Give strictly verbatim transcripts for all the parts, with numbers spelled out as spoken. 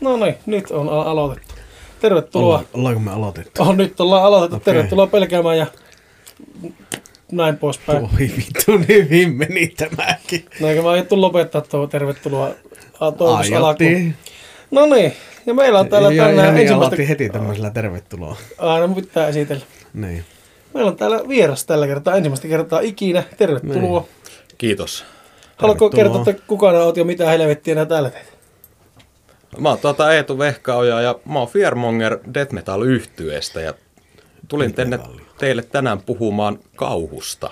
No niin, nyt on aloitettu. Tervetuloa. Olla, ollaanko me aloitettu? Oh, nyt ollaan aloitettu. Okay. Tervetuloa pelkäämään ja näin poispäin. Oi vittu, niin hyvin meni tämäkin. No eikö mä aiottu lopettaa tuo tervetuloa toivotus Aiottiin. No niin, ja meillä on täällä ja, tänään ja, ensimmäistä... aloitti heti tämmöisellä tervetuloa. Aina mun pitää esitellä. Niin. Meillä on täällä vieras tällä kertaa, ensimmäistä kertaa ikinä. Tervetuloa. Niin. Kiitos. Haluatko kertoa, että kukaan oot jo mitä helvettiä enää täällä teet? Mä oon tuota Eetu Vehkaoja ja mä oon Fearmonger Death Metal-yhtyeestä ja tulin tänne teille tänään puhumaan kauhusta.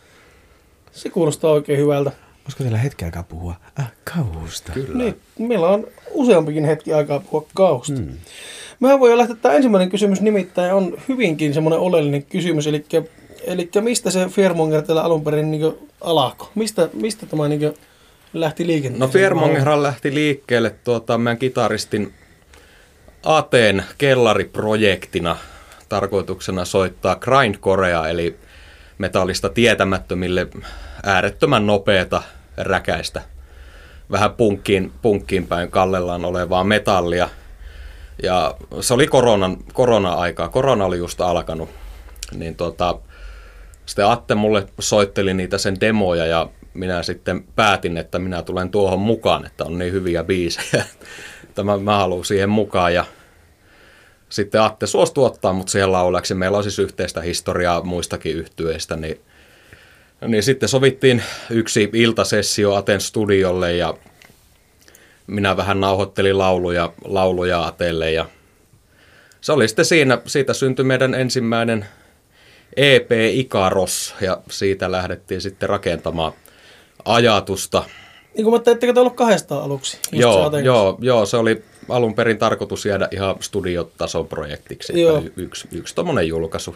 Se kuulostaa oikein hyvältä. Olisiko teillä hetki aikaa puhua äh, kauhusta? Kyllä. Niin, meillä on useampikin hetki aikaa puhua kauhusta. Hmm. Mehän voidaan lähteä, tämä ensimmäinen kysymys nimittäin on hyvinkin semmoinen oleellinen kysymys, eli, eli mistä se Fearmonger täällä alun perin niin alkoi? Mistä, mistä tämä niin lähti liikenteeseen? No Fearmongerhan lähti liikkeelle tuota, meidän kitaristin Aten kellariprojektina tarkoituksena soittaa grindcorea, eli metallista tietämättömille äärettömän nopeata räkäistä, vähän punkkiin, punkkiin päin kallellaan olevaa metallia. Ja se oli koronan, korona-aikaa, korona oli just alkanut, niin tota, sitten Atte mulle soitteli niitä sen demoja ja minä sitten päätin, että minä tulen tuohon mukaan, että on niin hyviä biisejä, että mä, mä haluan siihen mukaan. Ja sitten Atte suostui ottaa mut siihen laulaksi. Meillä on siis yhteistä historiaa muistakin yhtyeistä, niin, niin sitten sovittiin yksi iltasessio Aten studiolle ja minä vähän nauhoittelin lauluja, lauluja Atelle ja se oli sitten siinä, siitä syntyi meidän ensimmäinen E P Ikaros ja siitä lähdettiin sitten rakentamaan ajatusta. Niin kuin mä ajattelin, ettekö te ollut kahdestaan aluksi? Joo, joo, joo, se oli alun perin tarkoitus jäädä ihan studiotason projektiksi, y- yksi, yksi tommonen julkaisu.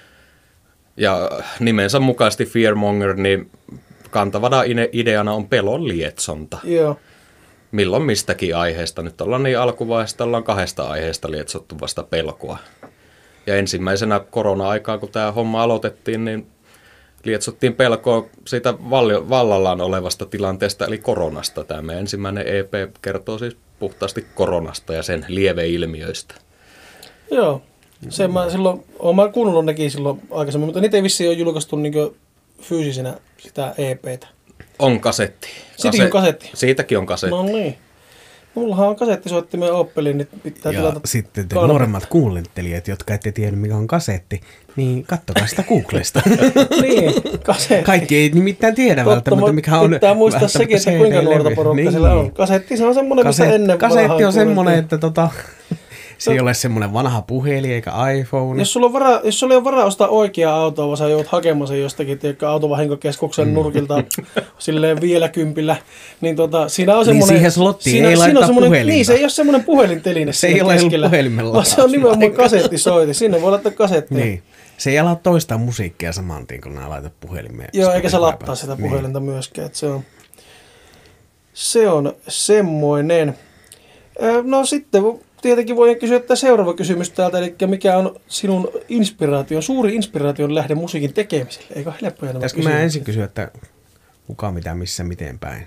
Ja nimensä mukaisesti Fearmonger, niin kantavana ideana on pelon lietsonta. Joo. Milloin mistäkin aiheesta. Nyt ollaan niin alkuvaiheesta, ollaan kahdesta aiheesta lietsottu vasta pelkoa. Ja ensimmäisenä korona-aikaa, kun tämä homma aloitettiin, niin lietsottiin pelkoa siitä vallallaan olevasta tilanteesta, eli koronasta. Tämä meidän ensimmäinen E P kertoo siis puhtaasti koronasta ja sen lieveilmiöistä. Joo. Sen mä silloin, oon mä kuunnellut nekin silloin aikaisemmin, mutta niitä ei vissiin ole julkaistu niin fyysisenä sitä E P:tä. On kasetti. Siitäkin on kasetti? Siitäkin on kasetti. No niin. Mullahan on kasettisoittimen Opelin, niin pitää ja tilata. sitten te kalma. nuoremmat kuuntelijat, jotka ette tiedä mikä on kasetti, niin kattokaa sitä Googlesta. Niin, kasetti. Kaikki ei nimittäin tiedä Totta, välttämättä mikä on. pitää muistaa sekin, että kuinka nuorta porukka niin. Siellä on. Kasetti se on semmoinen, Kaset, missä ennen kasetti on semmoinen, että tota, se ei ole semmoinen vanha puhelin eikä iPhone. Jos sulla on varaa, jos sulla ei ole varaa ostaa oikeaa autoa, vaan sä joudut hakemaan sen jostakin tiedätkö, autovahinkokeskuksen mm. nurkilta silleen vielä kympillä, niin tota, siinä on semmoinen... Niin siihen slottiin siinä, ei siinä laittaa puhelinta. Niin, se ei ole semmoinen puhelinteline se ei ole keskellä, puhelimella. vaan se on nimenomaan kasettisoiti. Sinne voi laittaa kasettia. Niin. Se ei ala toistaa musiikkia saman tien, kun nää laitat puhelimeen. Joo, eikä se lattaa sitä puhelinta niin. myöskään. Että se on, se on semmoinen. No sitten... Tietenkin voin kysyä tämä seuraava kysymys täältä, eli mikä on sinun inspiraation, suuri inspiraation lähde musiikin tekemiselle? Eikö helppoja nämä kysymykset? Mä ensin kysyä, että kuka, mitä, missä, miten päin.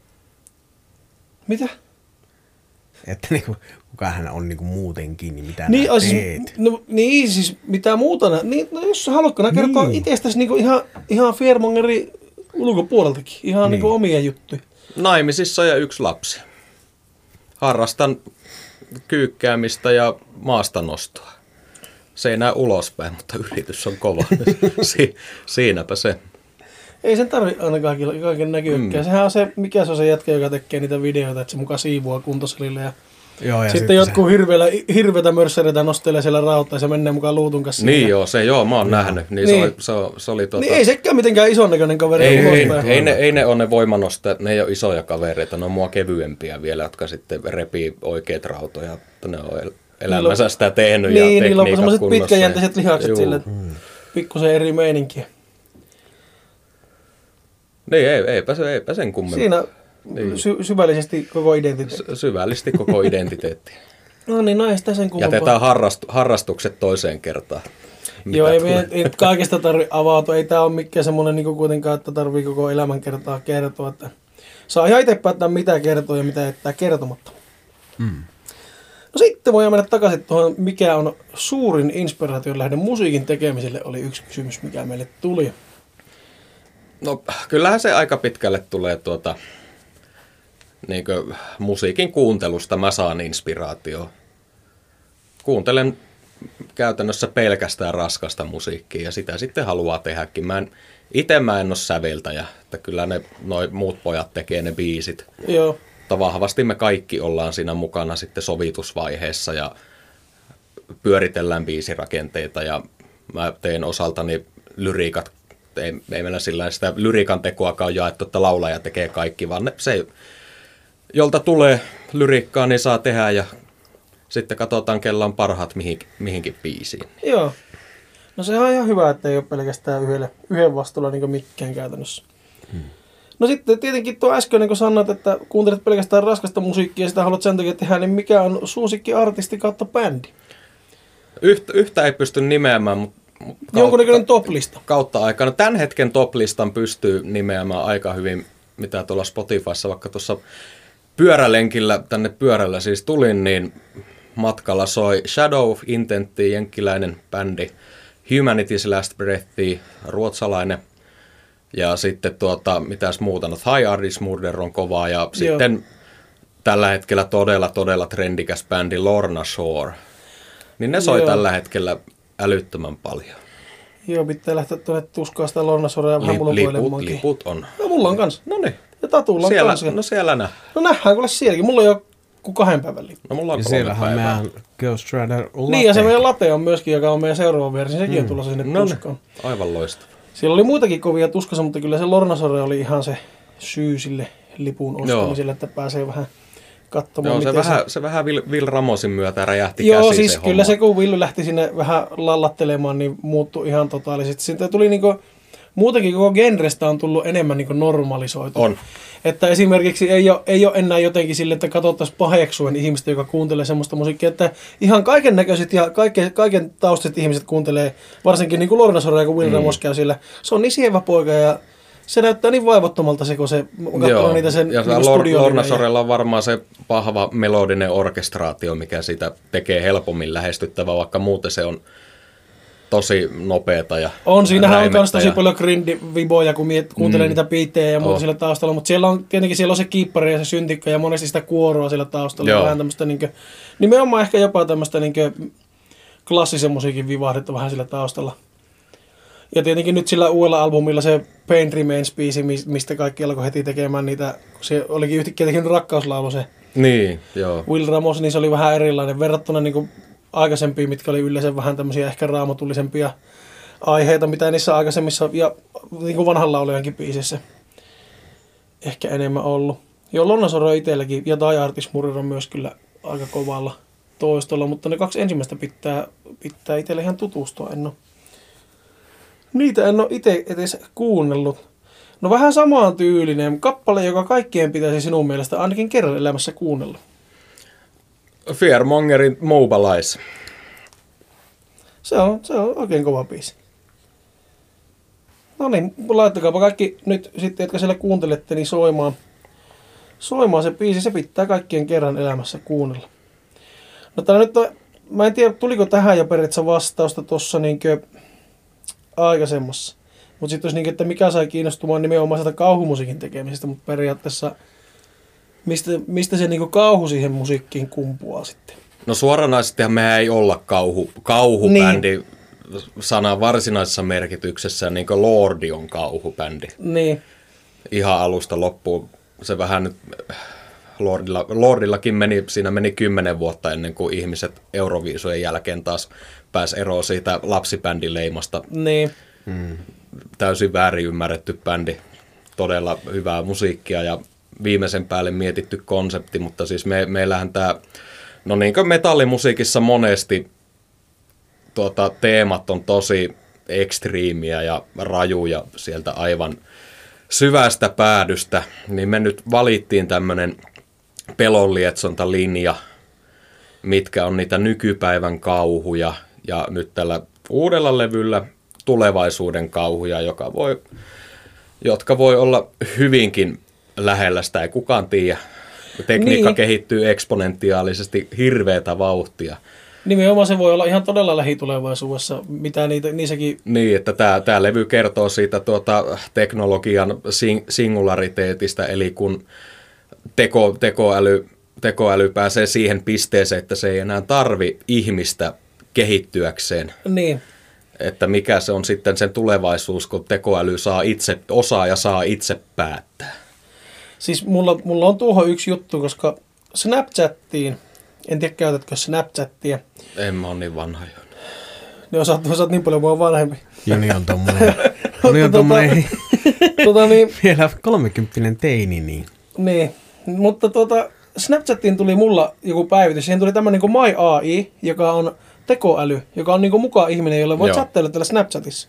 Mitä? Että niinku, kuka hän on niinku muutenkin, niin mitä niin, nää siis, teet. No, niin, siis mitä muuta. Niin, no, jos haluatko nää kertoa niin. itsestäsi niinku ihan, ihan Fearmongerin ulkopuoleltakin, ihan niin. niinku omia juttuja. Naimisissa ja yksi lapsi. Harrastan kyykkäämistä ja maastanostoa. Se ei näy ulospäin, mutta yritys on kova. si- siinäpä se. Ei sen tarvitse aina kaiken, kaiken näkyäkään. Mm. Sehän on se, mikä se on se jätkä, joka tekee niitä videoita, että se mukaan siivoaa kuntosalille. Ja joo, ja sitten, sitten jotkut se... hirveellä, hirveätä mörssäreitä nostelee siellä rautta ja se menee mukaan luutun kanssa. Niin joo, se joo, mä oon no. nähnyt. Niin, niin. Se oli, se, se oli tuota... niin ei sekään mitenkään ison näköinen kaveri. Ei, ei, ei, ne, ei ne ole ne voimanostajat, ne ei ole isoja kavereita, ne on mua kevyempiä vielä, jotka sitten repii oikeat rautoja. Ne on elämänsä sitä tehnyt niin, ja tekniikat niillä on semmoiset pitkäjänteiset lihakset juu. sille, pikkusen eri meininkiä. Niin, ei, eipä, se, eipä sen kummemmin. Siinä niin. sy- syvällisesti koko identiteetti. Sy- syvällisesti koko identiteetti. No niin, no ei sitä sen kummempaa. Jätetään harrast- harrastukset toiseen kertaan. Mitä joo, ei, me, ei kaikesta tarvitse avautua. Ei tämä ole mikään semmoinen niin kuitenkaan, että tarvii koko elämän kertaa kertoa. Että saa ihan itse päättää, mitä kertoo ja mitä jättää kertomatta. Mm. No sitten voidaan mennä takaisin tuohon, mikä on suurin inspiraation lähde musiikin tekemiselle, oli yksi kysymys, mikä meille tuli. No kyllähän se aika pitkälle tulee tuota, niin kuin musiikin kuuntelusta mä saan inspiraatioon. Kuuntelen käytännössä pelkästään raskasta musiikkia ja sitä sitten haluaa tehdäkin. Mä en, ite mä en ole säveltäjä, että kyllä ne noi muut pojat tekee ne biisit. Joo. Mutta vahvasti me kaikki ollaan siinä mukana sitten sovitusvaiheessa ja pyöritellään biisirakenteita ja mä teen osaltani lyriikat. Ei, ei meillä sillä sitä lyriikan tekoakaan jaettu, että laulaja tekee kaikki, vaan ne, se, jolta tulee lyriikkaa, niin saa tehdä ja sitten katsotaan, kella on parhaat mihinkin, mihinkin biisiin. Joo. No se on ihan hyvä, että ei ole pelkästään yhdelle, yhden vastuulla niin mikään käytännössä. Hmm. No sitten tietenkin tuo äskeinen, kun sanoit, että kuuntelet pelkästään raskasta musiikkia ja sitä haluat sen takia tehdä, niin mikä on suosikki artisti kautta bändi? Yhtä, yhtä ei pysty nimeämään, mutta jonkunnäköinen top-lista. Kautta aikana. Tämän hetken top-listan pystyy nimeämään aika hyvin, mitä tuolla Spotifyssa, vaikka tuossa pyörälenkillä, tänne pyörällä siis tulin, niin matkalla soi Shadow of Intentti, jenkkiläinen bändi, Humanity's Last Breath, ruotsalainen, ja sitten tuota, mitäs muuta, no Thai Ardis Murder on kovaa, ja Joo. sitten tällä hetkellä todella, todella trendikäs bändi Lorna Shore, niin ne soi Joo. tällä hetkellä älyttömän paljon. Joo, pitää lähteä tuonne tuskaa sitä Lorna Shorea vähän mulla liput, liput on. No mulla on kans. No niin. Ja Tatulla on siellä, kans. No siellä nää. No nähdään kuule sielläkin. Mulla on jo kuin kahden päivän lippu. No mulla on ja kolme siellähän päivää. meidän Ghost Rider Latte. Niin ja se meidän latte on myöskin, joka on meidän seuraava versio. Sekin mm. on tulossa sinne no tuskaan. Ne. Aivan loistava. Siellä oli muitakin kovia tuskassa, mutta kyllä se Lorna Shore oli ihan se syy sille lipun ostamiselle, että pääsee vähän katsomaan. Joo, se, se vähän, se vähän Will, Will Ramosin myötä räjähti Joo, käsiin siis se kyllä homma. se kun Villy lähti sinne vähän lallattelemaan, niin muuttui ihan totaalisesti. Siitä tuli niinku, muutenkin koko genrestä on tullut enemmän niinku normalisoitu. On. Että esimerkiksi ei ole, ei ole enää jotenkin sille, että katsottaisiin paheksuen ihmistä, joka kuuntelee semmoista musiikkia, että ihan kaiken näköiset ja kaiken, kaiken taustaiset ihmiset kuuntelee, varsinkin niin kuin Lorna Shore, kun Will mm. Ramos käy siellä. Se on niin sievä poika ja se näyttää niin vaivattomalta se, kun se katsoo niitä sen ja niin Lor- Lorna Shorella on varmaan se vahva melodinen orkestraatio, mikä sitä tekee helpommin lähestyttävää, vaikka muuten se on tosi nopeata ja on, siinähän on myös tosi ja... paljon grindi-viboja, kun miet, kuuntelee mm. niitä biittejä ja muuta oh. sillä taustalla, mutta siellä on tietenkin siellä on se kiippari ja se syntikka ja monesti sitä kuoroa sillä taustalla. Joo. Vähän tämmöistä niin kuin, nimenomaan ehkä jopa tämmöistä niin kuin klassisen musiikin vivahdetta vähän sillä taustalla. Ja tietenkin nyt sillä uudella albumilla se Pain Remains-biisi, mistä kaikki alkoi heti tekemään niitä, kun se olikin yhtäkkiä tehnyt rakkauslaulu se niin, joo. Will Ramos, niin se oli vähän erilainen verrattuna niin kuin aikaisempiin, mitkä oli yleensä vähän tämmöisiä ehkä raamatullisempia aiheita, mitä niissä aikaisemmissa ja niin kuin vanhan laulajankin biisissä ehkä enemmän ollut. Joo, Lorna Shore itselläkin ja Thai Ardis Murder on myös kyllä aika kovalla toistolla, mutta ne kaksi ensimmäistä pitää, pitää itselle ihan tutustua. En ole, niitä en ole itse edes kuunnellut. No vähän samaan tyylinen kappale, joka kaikkien pitäisi sinun mielestä ainakin kerran elämässä kuunnella. Fearmongerin Mobilize. Se on, se on oikein kova biisi. No niin, laittakaapa kaikki nyt sitten, jotka siellä kuuntelette, niin soimaan. Soimaan se biisi, se pitää kaikkien kerran elämässä kuunnella. No täällä nyt on, mä en tiedä, tuliko tähän jo periaatteessa vastausta tuossa niinkö aikaisemmassa. Mutta sitten olisi niinkö, että mikä sai kiinnostumaan nimenomaan sitä kauhumusiikin tekemisestä, mutta periaatteessa mistä, mistä se niinku kauhu siihen musiikkiin kumpuaa sitten? No suoranaisestihan mehän ei olla kauhu, kauhubändi niin. Sanan varsinaisessa merkityksessä, niin kuin Lordi on kauhubändi. Niin. Ihan alusta loppuun. Se vähän nyt, Lordilla, Lordillakin meni, siinä meni kymmenen vuotta ennen kuin ihmiset Euroviisujen jälkeen taas pääsi eroon siitä lapsibändileimasta. Niin. Hmm. Täysin väärin ymmärretty bändi. Todella hyvää musiikkia ja viimeisen päälle mietitty konsepti, mutta siis me, meillähän tämä, no niin kuin metallimusiikissa monesti tuota, teemat on tosi ekstriimiä ja rajuja sieltä aivan syvästä päädystä, niin me nyt valittiin tämmöinen pelonlietsontalinja, mitkä on niitä nykypäivän kauhuja ja nyt tällä uudella levyllä tulevaisuuden kauhuja, joka voi, jotka voi olla hyvinkin lähellä, sitä ei kukaan tiedä. tekniikka Niin. kehittyy eksponentiaalisesti hirveätä vauhtia. Nimenomaan se voi olla ihan todella lähitulevaisuudessa, mitä niitä, niissäkin... Niin, että tämä, tämä levy kertoo siitä tuota, teknologian sing, singulariteetista, eli kun teko, tekoäly, tekoäly pääsee siihen pisteeseen, että se ei enää tarvi ihmistä kehittyäkseen. Niin. Että mikä se on sitten sen tulevaisuus, kun tekoäly saa itse, osaa ja saa itse päättää. Siis mulla, mulla on tuohon yksi juttu, koska Snapchattiin, en tiedä käytätkö Snapchattia. En mä ole niin vanha jo. Ne osaat, osaat niin paljon mua vanhempi. Joni on tommonen, Joni on tommonen tota, niin, vielä kolmekymppinen teini, niin. niin, mutta tuota, Snapchattiin tuli mulla joku päivitys. Siihen tuli tämmöinen niin kuin My A I, joka on tekoäly, joka on niin kuin mukaan ihminen, jolle voi Joo. chattailla täällä Snapchatissa.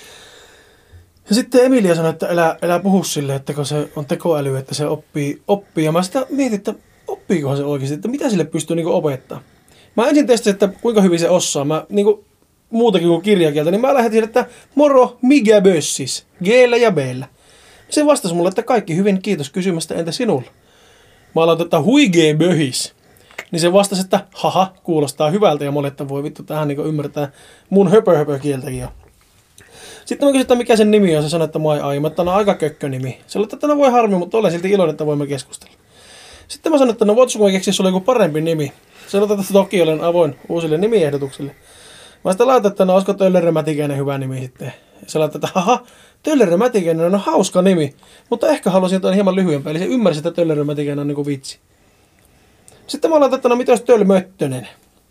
Ja sitten Emilia sanoi, että älä, älä puhu sille, että kun se on tekoäly, että se oppii. oppii. Ja mä sitä mietin, että oppiikohan se oikeasti, että mitä sille pystyy niin kuin opettaa. Mä ensin testasin, että kuinka hyvin se osaa. Mä niin kuin, muutakin kuin kirjakieltä, niin mä lähetin, että moro, mikä bössis, G:llä ja B:llä. Se vastasi mulle, että kaikki hyvin, kiitos kysymästä, entä sinulla? Mä aloitin, että huigee böhis. Niin se vastasi, että haha, kuulostaa hyvältä ja molle, että voi vittu, tähän niin ymmärtää mun höpö höpö kieltäkin. Sitten mä kysyin, että mikä sen nimi on, se sanoi, että My A I. Mä että no aika kökkö nimi. Se oli, että no voi harmi, mutta olen silti iloinen, että voimme keskustella. Sitten mä sanoin, että no voitko mä keksiä sulle joku parempi nimi. Se sanoi, että toki olen avoin uusille nimiehdotuksille. Mä sitten laitan, että no olisiko Töllerö Mätikäinen hyvä nimi sitten. Se laitan, että haha, Töllerö Mätikäinen on hauska nimi, mutta ehkä haluaisin jotain hieman lyhyempää. Eli se ymmärsi, että Töllerö Mätikäinen on niinku vitsi. Sitten mä laitan, että no mitä jos Tölmöttönen.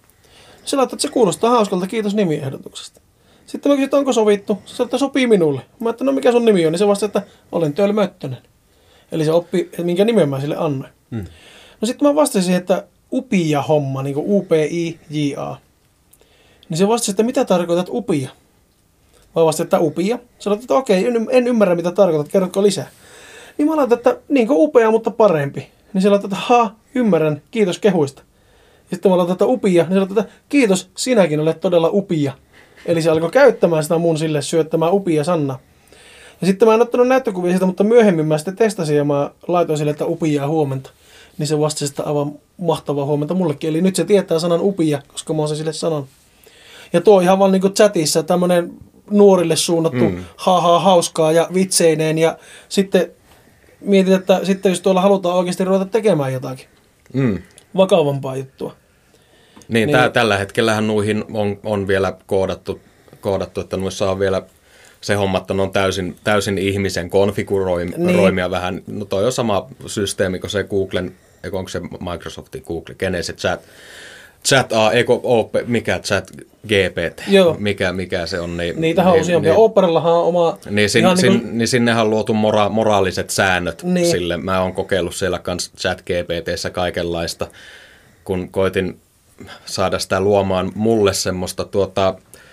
Se laitan, että se kuulostaa hauskalta, kiitos nimiehdotuksesta. Sitten mä kysyin, että onko sovittu. Se sanoi, että sopii minulle. Mä että no mikä sun nimi on, niin se vastasi, että olen Tölmöttönen. Eli se oppi, että minkä nimen mä sille annoin. Hmm. No sitten mä vastasin siihen, että upia homma, niin kuin U P I J A. Niin se vastasi, että mitä tarkoitat upia? Mä vastasin, että upia. Sanoit, että okei, en, en ymmärrä mitä tarkoitat, kerrotko lisää? Niin mä laitan, että niin kuin upea, mutta parempi. Niin se laitan, että ha, ymmärrän, kiitos kehuista. Ja sitten mä laitan, että upia. Niin se laitan, että kiitos, sinäkin olet todella upia. Eli se alkoi käyttämään sitä mun sille syöttämään upia Sanna. Ja sitten mä en ottanut näyttökuvia siitä, mutta myöhemmin mä sitten testasin ja mä laitoin sille, että upia huomenta. Niin se vastasi sitä aivan mahtavaa huomenta mullekin. Eli nyt se tietää sanan upia, koska mä oon se sille sanon. Ja tuo ihan vaan niinku chatissa tämmönen nuorille suunnattu mm. haha hauskaa ja vitseineen. Ja sitten mietit, että sitten jos tuolla halutaan oikeasti ruveta tekemään jotakin Mm. vakavampaa juttua. Niin, Niin. Tää, tällä hetkellähän nuihin on, on vielä koodattu, koodattu, että noissa on vielä se homma, että ne on täysin, täysin ihmisen konfiguroimia niin. vähän. No toi on sama systeemi kuin se Googlen, eikö onko se Microsoftin Google, kenen se chat, chat A, eikö Ope, mikä chat G P T, mikä, mikä se on. Niin, Niitähän on useampia. Niin, Operallahan on oma... Niin, sin, sin, niin, kuin... niin sinnehän on luotu mora, moraaliset säännöt niin. Sille. Mä oon kokeillut siellä kans chat G P T:ssä kaikenlaista, kun koitin saada sitä luomaan mulle semmoista tuota,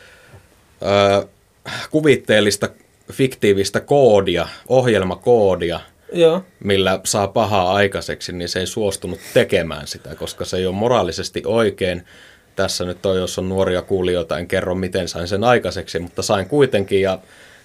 ö, kuvitteellista, fiktiivistä koodia, ohjelmakoodia, Joo. millä saa pahaa aikaiseksi, niin se ei suostunut tekemään sitä, koska se ei ole moraalisesti oikein. Tässä nyt on, jos on nuoria kuulijoita, en kerro miten sain sen aikaiseksi, mutta sain kuitenkin ja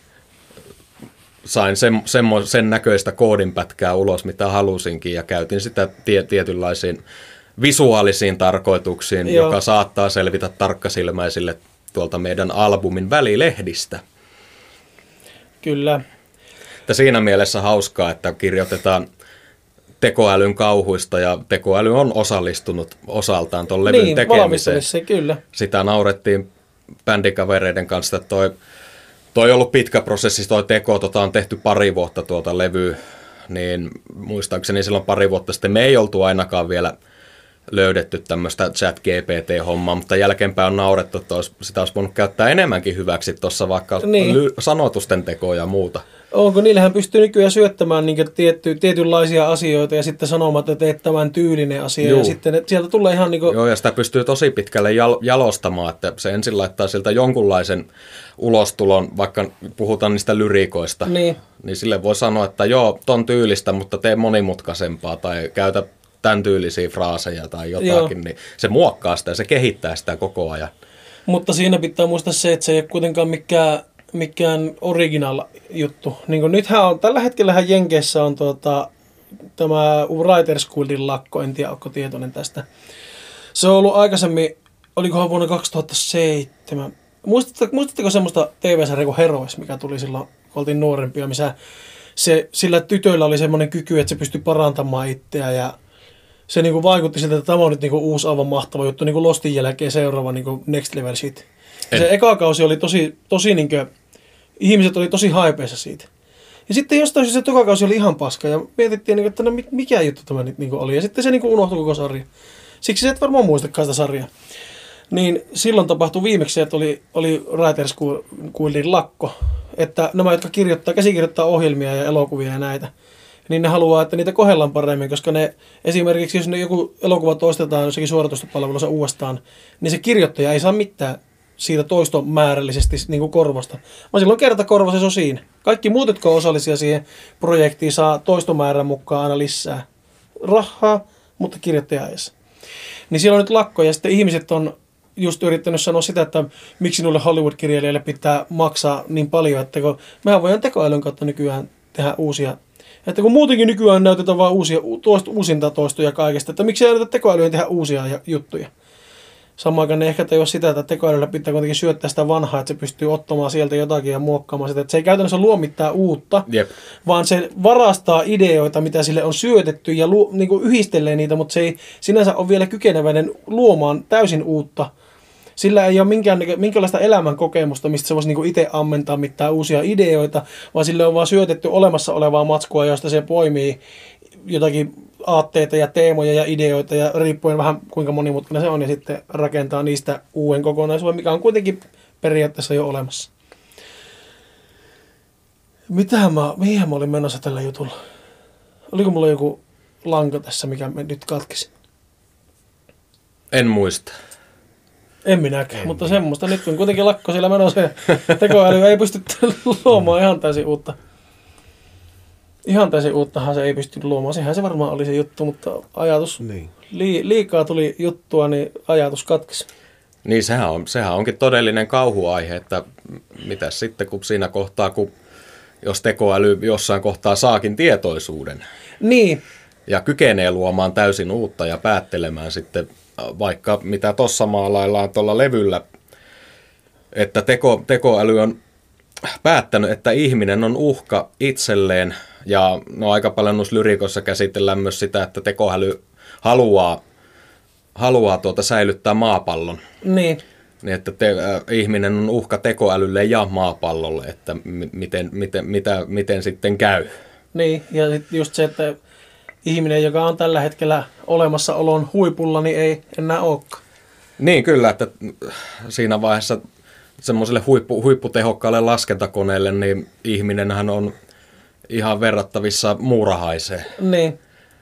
sain sen, semmo, sen näköistä koodinpätkää ulos, mitä halusinkin ja käytin sitä tie, tietynlaisiin visuaalisiin tarkoituksiin, Joo. joka saattaa selvitä tarkkasilmäisille tuolta meidän albumin välilehdistä. Kyllä. Että siinä mielessä hauskaa, että kirjoitetaan tekoälyn kauhuista ja tekoäly on osallistunut osaltaan tuon levyn niin, tekemiseen. Kyllä. Sitä naurettiin bändikavereiden kanssa, että toi, toi on ollut pitkä prosessi, toi teko tota on tehty pari vuotta tuota levyä, niin muistaakseni silloin pari vuotta sitten me ei oltu ainakaan vielä löydetty tämmöistä chat G P T-hommaa, mutta jälkeenpäin on naurettu, että olisi, sitä olisi voinut käyttää enemmänkin hyväksi tuossa vaikka niin. ly- sanotusten tekoa ja muuta. Onko, niillähän pystyy nykyään syöttämään niin tietty, tietynlaisia asioita ja sitten sanomaan, että teet tämän tyylinen asia. Juu. Ja sitten että sieltä tulee ihan niin kuin... Joo, ja sitä pystyy tosi pitkälle jal- jalostamaan, että se ensin laittaa siltä jonkunlaisen ulostulon, vaikka puhutaan niistä lyriikoista. Niin. Niin sille voi sanoa, että joo, ton tyylistä, mutta tee monimutkaisempaa tai käytä tämän tyylisiä fraaseja tai jotakin. Joo. Niin se muokkaa sitä ja se kehittää sitä koko ajan. Mutta siinä pitää muistaa se, että se ei ole kuitenkaan mikään... mikään original juttu. Niin kuin nythän on, tällä hetkellähän Jenkeissä on tuota, tämä Writers Guildin lakko, en tiedä, onko tietoinen tästä. Se on ollut aikaisemmin, olikohan vuonna kaksituhattaseitsemän. Muistatteko, muistatteko semmoista T V-sarjaa kuin Heroes, mikä tuli silloin, kun oltiin nuorempia, missä se, sillä tytöllä oli semmoinen kyky, että se pystyi parantamaan itseään ja se niinku vaikutti siltä, että tämä on nyt niinku uusi aivan mahtava juttu, niinku Lostin jälkeen seuraava niinku next level shit. Se eka kausi oli tosi, tosi niinku, ihmiset oli tosi haipeissa siitä. Ja sitten jostain se toka kausi oli ihan paska ja mietittiin, niinku, että no mikä juttu tämä nyt niinku oli. Ja sitten se niinku unohtui koko sarja. Siksi se et varmaan muistakaan sitä sarjaa. Niin silloin tapahtui viimeksi, että oli, oli Writers Guildin lakko. Että nämä, jotka kirjoittaa, käsikirjoittaa ohjelmia ja elokuvia ja näitä, niin ne haluaa, että niitä kohdellaan paremmin, koska ne esimerkiksi, jos ne joku elokuva toistetaan jossakin suoratustopalvelussa uudestaan, niin se kirjoittaja ei saa mitään siitä toistomäärällisesti niin kuin korvasta. Vaan silloin kertakorva se on siinä. Kaikki muut, jotka on osallisia siihen projektiin, saa toistomäärän mukaan aina lisää rahaa, mutta kirjoittaja ei saa. Niin siellä on nyt lakko ja sitten ihmiset on just yrittänyt sanoa sitä, että miksi nuille Hollywood-kirjailijoille pitää maksaa niin paljon, että kun mehän voidaan tekoälyn kautta nykyään tehdä uusia, että kun muutenkin nykyään näytetään vain uusia, toista, uusinta toistoja kaikesta, että miksi ei näytetä tekoälyyn tehdä uusia juttuja. Samaan aikaan ne ehkä tajua sitä, että tekoälyllä pitää kuitenkin syöttää sitä vanhaa, että se pystyy ottamaan sieltä jotakin ja muokkaamaan sitä. Että se ei käytännössä luo mitään uutta, Jep. vaan se varastaa ideoita, mitä sille on syötetty ja lu, niin kuin yhdistelee niitä, mutta se ei sinänsä ole vielä kykeneväinen luomaan täysin uutta. Sillä ei ole minkään, minkäänlaista elämän kokemusta, mistä se voisi niin kuin itse ammentaa mitään uusia ideoita, vaan sille on vaan syötetty olemassa olevaa matskua, josta se poimii jotakin aatteita ja teemoja ja ideoita ja riippuen vähän kuinka monimutkainen se on ja sitten rakentaa niistä uuden kokonaisuuden, mikä on kuitenkin periaatteessa jo olemassa. Mitähän mä, mihin mä olin menossa tällä jutulla? Oliko mulla joku lanka tässä, mikä me nyt katkisi? En muista. En minäkään, en mutta minä. Semmoista nyt on kuitenkin lakko siellä menossa ja tekoäly ei pysty luomaan ihan täysin uutta. Ihan täysin uuttahan se ei pysty luomaan. Sehän se varmaan oli se juttu, mutta ajatus, niin. li, liikaa tuli juttua, niin ajatus katkesi. Niin sehän, on, sehän onkin todellinen kauhuaihe, että mitäs sitten kun siinä kohtaa, kun jos tekoäly jossain kohtaa saakin tietoisuuden. Niin. Ja kykenee luomaan täysin uutta ja päättelemään sitten vaikka mitä tuossa maalaillaan tuolla levyllä, että teko, tekoäly on päättänyt, että ihminen on uhka itselleen. Ja no aika paljon noissa lyrikoissa käsitellään myös sitä, että tekoäly haluaa, haluaa tuota säilyttää maapallon. Niin. Niin, että te, äh, ihminen on uhka tekoälylle ja maapallolle, että m- miten, miten, mitä, miten sitten käy. Niin, ja sitten just se, että ihminen, joka on tällä hetkellä olemassaolon huipulla, niin ei enää olekaan. Niin kyllä, että siinä vaiheessa semmoiselle huippu, huipputehokkaalle laskentakoneelle, niin ihminenhän on ihan verrattavissa muurahaiseen. Niin.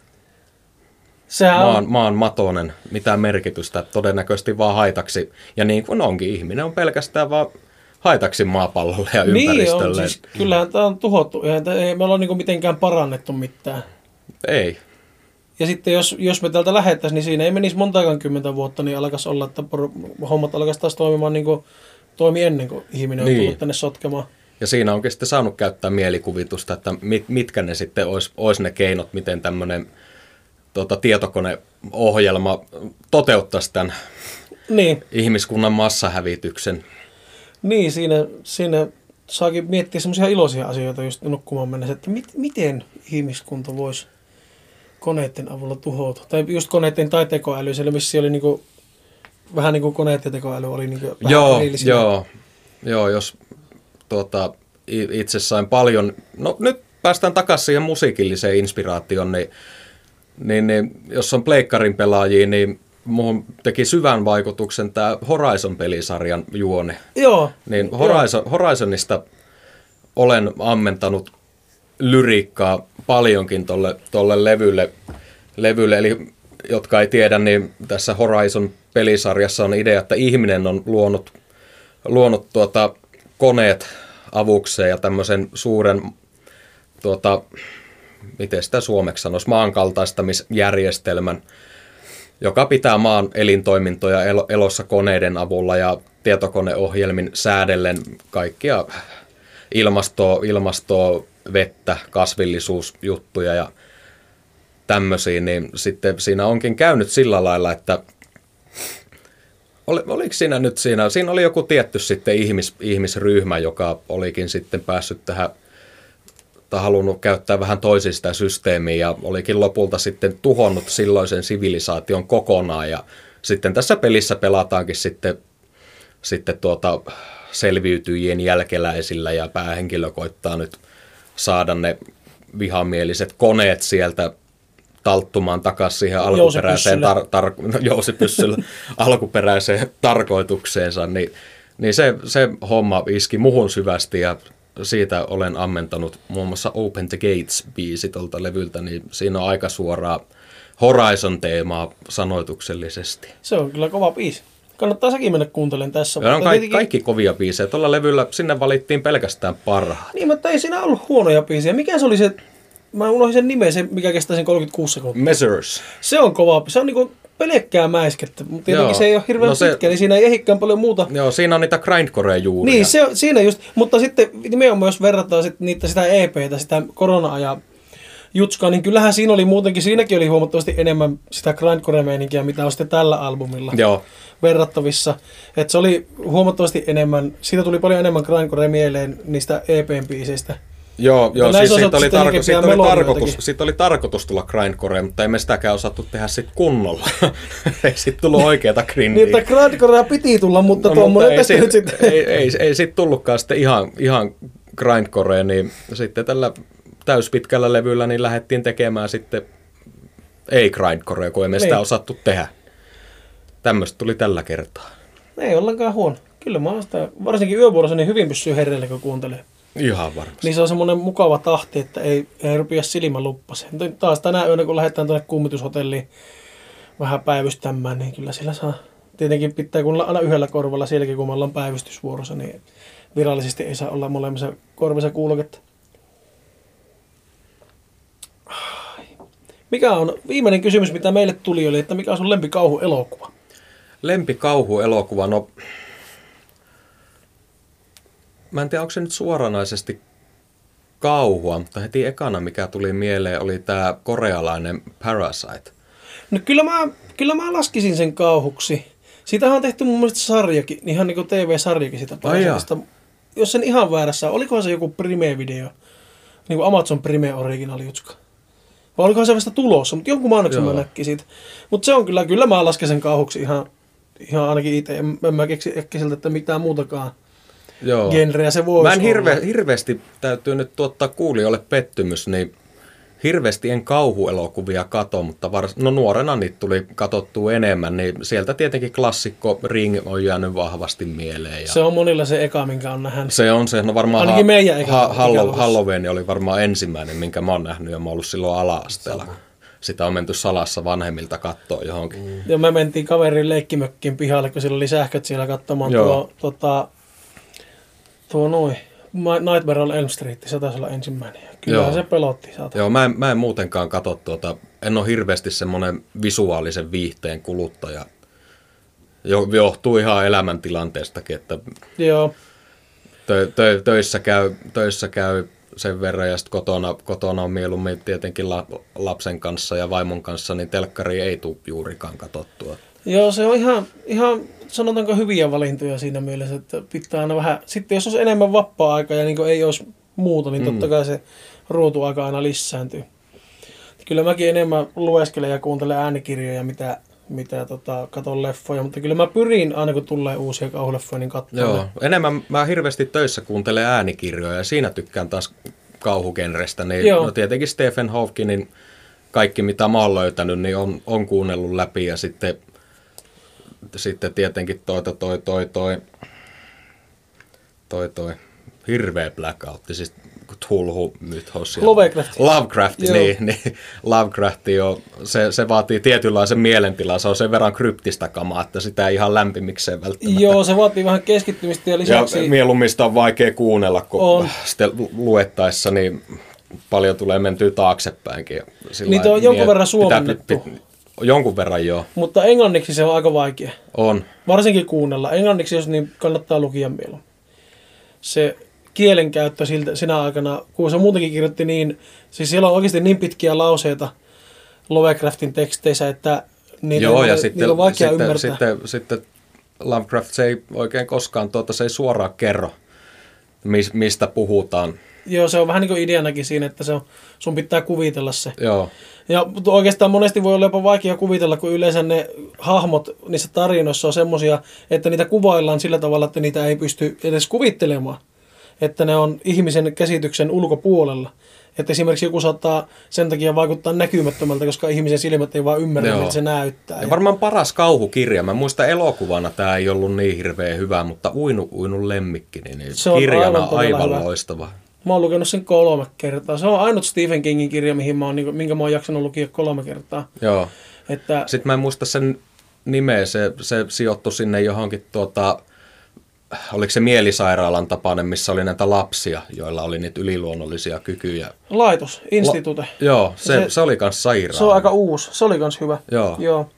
Sehän maan, on... maan matonen, mitään merkitystä, todennäköisesti vaan haitaksi. Ja niin kuin onkin, ihminen on pelkästään vaan haitaksi maapallolle ja niin ympäristölle. On, siis, kyllähän tämä on tuhottu. Ei me olla niinku mitenkään parannettu mitään. Ei. Ja sitten jos, jos me täältä lähettäisiin, niin siinä ei menisi montaakaan kymmentä vuotta, niin alkaisi olla, että hommat alkaisi taas toimimaan niin kuin toimi ennen kuin ihminen on niin. tullut tänne sotkemaan. Ja siinä onkin sitten saanut käyttää mielikuvitusta, että mit, mitkä ne sitten olisi, olisi ne keinot, miten tämmöinen tota, tietokoneohjelma toteuttaisi tämän niin. ihmiskunnan massahävityksen. Niin, siinä, siinä saakin miettiä semmoisia iloisia asioita just nukkumaan mennessä, että mit, miten ihmiskunta voisi koneiden avulla tuhoutua. Tai just koneiden tai tekoäly, siellä missä oli niinku, vähän niin kuin koneet ja tekoäly oli niinku vähän joo, erillisiä. Joo, joo, jos tuota, itse sain paljon, no nyt päästään takaisin siihen musiikilliseen inspiraatioon, niin, niin, niin jos on pleikkarin pelaajia, niin muuhun teki syvän vaikutuksen tämä Horizon-pelisarjan juone. Joo. Niin Horizon, joo. Horizonista olen ammentanut lyriikkaa paljonkin tolle, tolle levylle, levylle, eli jotka ei tiedä, niin tässä Horizon-pelisarjassa on idea, että ihminen on luonut, luonut tuota koneet avukseen ja tämmöisen suuren, tuota, miten sitä suomeksi sanoisi, maankaltaistamisjärjestelmän, joka pitää maan elintoimintoja elossa koneiden avulla ja tietokoneohjelmin säädellen kaikkia ilmastoa, ilmastoa vettä, kasvillisuusjuttuja ja tämmöisiä, niin sitten siinä onkin käynyt sillä lailla, että Ol, oliko siinä nyt siinä, siinä oli joku tietty sitten ihmis, ihmisryhmä, joka olikin sitten päässyt tähän, tai halunnut käyttää vähän toisin sitä systeemiä ja olikin lopulta sitten tuhonnut silloisen sivilisaation kokonaan ja sitten tässä pelissä pelataankin sitten, sitten tuota selviytyjien jälkeläisillä ja päähenkilö koittaa nyt saada ne vihamieliset koneet sieltä talttumaan takaisin siihen alkuperäiseen, tar- tar- no, jousipyssyllä, alkuperäiseen tarkoitukseensa, niin, niin se, se homma iski muhun syvästi ja siitä olen ammentanut muun muassa Open the Gates-biisi tuolta levyltä, niin siinä on aika suoraa Horizon-teemaa sanoituksellisesti. Se on kyllä kova biisi. Kannattaa sekin mennä kuuntelemaan tässä. Ja on kaikki, tietenkin... kaikki kovia biisejä. Tuolla levyllä sinne valittiin pelkästään parhaat. Niin, mutta ei siinä ollut huonoja biisejä. Mikä se oli se, mä unohdin sen nimen, se mikä kestää sen kolmekymmentäkuusi sekuntia. Measures. Se on kova. Se on niinku pelkkää mäiskettä, mutta tietenkin Joo. se ei ole hirveän no se... pitkä, niin siinä ei ehikään paljon muuta. Joo, siinä on niitä grindcore-juuria. Niin, se, siinä just, mutta sitten nimenomaan jos verrataan sit niitä, sitä E P:tä, sitä korona-ajan jutskaa, niin kyllähän siinä oli muutenkin, siinäkin oli huomattavasti enemmän sitä grindcore-meininkiä, mitä on sitten tällä albumilla Joo. verrattavissa. Että se oli huomattavasti enemmän, siitä tuli paljon enemmän grindcore mieleen niistä E P:n biiseistä. Joo, joo siis siitä oli, tarko- siitä, oli tarkoitus, jotakin. siitä oli tarkoitus tulla grindcore, mutta ei me sitäkään osattu tehdä sitten kunnolla. Ei sitten tullut oikeata grindiä. Niin, että grindcorea piti tulla, mutta no, tuommoinen mutta ei, nyt sit, sitten. ei, ei, ei sitten tullutkaan sitten ihan, ihan grindcorea, niin sitten tällä täyspitkällä levyllä niin lähdettiin tekemään sitten ei grindcorea, kun emme niin. sitä osattu tehdä. Tämmöistä tuli tällä kertaa. Ei ollenkaan huono. Kyllä mä oon sitä, varsinkin yövuorossa, niin hyvin pysyy herreille, kun kuuntelee. Ihan varmasti. Niin se on semmoinen mukava tahti, että ei, ei rupia silmä luppaseen. Taas tänä yönä, kun lähdetään tuonne kummitushotelliin vähän päivystämään, niin kyllä sillä saa. Tietenkin pitää, kun aina yhdellä korvalla sielläkin, kun me ollaan päivystysvuorossa, niin virallisesti ei saa olla molemmissa korvissa kuuloketta. Mikä on, viimeinen kysymys, mitä meille tuli, oli, että mikä on sun lempikauhuelokuva? Lempikauhuelokuva, no mä en tiedä, onko se nyt suoranaisesti kauhua, mutta heti ekana, mikä tuli mieleen, oli tämä korealainen Parasite. No kyllä mä, kyllä mä laskisin sen kauhuksi. Siitähän on tehty mun mielestä sarjakin, ihan niin kuin T V-sarjakin sitä Parasitesta. Jos sen ihan väärässä, olikohan se joku Prime-video, niin kuin Amazon Prime Original jutska. Vai olikohan se vasta tulossa, mutta jonkun mainoksen mä näkki siitä. Mutta se on kyllä, kyllä mä lasken sen kauhuksi ihan, ihan ainakin itse. En, en mä keksi ehkä siltä, että mitään muutakaan. Joo. Genreä se voisi Mä en hirve, olla. hirveästi, täytyy nyt tuottaa kuulijoille pettymys, niin hirveästi en kauhuelokuvia kato, mutta vars, no nuorena niitä tuli katsottua enemmän, niin sieltä tietenkin klassikko Ring on jäänyt vahvasti mieleen. Ja se on monilla se eka, minkä on nähnyt. se on se, no varmaan ainakin meidän eka. ha, Hallo, Halloween oli varmaan ensimmäinen, minkä mä oon nähnyt, ja mä oon ollut silloin ala-asteella. Sitä on menty salassa vanhemmilta kattoon johonkin. Mm. Ja me mentiin kaverin leikkimökkiin pihalle, kun sillä oli sähköt siellä katsomaan Joo. tuo, tota, tuo noin. Nightmare on Elm Street, se taisi olla ensimmäinen. Kyllähän se pelotti. Saata. Joo, mä en, mä en muutenkaan katso tuota, en ole hirveästi semmoinen visuaalisen viihteen kuluttaja. Jo, johtuu ihan elämäntilanteestakin, että Joo. Tö, tö, töissä, käy, töissä käy sen verran ja sitten kotona, kotona on mieluummin tietenkin la, lapsen kanssa ja vaimon kanssa, niin telkkari ei tule juurikaan katsottua. Joo, se on ihan, ihan sanotaanko hyviä valintoja siinä mielessä, että pitää aina vähän, sitten jos olisi enemmän vapaa-aikaa ja niin ei olisi muuta, niin totta kai se ruutuaika aina lisääntyy. Kyllä mäkin enemmän lueskelen ja kuuntelen äänikirjoja, mitä, mitä tota, katon leffoja, mutta kyllä mä pyrin aina kun tulee uusia kauhuleffoja, niin katsomaan. Joo, enemmän mä hirveästi töissä kuuntelen äänikirjoja ja siinä tykkään taas kauhugenrestä, niin Joo. no tietenkin Stephen Hawkingin kaikki mitä mä oon löytänyt, niin on, on kuunnellut läpi ja sitten Sitten tietenkin toi, toi, toi, toi, toi, toi, toi hirveä blackout, siis Cthulhu Mythos. Lovecraft. Lovecraft, niin, niin. Lovecraft jo, se, se vaatii tietynlaisen mielentilan, se on sen verran kryptistä kamaa, että sitä ei ihan lämpimikseen välttämättä. Joo, se vaatii vähän keskittymistä ja lisäksi... Ja mieluummin sitä on vaikea kuunnella, kun on. sitten luettaessa niin paljon tulee mentyä taaksepäinkin. Niitä on jonkun verran suomennettu. Jonkun verran joo. Mutta englanniksi se on aika vaikea. On. Varsinkin kuunnella. Englanniksi, jos niin kannattaa lukia mieluummin. Se kielenkäyttö siltä, sinä aikana, kun se muutenkin kirjoitti niin, siis siellä on oikeasti niin pitkiä lauseita, Lovecraftin teksteissä, että niitä, Joo, on, ja niitä sitten, on vaikea sitten, ymmärtää. sitten, sitten Lovecraft se ei oikein koskaan, tuota, se ei suoraan kerro, mistä puhutaan. Joo, se on vähän niin kuin ideanakin siinä, että se on, sun pitää kuvitella se. Joo. Ja oikeastaan monesti voi olla jopa vaikea kuvitella, kun yleensä ne hahmot niissä tarinoissa on semmoisia, että niitä kuvaillaan sillä tavalla, että niitä ei pysty edes kuvittelemaan. Että ne on ihmisen käsityksen ulkopuolella. Että esimerkiksi joku saattaa sen takia vaikuttaa näkymättömältä, koska ihmisen silmät ei vaan ymmärrä, miltä se näyttää. Ja varmaan paras kauhukirja. Mä muistan elokuvana tämä ei ollut niin hirveän hyvä, mutta Uinu, Uinun lemmikki, niin se on kirjana aivan, aivan loistava. Mä oon lukenut sen kolme kertaa. Se on ainut Stephen Kingin kirja, mihin mä oon, minkä mä oon jaksanut lukia kolme kertaa. Joo. Että... Sitten mä en muista sen nimeä. Se, se sijoittui sinne johonkin, tuota, oliko se mielisairaalan tapainen, missä oli näitä lapsia, joilla oli niitä yliluonnollisia kykyjä. Laitos, institute. La- joo, se, se, se oli kans sairaala. Se on aika uusi. Se oli kans hyvä. Joo. Joo.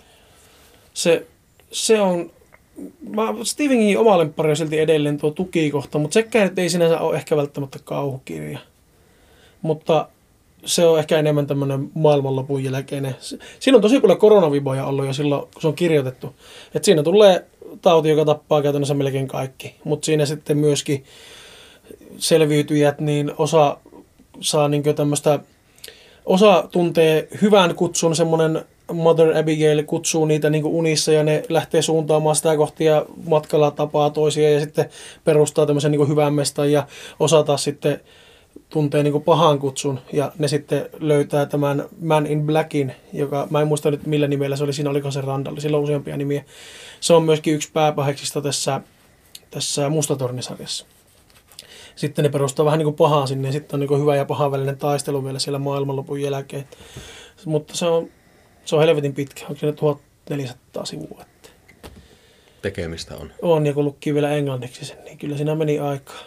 Se, se on... Mä, Stephen Kingin oma lemppari on silti edelleen tuo Tukikohta, mutta sekään nyt ei sinänsä ole ehkä välttämättä kauhukirja. Mutta se on ehkä enemmän tämmöinen maailmanlopun jälkeinen. Siinä on tosi paljon koronaviboja ollut jo silloin, kun se on kirjoitettu. Et siinä tulee tauti, joka tappaa käytännössä melkein kaikki. Mutta siinä sitten myöskin selviytyjät, niin osa saa niin tämmöistä... Osa tuntee hyvän kutsun, semmoinen Mother Abigail kutsuu niitä niin kuin unissa ja ne lähtee suuntaamaan sitä kohti ja matkalla tapaa toisia ja sitten perustaa tämmöisen niin kuin hyvän mestan ja osa taas sitten tuntee niin kuin pahan kutsun ja ne sitten löytää tämän Man in Blackin, joka mä en muista nyt millä nimellä se oli, siinä oliko se Randall, sillä on useampia nimiä. Se on myöskin yksi pääpaheksista tässä, tässä Mustatornisarjassa. Sitten ne perustaa vähän niin kuin pahaa sinne ja sitten on niin kuin hyvä ja pahan välinen taistelu vielä siellä maailmanlopun jälkeen. Mutta se on, se on helvetin pitkä, onko se ne tuhatneljäsataa sivua? Tekemistä on. On, ja kun lukkii vielä englanniksi sen, niin kyllä siinä meni aikaa.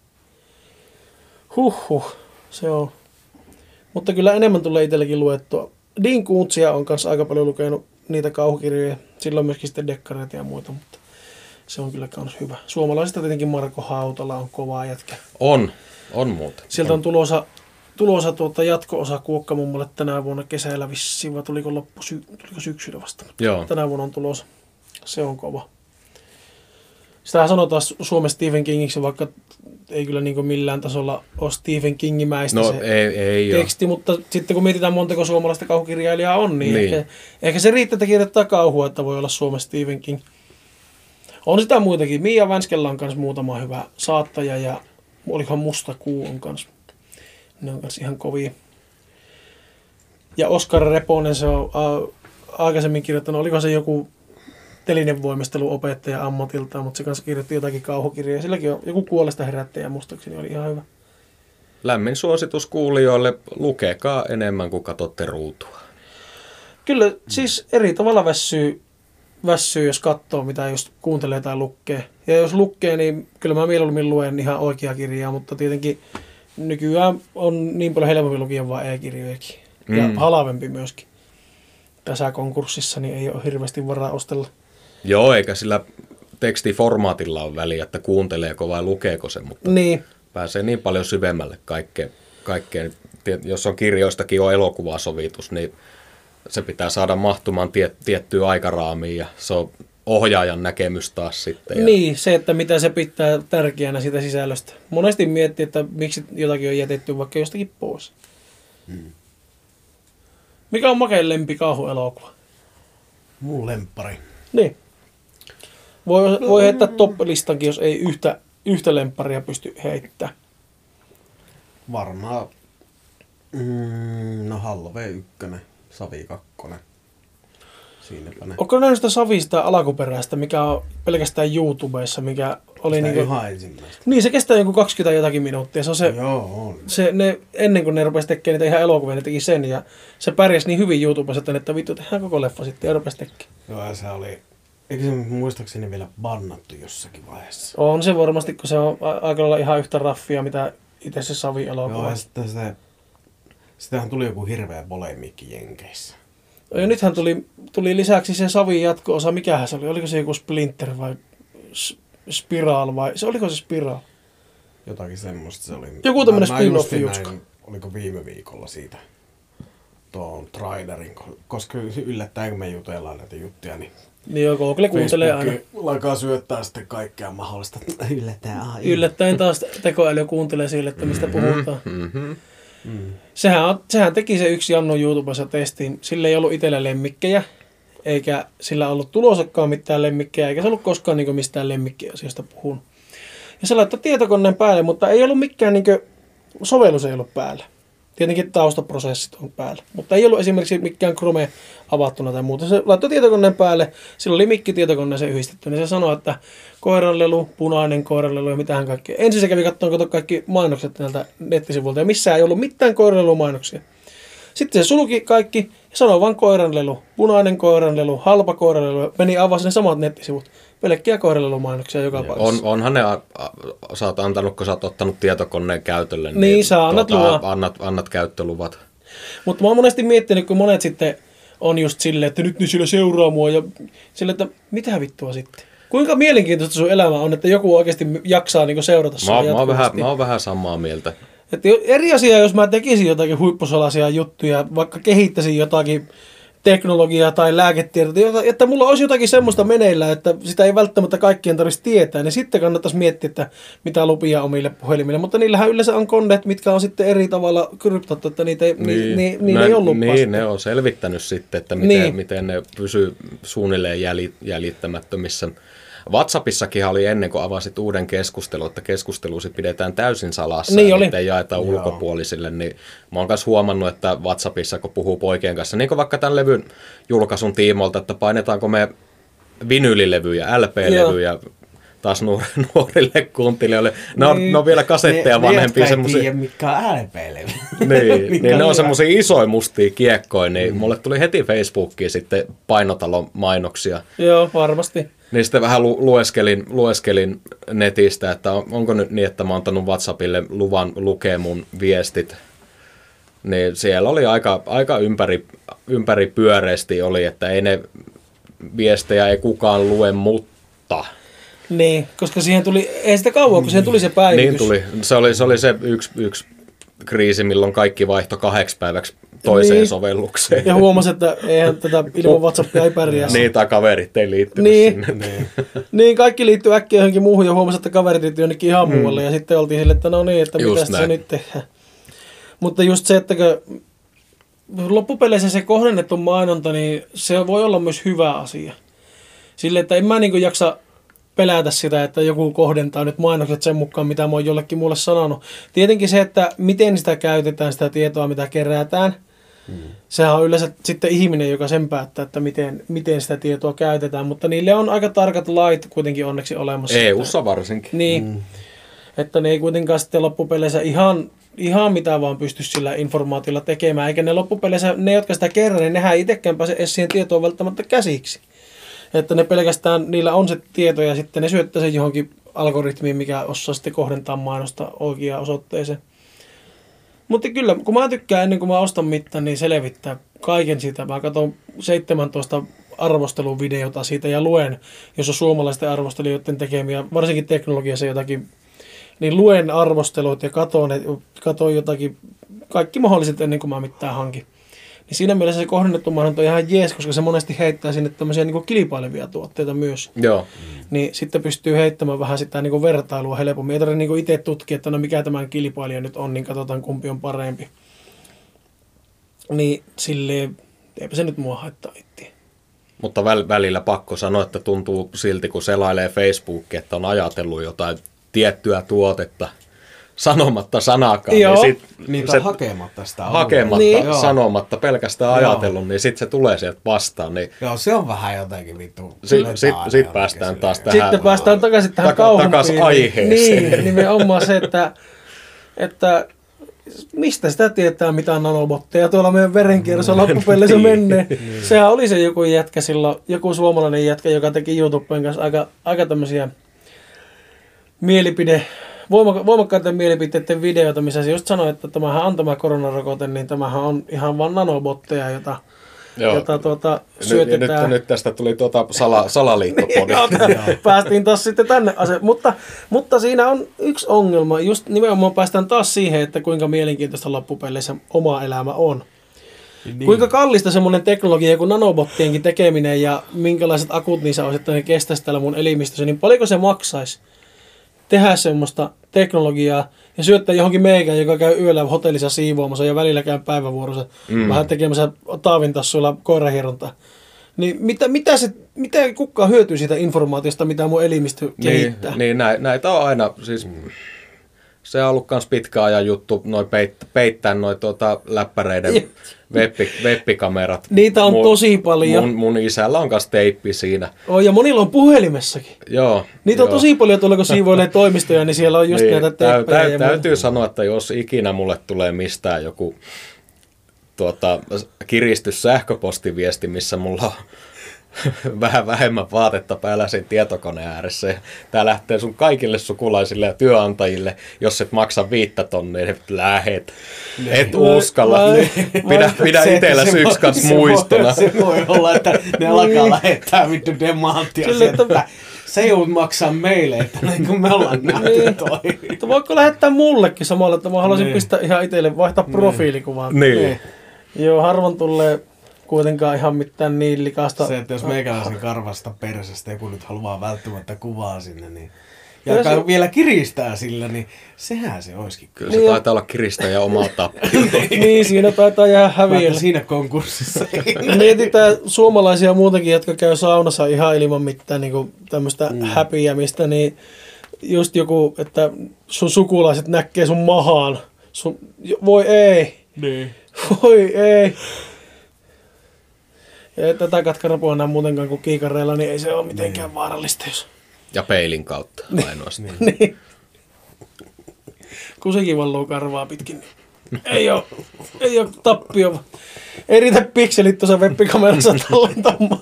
Huhhuh, se on. Mutta kyllä enemmän tulee itselläkin luettua. Dean Koontzia on kanssa aika paljon lukenut niitä kauhukirjoja. Silloin myöskin sitten dekkareita ja muita, mutta se on kyllä kans hyvä. Suomalaisista tietenkin Marko Hautala on kova jätkä. On, on muuten. Sieltä on, on tulossa, tulossa tuota jatko-osa Kuokkamummolle tänä vuonna kesällä vissiin, vai tuliko, loppu, tuliko syksyllä vasta. Joo. Tänä vuonna on tulossa. Se on kova. Sitähän sanotaan Suomessa Stephen Kingiksi, vaikka ei kyllä niin millään tasolla ole Stephen Kingimäistä no, se ei, ei teksti, ole. Mutta sitten kun mietitään montako suomalaista kauhukirjailijaa on, niin, niin. Ehkä, ehkä se riittää, että kirjoittaa kauhua, että voi olla Suomessa Stephen King. On sitä muitakin. Mia Vänskellä on myös muutama hyvä saattaja ja olikohan Musta kuu on kanssa. Ne on kanssa ihan kovia. Ja Oskar Reponen, se on äh, aikaisemmin kirjoittanut, oliko se joku telinevoimisteluopettaja ammatiltaan, mutta se kanssa kirjoitti jotakin kauhukirjaa. Silläkin on joku Kuolesta herättäjä muistaakseni, oli ihan hyvä. Lämmin suositus kuulijoille, lukekaa enemmän kuin katsotte ruutua. Kyllä, siis eri tavalla väsyy, väsyy jos katsoo, mitä just kuuntelee tai lukee. Ja jos lukee, niin kyllä mä mieluummin luen ihan oikeaa kirjaa, mutta tietenkin nykyään on niin paljon helpompi lukia vaan e-kirjojakin. Ja mm. halvempi myöskin. Tässä konkurssissa niin ei ole hirveästi varaa ostella. Joo, eikä sillä tekstiformaatilla ole väliä, että kuunteleeko vai lukeeko se, mutta niin. Pääsee niin paljon syvemmälle kaikkeen. kaikkeen. Jos on kirjoistakin on elokuvasovitus, niin se pitää saada mahtumaan tie, tiettyyn aikaraamiin ja se on ohjaajan näkemys taas sitten. Ja niin, se, että mitä se pitää tärkeänä sitä sisällöstä. Monesti miettii, että miksi jotakin on jätetty vaikka jostakin pois. Hmm. Mikä on makein lempi kauhuelokuva? Mun lemppari. Niin. Voi, voi heittää top-listankin, jos ei yhtä, yhtä lempparia pysty heittämään. Varmaan, mm, no Halloween ykkönen, Savi kakkonen. Siinäpä ne. Onko nähnyt sitä Savi sitä alkuperäistä, mikä on pelkästään YouTubessa, mikä oli sitä niinku... ihan ensimmäistä. Niin, se kestää joku kaksikymmentä jotakin minuuttia. Se on se, Joo, on. Se, ne, ennen kuin ne rupesi tekemään niitä ihan elokuvia, ne teki sen ja se pärjäsi niin hyvin YouTubessa, että vittu tehdään koko leffa sitten ja rupesi tekemään. Joo, ja se oli, eikö se muistaakseni vielä bannattu jossakin vaiheessa? On se varmasti, kun se on aika lailla ihan yhtä raffia, mitä itse se Savi-elokuva. Joo, ja sitten se, sitähän tuli joku hirveä polemiikki Jenkeissä. Ja nythän tuli, tuli lisäksi se Savin jatko-osa, mikähän se oli? Oliko se joku Splinter vai Spiral vai? Se, oliko se Spiral? Jotakin semmoista se oli. Joku tämmönen Mä- mä spin-off justiin jutska. näin, oliko viime viikolla siitä tuon trailerin, koska yllättäen kun me jutellaan näitä juttuja, niin Niin joo, Google kuuntelee aina. Lakaa syöttää sitten kaikkea mahdollista. Yllättäen. Ah, Yllättäen taas tekoäly kuuntelee sille, että mistä Mm-hmm, puhutaan. mm-hmm. Mm. Sehän, on, sehän teki se yksi Jannu YouTubessa testiin. Sillä ei ollut itsellä lemmikkejä, eikä sillä ollut tulossakaan mitään lemmikkejä, eikä se ollut koskaan niin mistään lemmikkiasiasta puhunut. Ja se laittoi tietokoneen päälle, mutta ei ollut mikään, niin kuin, sovellus ei ollut päällä. Tietenkin taustaprosessit on päällä, mutta ei ollut esimerkiksi mikään Chrome avattuna tai muuta. Se laittoi tietokoneen päälle, sillä oli mikki tietokoneeseen yhdistetty, niin se sanoi, että koiranlelu, punainen koiranlelu ja mitähän kaikkea. Ensin se kävi katsomaan kato kaikki mainokset näiltä nettisivuilta ja missään ei ollut mitään koiranlelumainoksia. Sitten se sulki kaikki ja sanoi vain koiranlelu, punainen koiranlelu, halpa koiranlelu, meni avasi ne samat nettisivut. Pelkkiä koiranlelumainoksia joka paikassa. On, onhan ne, a, a, sä oot antanut, kun sä oot ottanut tietokoneen käytölle, niin, niin sä annat, tuota, annat, annat käyttöluvat. Mutta mä oon monesti miettinyt, kun monet sitten on just silleen, että nyt ne siellä seuraa mua ja silleen, että mitä vittua sitten? Kuinka mielenkiintoista sun elämä on, että joku oikeasti jaksaa niinku seurata sua jatkuvasti? Mä oon vähän, mä oon vähän samaa mieltä. Että eri asia, jos mä tekisin jotakin huippusalaisia juttuja, vaikka kehittäisin jotakin teknologiaa tai lääketiedettä, että mulla olisi jotakin semmoista meneillään, että sitä ei välttämättä kaikkien tarvitsisi tietää, niin sitten kannattaisi miettiä, että mitä lupia omille puhelimille. Mutta niillähän yleensä on kondeet, mitkä on sitten eri tavalla kryptattu, että niitä ei, niin, ni, ni, ne, ei ole lupaa. Niin, ne on selvittänyt sitten, että miten, niin. miten ne pysyy suunnilleen jäljittämättömissä. WhatsAppissakin oli ennen kuin avasit uuden keskustelun, että keskustelusi pidetään täysin salassa niin ja oli. niitä ei jaeta Joo. ulkopuolisille. Niin mä oon myös huomannut, että WhatsAppissa kun puhuu poikien kanssa, niin kuin vaikka tämän levyn julkaisun tiimoilta, että painetaanko me vinyylilevyjä, L P-levyjä taas nuor- nuorille kuuntelijoille. Ne on, niin, ne on vielä kasetteja ne, vanhempia. Ne, semmosia... tiedä, mitkä on L P-levy. niin, niin ne on semmoisia isoja mustia kiekkoja, niin mm. mulle tuli heti Facebookiin sitten painotalon mainoksia. Joo, varmasti. Niin sitten vähän lu- lueskelin, lueskelin netistä, että on, onko nyt niin, että mä oon antanut WhatsAppille luvan lukea mun viestit. Niin siellä oli aika, aika ympäri, ympäri pyöreästi oli, että ei ne viestejä ei kukaan lue, mutta... Niin, koska siihen tuli, ei sitä kauan, kun siihen tuli se päivitys. Niin tuli. Se oli se, oli se yksi, yksi kriisi, milloin kaikki vaihtoi kahdeksi päiväksi toiseen niin. sovellukseen. Ja huomasi, että eihän tätä ilman WhatsAppia ei pärjää. Niin, tai kaverit ei liittynyt niin. sinne. Niin. niin, kaikki liittyy äkkiä johonkin muuhun ja huomasi, että kaverit liittyy jonnekin ihan mm. muualle. Ja sitten oltiin sille, että no niin, että mitä se nyt tehdään. Mutta just se, että loppupeleissä se kohdennettu mainonta, niin se voi olla myös hyvä asia. Sille, että en mä niin kuin jaksa pelätä sitä, että joku kohdentaa nyt mainokset sen mukaan, mitä mä oon jollekin mulle sanonut. Tietenkin se, että miten sitä käytetään, sitä tietoa, mitä kerätään, hmm. sehän on yleensä sitten ihminen, joka sen päättää, että miten, miten sitä tietoa käytetään, mutta niille on aika tarkat lait kuitenkin onneksi olemassa. E U:ssa varsinkin. Niin, hmm. että ne ei kuitenkaan sitten loppupeleissä ihan, ihan mitä vaan pysty sillä informaatiolla tekemään, eikä ne loppupeleissä, ne jotka sitä kerran, niin nehän itsekään pääse edes siihen tietoon välttämättä käsiksi. Että ne pelkästään, niillä on se tieto ja sitten ne syöttää sen johonkin algoritmiin, mikä osaa sitten kohdentaa mainosta oikeaan osoitteeseen. Mutta kyllä, kun mä tykkään ennen kuin mä ostan mitään, niin selvittää kaiken siitä. Mä katson seitsemäntoista arvosteluvideota siitä ja luen, jos on suomalaisten arvostelijoiden tekemiä, varsinkin teknologiassa jotakin, niin luen arvostelut ja katon, katon jotakin, kaikki mahdolliset ennen kuin mä mitään hankin. Niin siinä mielessä se kohdennettu mainonta on ihan jees, koska se monesti heittää sinne tämmöisiä niin kuin kilpailevia tuotteita myös. Joo. Niin sitten pystyy heittämään vähän sitä niin kuin vertailua helpommin. Ei tarvitse niin kuin itse tutkia, että no mikä tämän kilpailija nyt on, niin katsotaan kumpi on parempi. Niin silleen, eipä se nyt mua haittaa itseä. Mutta väl, välillä pakko sanoa, että tuntuu silti, kun selailee Facebookia, että on ajatellut jotain tiettyä tuotetta sanomatta sanakaan. Joo. Niin sit, Niitä se, on hakematta sitä. Hakematta, niin. sanomatta, pelkästään Joo. ajatellut, niin sitten se tulee sieltä vastaan. Niin Joo, se on vähän jotenkin vittu. Sitten sit, sit päästään taas tähän. Sitten päästään takaisin tähän taka, kauhun takas piiriin. aiheeseen. Niin, nimenomaan se, että, että mistä sitä tietää, mitä nanobotteja tuolla meidän verenkierrossa loppupeleissä menee. Sehän oli se joku jätkä silloin, joku suomalainen jätkä, joka teki YouTuben kanssa aika, aika tämmöisiä mielipide, voimakkaiden mielipiteiden videoita, missä se just sanoi, että tämähän on tämä koronarokote, niin tämähän on ihan vaan nanobotteja, jota, jota tuota, syötetään. Nyt, nyt tästä tuli tuota sala, salaliittopodi. Päästiin taas sitten tänne ase. Mutta, mutta siinä on yksi ongelma. Just nimenomaan päästään taas siihen, että kuinka mielenkiintoista loppupeleissä oma elämä on. Niin. Kuinka kallista semmoinen teknologia kuin nanobottienkin tekeminen ja minkälaiset akut niissä olisi, että ne kestäisi täällä mun elimistössä, niin paljonko se maksaisi tehdä semmoista teknologiaa ja syöttää johonkin meikään, joka käy yöllä hotellissa siivoamassa ja välillä käy päivävuorossa mm. vähän tekemässä taavintassuilla koirahierontaa. Niin mitä, mitä, se, mitä kukaan hyötyy siitä informaatiosta, mitä mun elimistö kehittää? Niin, niin näitä on aina, siis se on ollut myös pitkän ajan juttu, noi peit, peittää noi tuota läppäreiden webbi, webbikamerat. Niitä on mun, tosi paljon. Mun, mun isällä on myös teippi siinä. Oh, ja monilla on puhelimessakin. Joo. Niitä joo. on tosi paljon tuolla, kun siivoilee toimistoja, niin siellä on just niin, näitä teippejä. Täy, täy, täytyy sanoa, että jos ikinä mulle tulee mistään joku tuota, kiristys sähköpostiviesti, missä mulla on vähän vähemmän vaatetta päällä sen tietokoneen ääressä. Ja tää lähtee sun kaikille sukulaisille ja työnantajille, jos et maksa viittä tonnia, niin lähet. Ne. Et uskalla. Pidä, pidä itselläsi yksi kans muistona. Se voi olla, että ne alkaa lähettää vittu demanttia. Että se ei ole maksaa meille, että niin kuin me ollaan nähty toi. Voitko lähettää mullekin samalla, että mä haluaisin niin. pistää ihan itselle, vaihtaa profiilikuvaan. Niin. niin. Joo, harvoin tulee kuitenkaan ihan mitään niin likasta. Se, että jos meikäläisen karvasta persestä joku nyt haluaa välttämättä kuvaa sinne, niin ja se vielä kiristää sillä, niin sehän se olisikin. Kyllä se niin taitaa olla kiristäjä omaa tappia. Niin, siinä taitaa jää häviöllä. Siinä konkurssissa. Mietitään suomalaisia muutakin, jotka käy saunassa ihan ilman mitään niin tämmöistä mm. häpiämistä, niin just joku, että sun sukulaiset näkee sun mahaan. Sun, voi ei. Niin. Voi ei. Ja tätä katkarapua enää muutenkaan kuin kiikareilla, niin ei se ole mitenkään niin. vaarallista. Jos... Ja peilin kautta ainoastaan. Niin. Kun sekin valluu karvaa pitkin, niin ei ole, ei ole tappio. Ei riitä pikselit tuossa webbikamerassa tallentamaan.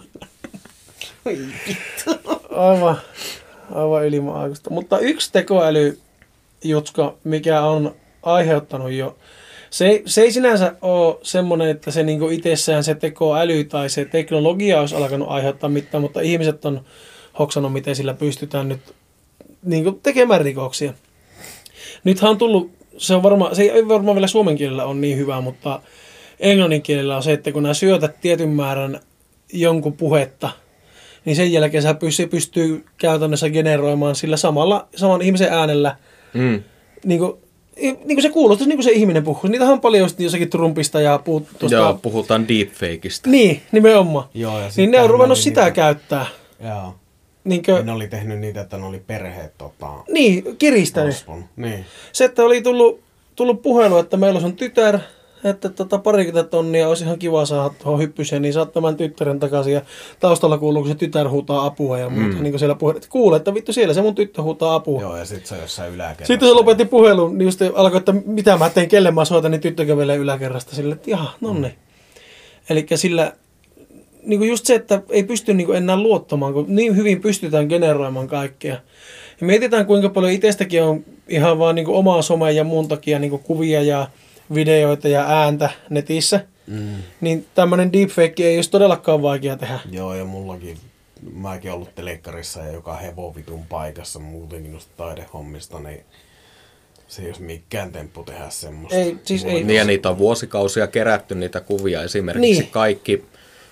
Aivan, aivan ilman-aikuista. Mutta yksi tekoälyjutska, mikä on aiheuttanut jo, Se, se ei sinänsä ole semmoinen, että se niinku itsessään se tekoäly tai se teknologia olisi alkanut aiheuttaa mitään, mutta ihmiset on hoksannut, miten sillä pystytään nyt niinku tekemään rikoksia. Nythän on tullut, se, on varma, se ei varmaan vielä suomen kielellä on niin hyvä, mutta englannin kielellä on se, että kun nämä syötät tietyn määrän jonkun puhetta, niin sen jälkeen se pystyy käytännössä generoimaan sillä samalla, saman ihmisen äänellä mm. niinku, niin kuin se kuulostaa, niin kuin se ihminen puhuu. Niitähän on paljon jossakin Trumpista ja puhut, tuosta... Joo, puhutaan deepfakeista. Niin, nimenomaan. Joo, ja niin ne on ruvennut sitä niitä... käyttää. Joo. Niinkö... Ne oli tehnyt niitä, että ne oli perheet tota... Niin, kiristänyt. Niin. Se, että oli tullut, tullut puhelu, että meillä on tytär, että tota, parikymmentä tonnia olisi ihan kiva saada tuohon hyppyseen, niin saat tämän tyttären takaisin ja taustalla kuuluu, kun se tytär huutaa apua ja muuta. Mm. Niin kuin siellä puhe, että kuule, että vittu siellä se mun tyttö huutaa apua. Joo, ja sitten se on jossain yläkerrassa. Sitten se lopetti puhelun, niin just alkoi, että mitä mä teen, kelle mä soitan, niin tyttö kävelee yläkerrasta sille, että jaha, nonni. Mm. Elikkä sillä, niin kuin just se, että ei pysty niin kuin enää luottamaan, kun niin hyvin pystytään generoimaan kaikkea. Ja mietitään, kuinka paljon itsestäkin on ihan vaan niin kuin omaa somea ja muun takia niin kuin kuvia ja videoita ja ääntä netissä, mm. niin tämmöinen deepfake ei olisi todellakaan vaikea tehdä. Joo, ja mullakin, mäkin ollut telekkarissa ja joka hevovitun paikassa muutenkin noista taidehommista, niin se ei olisi mikään temppu tehdä semmoista. Ei, siis ei. Niin, ja niitä on vuosikausia kerätty niitä kuvia, esimerkiksi niin. kaikki,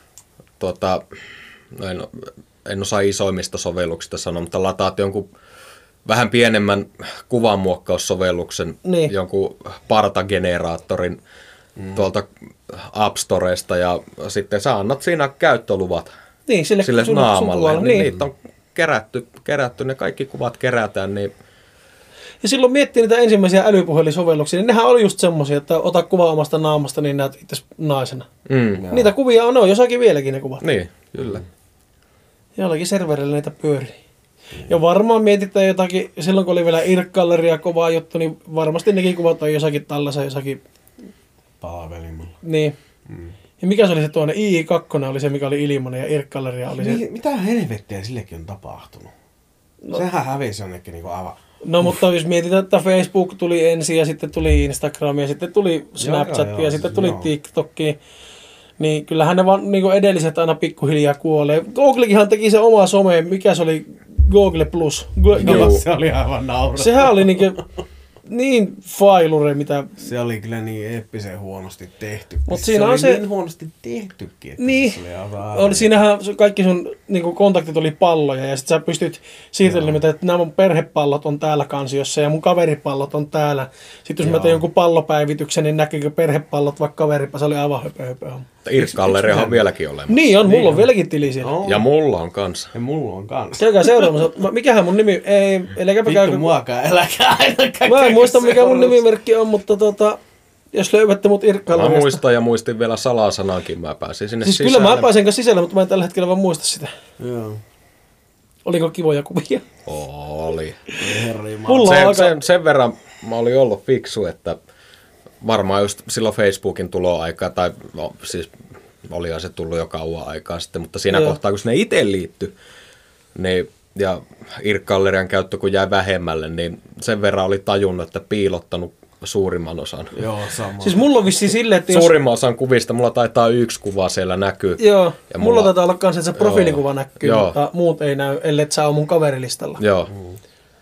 tota, no en, en osaa isoimmista sovelluksista sanoa, mutta lataat jonkun vähän pienemmän kuvanmuokkaussovelluksen, niin. jonkun partageneraattorin mm. tuolta App Storesta ja sitten sä annat siinä käyttöluvat niin, sille, sille sun, naamalle. sun niin, niin. Niitä on kerätty, kerätty, ne kaikki kuvat kerätään. Niin... Ja silloin miettii niitä ensimmäisiä älypuhelisovelluksia, niin nehän oli just semmoisia, että ota kuva omasta naamasta, niin näet itse naisena. Mm. Niitä kuvia on, ne on jossakin vieläkin ne kuvat. Niin, kyllä. Jollakin serverillä niitä pyörii. Ja varmaan mietitään jotakin, silloin kun oli vielä IRC-galleria kovaa juttu, niin varmasti nekin kuvat on jossakin tällaisen, jossakin... palvelimella. Niin. Mm. Ja mikä se oli se tuonne? I I kaksi oli se, mikä oli ilmanen, ja IRC-galleria oli se... Niin, mitä helvettiä sillekin on tapahtunut? No. Sehän hävisi jonnekin niin kuin aivan... No mutta jos mietitään, että Facebook tuli ensin, ja sitten tuli Instagram, ja sitten tuli Snapchat, joo, joo, ja sitten tuli joo. TikTok, niin kyllähän ne vaan niin edelliset aina pikkuhiljaa kuolee. Googlekinhan teki se oma some, mikä se oli... Google Plus. Go- no, se oli aivan naurata. Sehän oli niinku, niin failure, mitä... Se oli kyllä niin eeppisen huonosti tehty. Mut se siinä oli on se... niin huonosti tehtykin, että Niin. se oli aivan Oli, siinähän kaikki sun niin kontaktit oli palloja ja sit sä pystyt siirtelemään, että nämä mun perhepallot on täällä kansiossa ja mun kaveripallot on täällä. Sitten jos Joo. mä tein jonkun pallopäivityksen, niin näkyykö perhepallot vaikka kaveripallot. Se oli aivan höpö höpö. Irk-galleriahan on vieläkin olemassa. Niin on, mulla Niin on on. vieläkin tili siellä. On. Ja mulla on kanssa. Ja mulla on kanssa. Käykää seuraamassa. Mä- Mikähän mun nimi... Ei, eläkäpä käykö... Vittu muakaan, äläkää ainakaan. Mä en muista mikä mun seuraamassa. nimimerkki on, mutta tota... Jos löydätte mut Mä Irk-galleriasta... muistan ja muistin vielä salasanankin. Mä pääsin sinne Siis sisälle. kyllä mä pääsen kanssa sisälle, mutta mä en tällä hetkellä vaan muista sitä. Joo. Oliko kivoja kuvia? Oli. Ei herra jumala. Mulla on Sen, aika... sen, sen verran mä olin ollut fiksu, että varmaan just silloin Facebookin tuloaikaa, tai no, siis olihan se tullut jo kauan aikaa sitten, mutta siinä Joo. kohtaa, kun sinne itse liittyi, niin, ja Irk-gallerian käyttö kun jäi vähemmälle, niin sen verran oli tajunnut, että piilottanut suurimman osan. Joo, sama. Siis mulla on vissiin silleen, että jos... Suurimman osan kuvista, mulla taitaa yksi kuva siellä näkyy. Joo, Ja mulla, mulla- taitaa olla kans, että se profiilikuva näkyy, Joo. mutta muut ei näy, ellei et sä ole mun kaverilistalla. Joo. Mm.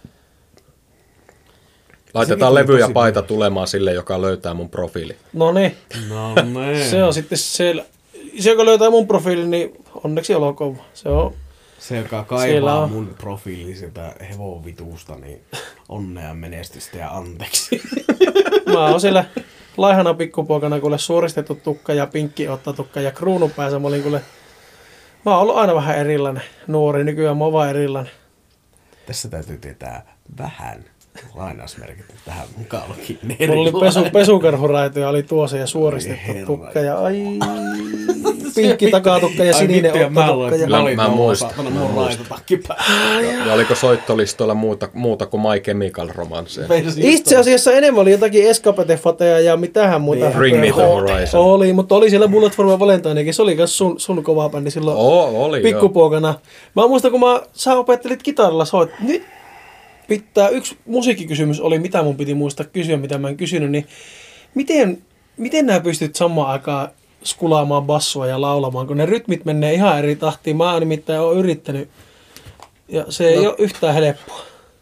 Laitetaan tuli levy ja tosi paita tulemaan sille, joka löytää mun profiili. No niin, No niin. se on sitten siellä. Se, joka löytää mun profiilin, niin onneksi olkoon. Se on. Se, joka Siellä kaivaa on. mun profiili sieltä hevovitusta, niin onnea menestystä ja anteeksi. Mä oon siellä laihana pikkupoikana kuule suoristettu tukka ja pinkki ottatukka ja kruunupäässä. Mä olin kuule... Mä oon ollut aina vähän erilainen nuori, nykyään mä oon vaan erilainen. Tässä täytyy tietää vähän lainausmerkit tähän mukaan lukin Mulla oli pesu, pesukarhuraito ja oli tuossa ja suoristettu Ai herra. tukka ja ai... Pinkki takatukka ja sininen ottatukka. Ja... Mä- mä muistan, Mä mä muistan. raitotakki päälle. Ja oliko soittolistoilla muuta, muuta kuin My Chemical Romanceja? Itse asiassa enemmän oli jotakin Escapete-fateja ja mitähän muuta. Niin. Bring Me the Horizon. Oli, mutta oli siellä Bullet for My Valentinekin. Se oli myös sun, sun kova bändi silloin Oo, oli pikkupoikana. Mä muistan, kun mä, sä opettelit kitaralla soit. Nyt pitää, yksi musiikkikysymys oli, mitä mun piti muistaa kysyä, mitä mä en kysynyt. Niin miten, miten nää pystyt samaan aikaan skulaamaan bassua ja laulamaan, kun ne rytmit menee ihan eri tahtiin. Mä nimittäin oon yrittänyt. Ja se ei No. ole yhtään helppoa.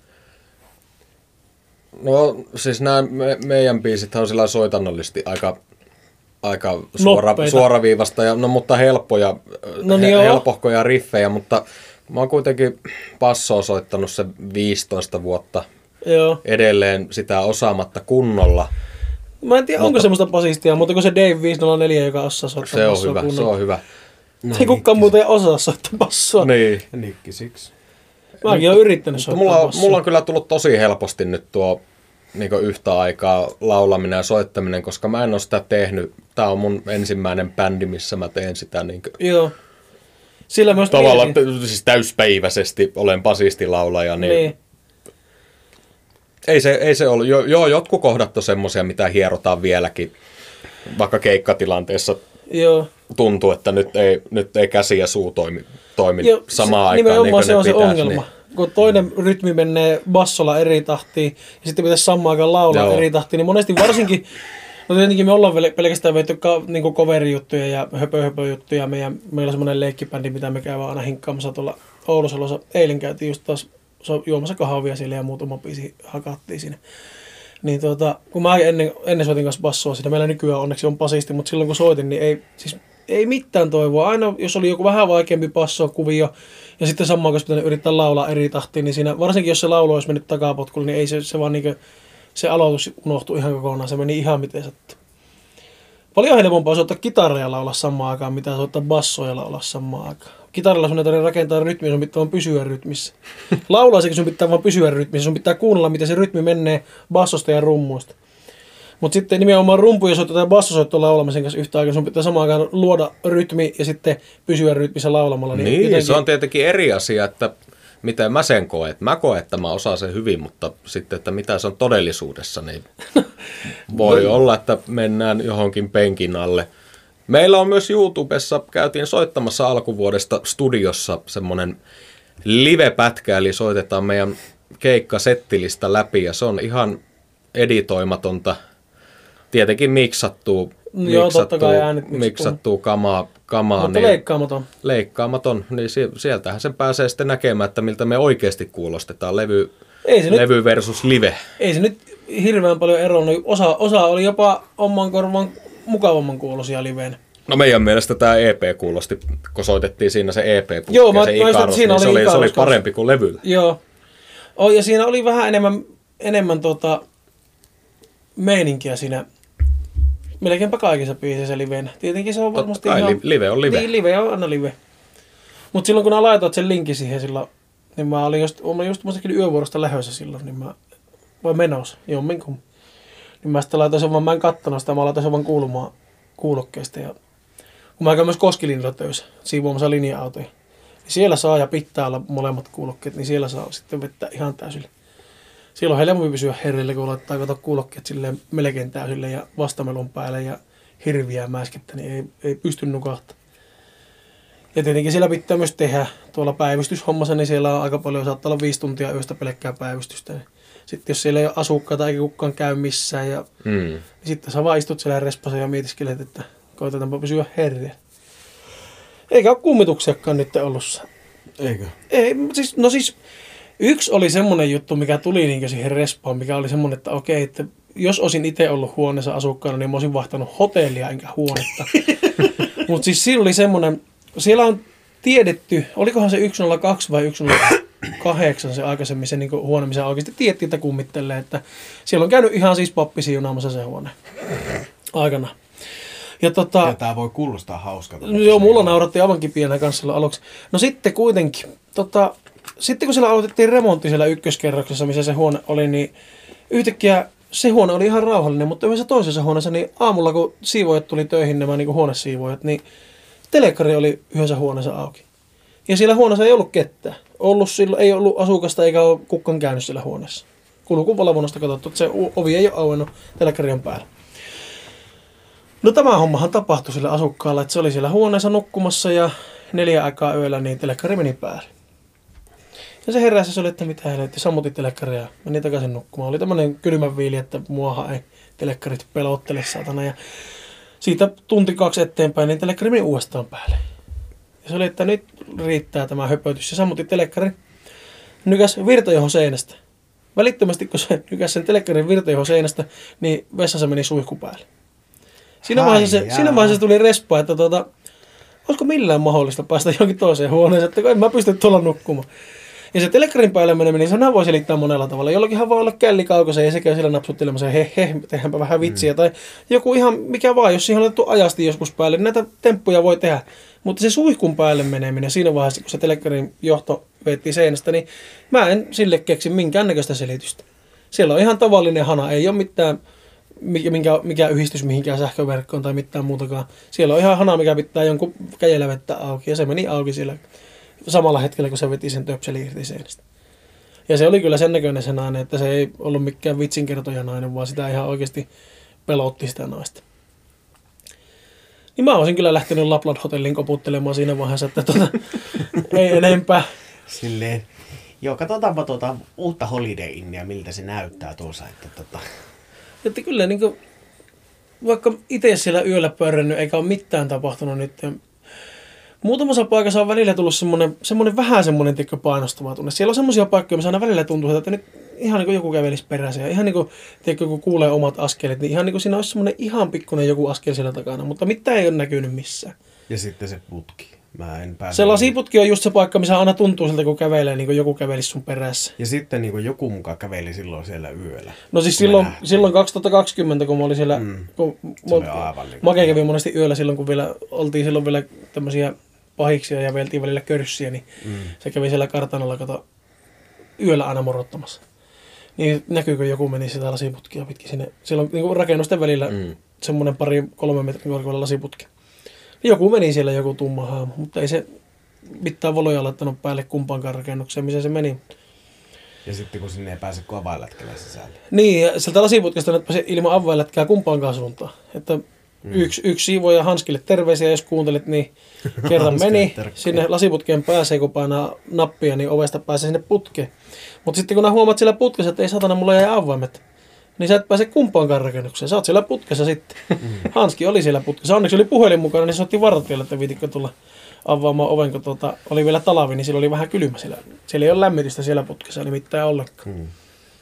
No siis nämä me, meidän biisit on sillä soitannollisesti aika, aika suora, Noppeita. suoraviivasta, ja, no, mutta helppoja, No niin he, joo. helpohkoja riffejä, mutta mä oon kuitenkin bassoa soittanut se viisitoista vuotta Joo. edelleen sitä osaamatta kunnolla. Mä en tiedä, Mutta- onko semmoista basistia, mutta kun se Dave viisi nolla neljä, joka osaa soittaa Se on bassoa hyvä, se kunnolla. on hyvä. No, Ei kukaan muuten osaa soittaa bassoa. Niin. Nikki siksi. Mäkin oon yrittänyt Mutta soittaa mulla, on- bassoa. mulla on kyllä tullut tosi helposti nyt tuo niin yhtä aikaa laulaminen ja soittaminen, koska mä en ole sitä tehnyt. Tää on mun ensimmäinen bändi, missä mä teen sitä niin Joo. Sillä myös tavallaan mietin. t- siis täyspäiväisesti olen basistilaulaja, niin, Niin. Ei, se, ei se ollut. Jo, joo, jotkut kohdat on semmoisia, mitä hierotaan vieläkin, vaikka keikkatilanteessa Joo. tuntuu, että nyt ei, nyt ei käsi ja suu toimi, toimi Joo, samaan se, aikaan nimenomaan niin kuin se ne on se pitäisi. ongelma. Niin. Kun toinen rytmi menee bassolla eri tahtiin ja sitten pitäisi samaan aikaan laulaa Joo. eri tahtiin, niin monesti varsinkin, no tietenkin me ollaan pel- pelkästään veitty ka, niin cover-juttuja ja höpö-höpö-juttuja. Meidän, meillä on semmoinen leikkibändi, mitä me käydään aina hinkkaamassa tuolla Oulusalossa. Eilen käytiin just taas so- juomassa kahvia siellä ja muutama biisi hakattiin siinä. Niin tuota, kun mä ennen, ennen soitin kanssa bassoa siinä, meillä nykyään onneksi on basisti, mutta silloin kun soitin, niin ei, siis, ei mitään toivoa. Aina jos oli joku vähän vaikeampi basso-kuvio ja sitten samaan aikaan pitänyt yrittää laulaa eri tahtiin, niin siinä, varsinkin jos se laulu olisi mennyt takapotkulle, niin ei se, se vaan niinkö, se aloitus unohtui ihan kokonaan, se meni ihan miten sattuu. Paljon helpompaa soittaa kitaraa ja laulaa samaan aikaan, mitä soittaa bassoa ja laulaa samaan aikaan. Kitaralla sun ei tarvitse rakentaa rytmiä, sun pitää vaan pysyä rytmissä. Laulaa sekin sun pitää vaan pysyä rytmissä, sun pitää kuunnella, miten se rytmi menee bassosta ja rummuista. Mutta sitten nimenomaan rumpuja soittaa ja bassosoittoa laulamisen kanssa yhtä aikaa, sun pitää samaan aikaan luoda rytmi ja sitten pysyä rytmissä laulamalla. Niin, jotenkin- se on tietenkin eri asia, että miten mä sen koen. Että mä koen, että mä osaan sen hyvin, mutta sitten, että mitä se on todellisuudessa, niin voi olla, että mennään johonkin penkin alle. Meillä on myös YouTubessa, käytiin soittamassa alkuvuodesta studiossa semmoinen live-pätkä, eli soitetaan meidän keikkasettilistä läpi, ja se on ihan editoimatonta, tietenkin miksattuu, Joo, totta kai miksattuu, äänet miksattuu. miksattuu kamaa, kamaa Mutta niin leikkaamaton. leikkaamaton, niin si- sieltähän sen pääsee sitten näkemään, että miltä me oikeasti kuulostetaan levy, Ei se, nyt, levy versus live. ei se nyt hirveän paljon eronnut. Osa, osa oli jopa oman korvan mukavamman kuulosia liveen. No meidän mielestä tämä E P kuulosti, kun soitettiin siinä se E P-putki Joo, ja mä, se mä Ikaros, siinä niin se oli, oli, se oli Ikaros, parempi kuin levyllä. Joo. Oh, ja siinä oli vähän enemmän, enemmän tota, meininkiä siinä. Melkeinpä kaikissa biisissä liveenä. Tietenkin se on varmasti kai, ihan... live on live. Niin, live on aina live. Mutta silloin kun mä laitoin sen linkin siihen silloin, niin mä olin just, mä just muistakin yövuorosta lähössä silloin, niin mä, vai menossa, jomminkum. Niin mä sitten laitoin sen vaan, mä en kattonut sitä, mä laitoin sen vaan kuulumaan kuulokkeista. Ja kun mä käyn myös Koskilinjalla töissä, siivoamassa linja-autoja, niin siellä saa ja pitää olla molemmat kuulokkeet, niin siellä saa sitten vettä ihan täysille. Silloin helpompi pysyä herrille, kun laittaa kato kuulokkeet silleen melkein täysille ja vastamelun päälle ja hirviää mäiskettä, niin ei, ei pysty nukahtamaan. Ja tietenkin siellä pitää myös tehdä tuolla päivystyshommassa, niin siellä on aika paljon, saattaa olla viisi tuntia yöstä pelkkää päivystystä. Sitten jos siellä ei ole asukkaita eikä kukaan käy missään, ja, mm. niin sitten sä vaan istut siellä respasen ja mietiskelet, että koitetaanpa pysyä herriä. Eikä ole kummituksiakaan nyt ollut. Eikö? Ei, siis, no siis yksi oli semmoinen juttu, mikä tuli niin siihen respaan, mikä oli semmoinen, että okei, että jos olisin itse ollut huoneessa asukkaana, niin mä olisin vaihtanut hotellia enkä huonetta. Mutta siis siinä oli semmoinen, siellä on tiedetty, olikohan se yksi nolla kaksi vai yksi nolla kahdeksan se aikaisemmin se niin huone, missä oikeasti tiedettiin, että kummittelee, että siellä on käynyt ihan siis pappi siunaamassa se huone aikana. Ja, tota, ja tää voi kuulostaa hauskalta. Joo, mulla nauratti aivan kipiänä kanssa aluksi. No sitten kuitenkin, tota, sitten kun siellä aloitettiin remontti siellä ykköskerroksessa, missä se huone oli, niin yhtäkkiä se huone oli ihan rauhallinen, mutta yhdessä toisessa huoneessa, niin aamulla kun siivoojat tuli töihin, nämä niin kuin huonesiivoojat, niin telekkari oli yhdessä huoneessa auki. Ja siellä huoneessa ei ollut ketään. Ollut silloin, ei ollut asukasta eikä ole kukaan käynyt siellä huoneessa. Kulkuvalvonnasta katsottu, että se ovi ei ole auennut, telekkari on päällä. No tämä hommahan tapahtui sillä asukkaalla, että se oli siellä huoneessa nukkumassa ja neljä aikaa yöllä niin telekkari meni päälle. Ja se heräsi, se oli, että mitä helvetti, sammutti telekkaria ja meni takaisin nukkumaan. Oli tämmöinen kylmä viili, että muahan ei telekkarit pelottele saatana. Ja siitä tunti kaksi eteenpäin, niin telekkari meni uudestaan päälle. Ja se oli, että nyt riittää tämä höpötys. Ja sammutti telekkari, nykäs virtajohon seinästä. Välittömästi, kun se nykäs sen telekkarin virtajohon seinästä, niin vessassa meni suihku päälle. Siinä vaiheessa, se, siinä vaiheessa tuli respa, että tuota, olisiko millään mahdollista päästä johonkin toiseen huoneeseen, että en mä pysty tuolla nukkumaan. Ja se telekkarin päälle meneminen, niin se voi selittää monella tavalla. Jollakinhan voi olla källi kaukossa ja se käy siellä napsuttelemassa, he he, tehdäänpä vähän vitsiä. Mm. Tai joku ihan mikä vaan, jos siihen on otettu ajasti joskus päälle, niin näitä temppuja voi tehdä. Mutta se suihkun päälle meneminen siinä vaiheessa, kun se telekkarin johto veetti seinästä, niin mä en sille keksi minkäännäköistä selitystä. Siellä on ihan tavallinen hana, ei ole mitään, mikä, mikä yhdistys mihinkään sähköverkkoon tai mitään muutakaan. Siellä on ihan hana, mikä pitää jonkun käjellä vettä auki ja se meni auki siellä samalla hetkellä, kun se veti sen töpseli irti seinästä. Ja se oli kyllä sen näköinen se nainen, että se ei ollut mikään vitsinkertoja nainen, vaan sitä ihan oikeasti pelotti sitä naista. Niin mä olisin kyllä lähtenyt Lapland Hotellin koputtelemaan siinä vaiheessa, että tuota, ei enempää. Silleen, joo, katsotaanpa tuota uutta Holiday Innia, miltä se näyttää tuossa. Että, tota. että kyllä niin kuin, vaikka itse siellä yöllä pörrännyt, eikä ole mitään tapahtunut nyt. Muutamassa paikassa on välillä tullut semmoinen, semmoinen vähän semmoinen tikkö painostava tunne. Siellä on semmoisia paikkoja, missä aina välillä tuntuu, että nyt ihan niin kuin joku kävelisi perässä. Ja ihan niin kuin, tiedätkö, kun kuulee omat askelet, niin ihan niin kuin siinä olisi semmoinen ihan pikkuinen joku askel siellä takana. Mutta mitään ei ole näkynyt missään. Ja sitten se putki. Mä en pääse. Se lasiputki on just se paikka, missä aina tuntuu siltä, kun kävelee, niin kuin joku kävelisi sun perässä. Ja sitten niin kuin joku mukaan käveli silloin siellä yöllä. No siis silloin, silloin kaksituhattakaksikymmentä, kun mä olin siellä, mm. kun niin Make kävi monesti yöllä silloin, kun vielä oltiin silloin vielä tämmöisiä pahiksia ja veiltiin välillä körssiä, niin mm. se kävi siellä kartanolla kato yöllä aina morottamassa. Niin näkyykö joku meni sitä lasiputkia pitkin sinne. Siellä on niin rakennusten välillä mm. semmoinen pari kolme metrin korkealla lasiputki. Niin joku meni siellä joku tumma haamu, mutta ei se mitään valoja laittanut päälle kumpaankaan rakennukseen, missä se meni. Ja sitten kun sinne ei pääse kuin avainlätkällä sisälle. Niin, ja sieltä lasiputkesta nyt pääse ilman avainlätkää kumpaankaan suuntaan. Että mm. yksi, yksi siivoja Hanskille terveisiä, jos kuuntelit, niin kerran meni. Terkkoja. Sinne lasiputkeen pääsee, kun painaa nappia, niin ovesta pääsee sinne putkeen. Mutta sitten kun huomaat siellä putkessa, että ei satana, mulla jäi avaimet, niin sä et pääse kumpaankaan rakennukseen. Sä oot siellä putkessa sitten. Mm. Hanski oli siellä putkessa. Onneksi oli puhelin mukana, niin se otti vartiolle, että viitikö tulla avaamaan oven, kun tuota, oli vielä talvi, niin siellä oli vähän kylmä siellä. Siellä ei ole lämmitystä siellä putkessa, nimittäin ollenkaan. Mm.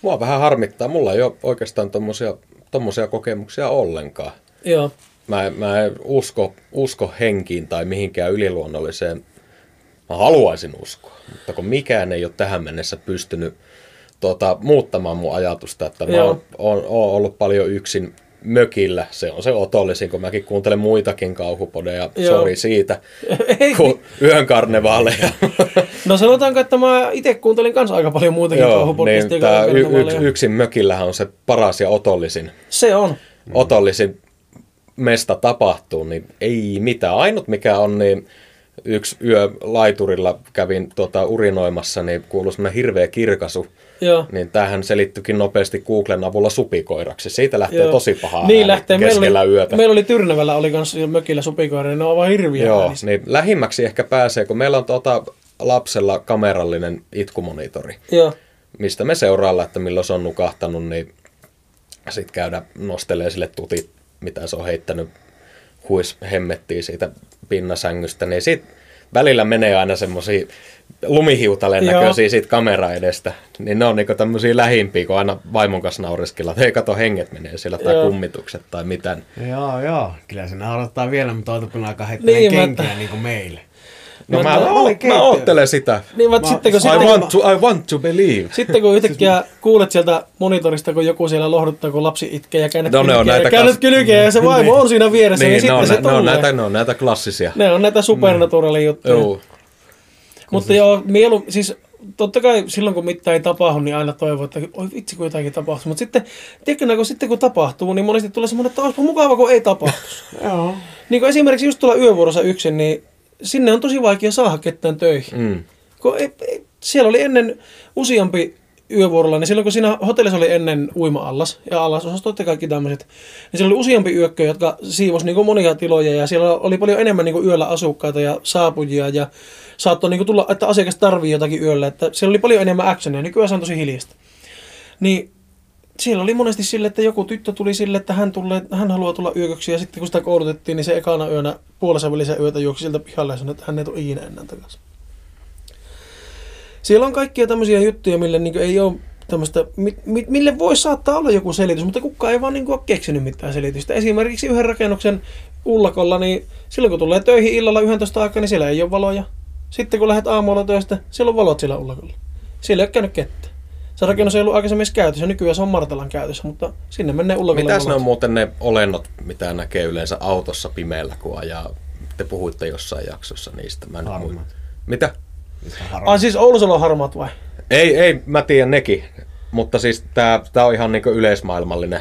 Mua vähän harmittaa. Mulla ei ole oikeastaan tommosia, tommosia kokemuksia ollenkaan. Joo. Mä, mä en usko, usko henkiin tai mihinkään yliluonnolliseen. Mä haluaisin uskoa, mutta kun mikään ei ole tähän mennessä pystynyt tuota, muuttamaan mun ajatusta, että mä oon, oon, oon ollut paljon yksin mökillä. Se on se otollisin, kun mäkin kuuntelen muitakin kauhupodeja. Sori siitä, kun yön karnevaaleja. No sanotaanko, että mä itse kuuntelin kanssa aika paljon muitakin kauhupodcastia. Niin, tää y- y- yksin mökillähän on se paras ja otollisin. Se on. Otollisin mesta tapahtuu, niin ei mitään. Ainut mikä on, niin yksi yö laiturilla kävin tuota, urinoimassa, niin kuului semmoinen hirveä kirkaisu. Joo. Niin tämähän selittyikin nopeasti Googlen avulla supikoiraksi. Siitä lähtee Joo. tosi paha niin lähtee. keskellä meillä oli, yötä. Meillä oli Tyrnävällä oli kans mökillä supikoira, niin ne on aivan hirviä. Joo, äänissä. Niin lähimmäksi ehkä pääsee, kun meillä on tuota lapsella kamerallinen itkumonitori, Joo. mistä me seuraillaan, että milloin se on nukahtanut, niin sitten käydä nostelee sille tutit, mitä se on heittänyt huis hemmettiin siitä pinnasängystä, niin siitä välillä menee aina semmoisia lumihiutaleen näköisiä siitä kamera edestä. Niin ne on niinku tämmöisiä lähimpiä, kun aina vaimon kanssa naureskilla, että hei kato, henget menee siellä tai joo. kummitukset tai mitään. Joo, joo. Kyllä se naurattaa vielä, mutta oota kun alkaa heittämään niin, kenkiä mä... niin kuin meille. No mä, mä, mä, mä oottelen sitä. Niin, mä, sitten, kun I, sitten, want to, I want to believe. Sitten kun yhtäkkiä kuulet sieltä monitorista, kun joku siellä lohduttaa, kun lapsi itkee ja käännät no, kylkeä, ja, käännät kylkeä ja se vaimo on siinä vieressä, niin, niin sitten on, se ne, tulee. Ne on, näitä, ne on näitä klassisia. Ne on näitä supernaturalia juttuja. Joo. Mutta joo, mielu, siis totta kai silloin kun mitään ei tapahdu, niin aina toivoo, että oi vitsi kun jotakin tapahtuu. Mutta sitten, tiedätkö, kun sitten kun tapahtuu, niin monesti tulee semmoinen, että olisipa mukava, kun ei tapahtuisi. Joo. Niin kuin esimerkiksi just tuolla yövuorossa yksin, niin sinne on tosi vaikea saada ketään töihin. Mm. Kun ei, ei, siellä oli ennen useampi yövuorolla, niin silloin kun siinä hotellissa oli ennen uima-allas ja allasosastot ja kaikki tämmöiset, niin siellä oli useampi yökkö, jotka siivosi niin kuin monia tiloja ja siellä oli paljon enemmän niin kuin yöllä asukkaita ja saapujia ja saattoi niin kuin tulla, että asiakas tarvii jotakin yöllä, että siellä oli paljon enemmän actionia, nykyään se on tosi hiljasta. Niin siellä oli monesti sille, että joku tyttö tuli sille, että hän, tulee, hän haluaa tulla yököksi ja sitten kun sitä koulutettiin, niin se ekana yönä puolessa välissä yötä juoksi siltä pihalle ja sanoi, että hän ei tule ikinä enää takaisin. Siellä on kaikkia tämmöisiä juttuja, mille niin ei ole tämmöistä, mille voi saattaa olla joku selitys, mutta kukaan ei vaan niin ole keksinyt mitään selitystä. Esimerkiksi yhden rakennuksen ullakolla, niin silloin kun tulee töihin illalla yksitoista aikaa, niin siellä ei ole valoja. Sitten kun lähdet aamulla töistä, siellä on valot siellä ullakolla. Siellä ei ole käynyt ketään. Se rakennus ei ollut aikaisemmin käytössä, nykyään se on Martalan käytössä, mutta sinne menee ullakolla. Mitäs ne on muuten ne olennot, mitä näkee yleensä autossa pimeällä, kun ajaa? Te puhuitte jossain jaksossa niistä. Mä en Mitä? Ah, siis Oulussa on harmaat vai? Ei, ei, mä tiedän nekin. Mutta siis tää, tää on ihan niinku yleismaailmallinen.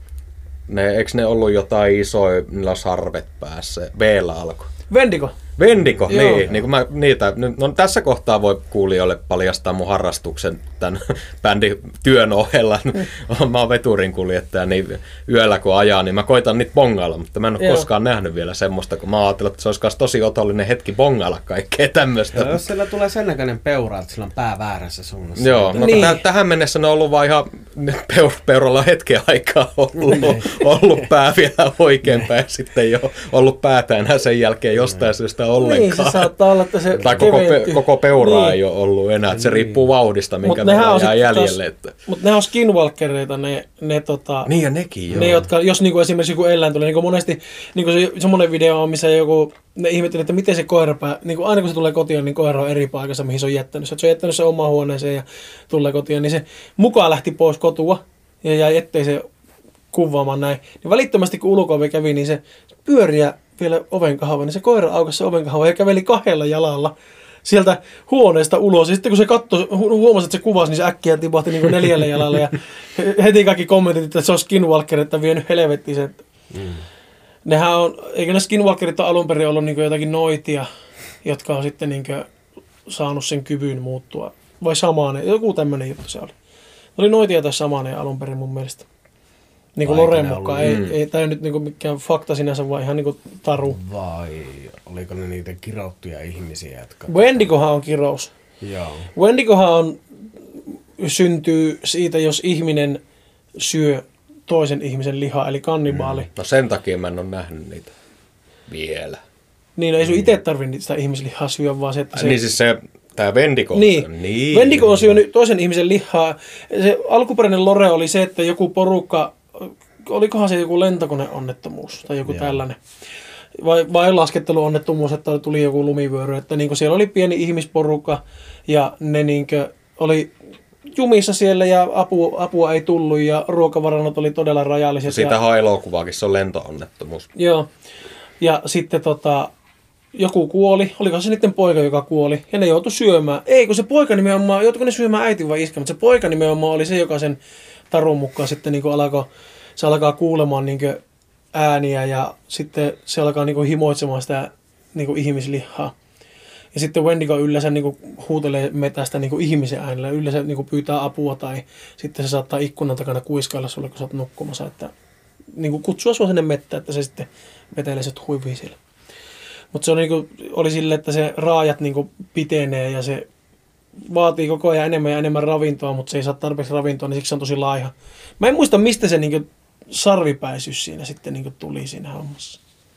Ne, eikö ne ollut jotain isoja, niillä on sarvet päässä? V-llä alkoi. Wendigo. Wendigo, Joo. niin. niin mä, niitä, no, tässä kohtaa voi kuulijoille paljastaa mun harrastuksen tämän bändin työn ohella. Mä oon veturinkuljettaja, niin yöllä kun ajaa, niin mä koitan niitä bongailla, mutta mä en ole Joo. koskaan nähnyt vielä semmoista, kun mä ajattelin, että se olisi tosi otollinen hetki bongailla kaikkea tämmöistä. Joo, jos siellä tulee sen näköinen peura, että sillä on pää väärässä suunnassa. Joo, mutta niin. täh- tähän mennessä ne on ollut vaan ihan peur- peuralla hetken aikaa ollut, ollut pää vielä oikeinpäin ja sitten jo ollut päätä enää sen jälkeen jostain syystä ollenkaan. Niin, se saattaa olla, että se tai koko, pe- koko peuraa niin. ei ole ollut enää, että se niin. riippuu vauhdista, minkä verran jää jäljelle. Että... Mutta ne on skinwalkereita, ne, ne tota... Niin ja nekin, joo. Ne, jotka, jos niinku esimerkiksi joku eläin tulee, niinku monesti, niinku se, semmoinen video on, missä joku, ne ihmettelee, että miten se koirapää, niinku aina kun se tulee kotiin, niin koira on eri paikassa, mihin se on jättänyt. Se on jättänyt se omaan huoneeseen ja tulee kotiin, niin se mukaan lähti pois kotua ja jäi ettei se kuvaamaan näin. Niin välittömästi kun ulko-ovi kävi, niin se pyöriä vielä ovenkahava, niin se koira aukasi se ovenkahava ja käveli kahdella jalalla sieltä huoneesta ulos. Ja sitten kun se katsoi, huomasi, että se kuvasi, niin se äkkiä tipahti niin kuin neljällä jalalla. Ja heti kaikki kommentit, että se on skinwalker, että vienyt helvettiin se. Mm. Nehän on, eikö ne skinwalkerit ole alun perin ollut niin kuin jotakin noitia, jotka on sitten niin kuin saanut sen kyvyn muuttua. Vai samainen, joku tämmöinen juttu se oli. Oli noitia tai samainen alun perin mun mielestä. Niin kuin Loren mukaan. Ei, mm. ei, tämä ei nyt niin kuin mikään fakta sinänsä, vaan ihan niin kuin taru. Vai oliko ne niitä kirouttuja ihmisiä, jotka... Wendigohan on kirous. Joo. Wendigohan on, syntyy siitä, jos ihminen syö toisen ihmisen lihaa, eli kannibaali. Mm. No sen takia mä en ole nähnyt niitä vielä. Niin, no ei sun itse tarvitse sitä ihmislihaa syödä, vaan se, että se... Niin siis se Tää Wendigo. Niin. niin. Wendigo on syönyt toisen ihmisen lihaa. Se alkuperäinen lore oli se, että joku porukka, olikohan se joku lentokoneonnettomuus tai joku Joo. tällainen. Vai, vai lasketteluonnettomuus, että tuli joku lumivyöry. Että niin siellä oli pieni ihmisporukka ja ne niin oli jumissa siellä ja apu, apua ei tullut ja ruokavarannot oli todella rajalliset. Siitä ja, on elokuvaakin, se on lentoonnettomuus. Joo. Ja sitten tota, joku kuoli, oliko se niiden poika, joka kuoli, ja ne joutui syömään. Ei, kun se poika nimenomaan, joutuiko ne syömään äiti vai iskä, mutta se poika nimenomaan oli se, joka sen tarun mukaan sitten niin alkoi, se alkaa kuulemaan niin ääniä ja sitten se alkaa niin himoitsemaan sitä niin ihmislihaa. Ja sitten Wendigo yleensä niin huutelee metästä niin ihmisen äänellä, yleensä niin pyytää apua tai sitten se saattaa ikkunan takana kuiskailla sulle, kun sä oot nukkumassa, että niin kutsua sua sinne mettään, että se sitten vetelee sut huivii siellä. Mutta se oli, niin oli silleen, että se raajat niin pitenee ja se vaatii koko ajan enemmän ja enemmän ravintoa, mutta se ei saa tarpeeksi ravintoa, niin siksi se on tosi laiha. Mä en muista, mistä se niin sarvipäisyys siinä sitten niin tuli siinä hommassa.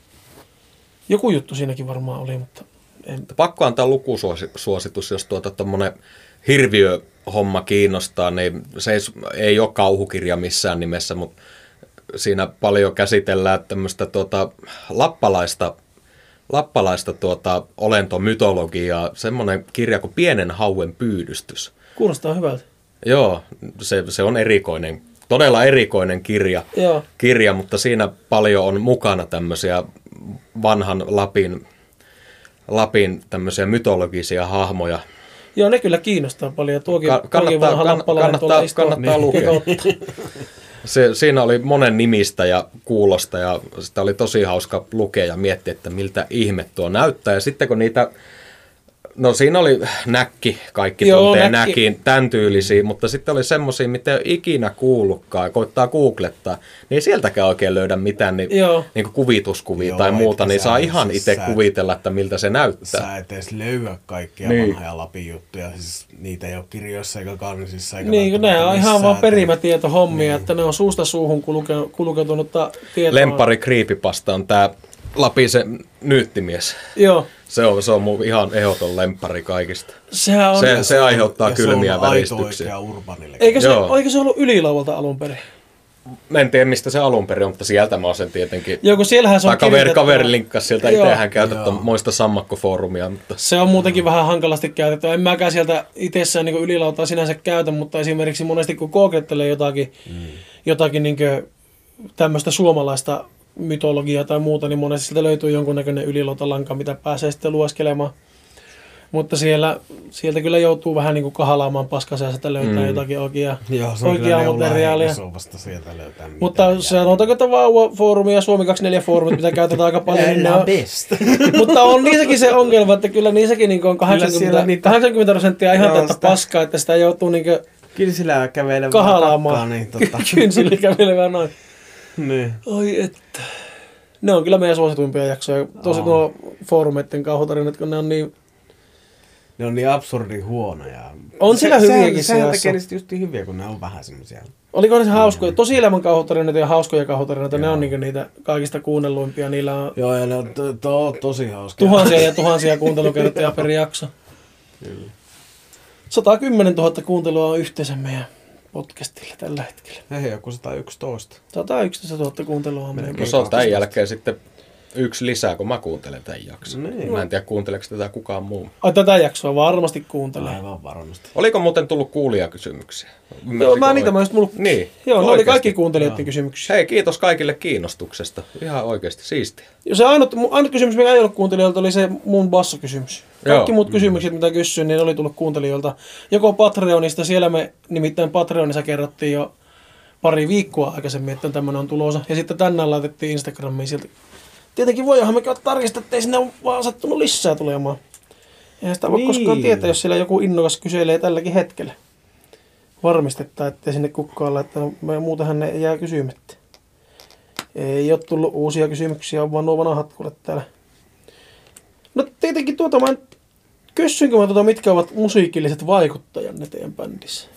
Joku juttu siinäkin varmaan oli, mutta en. Pakko antaa lukusuositus, jos tuota tommonen hirviöhomma kiinnostaa, niin se ei, ei ole kauhukirja missään nimessä, mutta siinä paljon käsitellään tämmöistä tuota lappalaista lappalaista tuota olentomytologiaa, semmoinen kirja kuin Pienen hauen pyydystys. Kuulostaa hyvältä. Joo, se, se on erikoinen, todella erikoinen kirja, Joo. kirja, mutta siinä paljon on mukana tämmöisiä vanhan Lapin, Lapin tämmöisiä mytologisia hahmoja. Joo, ne kyllä kiinnostaa paljon. Tuokin, Ka- kannattaa, tuokin vanha kann- kannattaa, kannattaa lukea. Se, siinä oli monen nimistä ja kuulosta ja sitä oli tosi hauska lukea ja miettiä, että miltä ihme tuo näyttää. Ja sitten kun niitä, no siinä oli näkki, kaikki Joo, tuntee näkki. näkin, tämän tyylisiä, mutta sitten oli semmoisia, mitä ei ole ikinä kuullutkaan ja koittaa googlettaa, niin ei sieltäkään oikein löydä mitään niin, niin kuin kuvituskuvia Joo, tai muuta, niin saa siis ihan itse sä, kuvitella, että miltä se näyttää. Sä et edes löyä kaikkia niin. vanhoja Lapin juttuja, siis niitä ei ole kirjoissa eikä kansissa. Eikä niin, ne on ihan vaan perimätietohommia, niin. että ne on suusta suuhun kulke- kulkeutunutta tietoa. Lemppari creepypasta on tää Lapisen nyyttimies. Joo. Se on, se on mun ihan ehdoton lemppari kaikista. Sehän on, se, se aiheuttaa kylmiä se on väristyksiä. aito oikea urbanille. Eikö se, Joo. oliko se ollut Ylilauvalta alun perin? Mä en tiedä, mistä se alun perin on, mutta sieltä mä oon sen tietenkin. Joo, kun siellähän se on kaveri, kirjoitettu. kaveri linkkasi sieltä, Joo. itsehän käytettä moista sammakkofoorumia. Mutta Se on muutenkin vähän hankalasti käytetty. En mäkään sieltä itsessään niin ylilautaa sinänsä käytä, mutta esimerkiksi monesti kun googlettelee jotakin, mm. jotakin niin tämmöistä suomalaista mytologiaa tai muuta, niin monesti sieltä löytyy jonkunnäköinen ylilautalanka, mitä pääsee sitten lueskelemaan. Mutta siellä, sieltä kyllä joutuu vähän niin kuin kahalaamaan paskaseen, että löytää mm. jotakin oikeaa, Joo, se on oikeaa materiaalia. vasta sieltä löytää Mutta sanotaanko, että Vauva-foorumi ja Suomi kaksikymmentäneljä foorumit, mitä käytetään aika paljon. Niin ne on, best. mutta on niissäkin se ongelma, että kyllä niissäkin niin on kahdeksankymmentä, niitä, kahdeksankymmentä prosenttia ihan täyttä paskaa, että sitä joutuu niin Kynsillä kävelevää kahalaamaan. Niin, tota. Kynsillä kävelevää noin. Niin. Oi että. Ne on kyllä meidän suosituimpia jaksoja. Tosi oh. nuo foorumeiden kauhutarinat, kun ne on niin... Ne on niin absurdin huonoja. On siellä hyviäkin sehän, sehän seassa. tekee niistä just hyviä, kun ne on vähän semmoisia. Oliko ne se hauskoja? Tosielämän kauhutarinoita ja hauskoja kauhutarinoita, ne Joo. on niinku niitä kaikista kuunnelluimpia. Niillä on Joo, ja ne on to, to, tosi hauskaa. tuhansia ja tuhansia kuuntelukertoja per jakso. Kyllä. sata kymmenen tuhatta kuuntelua on yhteensä meidän podcastilla tällä hetkellä. Hei, joku sata yksitoista. sata yksitoista tuhatta kuuntelua on meidän. no se on tämän jälkeen sitten yksi lisää, kun mä kuuntelen tämän jakson. Niin. Mä en tiedä, kuunteleeko tätä kukaan muu. Ai, tätä jaksoa varmasti kuuntelee. Aivan varmasti. Oliko muuten tullut kuulijakysymyksiä? Joo, mä niitä mä just mulla... Niin. Joo, ne oli oikeasti. kaikki kuuntelijoiden kysymyksiä. Hei, kiitos kaikille kiinnostuksesta. Ihan oikeasti siistiä. Se ainut, ainut kysymys, mikä ei ollut kuuntelijoilta, oli se mun bassokysymys. Kaikki Joo. muut kysymykset, mitä kysyin, niin oli tullut kuuntelijoilta. Joko Patreonista, siellä me nimittäin Patreonissa kerrottiin jo pari viikkoa aikaisemmin, että tämmöinen on tulossa. Ja sitten tänään laitettiin Instagramiin sieltä. Tietenkin voidaanhan me käydä tarkistaa, ettei sinne ole vaan sattunut lisää tulemaan. Eihän sitä voi Niin. koskaan tietää, jos siellä joku innokas kyselee tälläkin hetkellä. Varmistetaan, ettei sinne kukaan laittanut. Muutenhan ne jää kysymättä. Ei ole tullut uusia kysymyksiä, on vaan nuo vanhat kuule täällä. No tietenkin tuota, mä en... Kysynkö mä tuota, mitkä ovat musiikilliset vaikuttajanne teidän bändissä?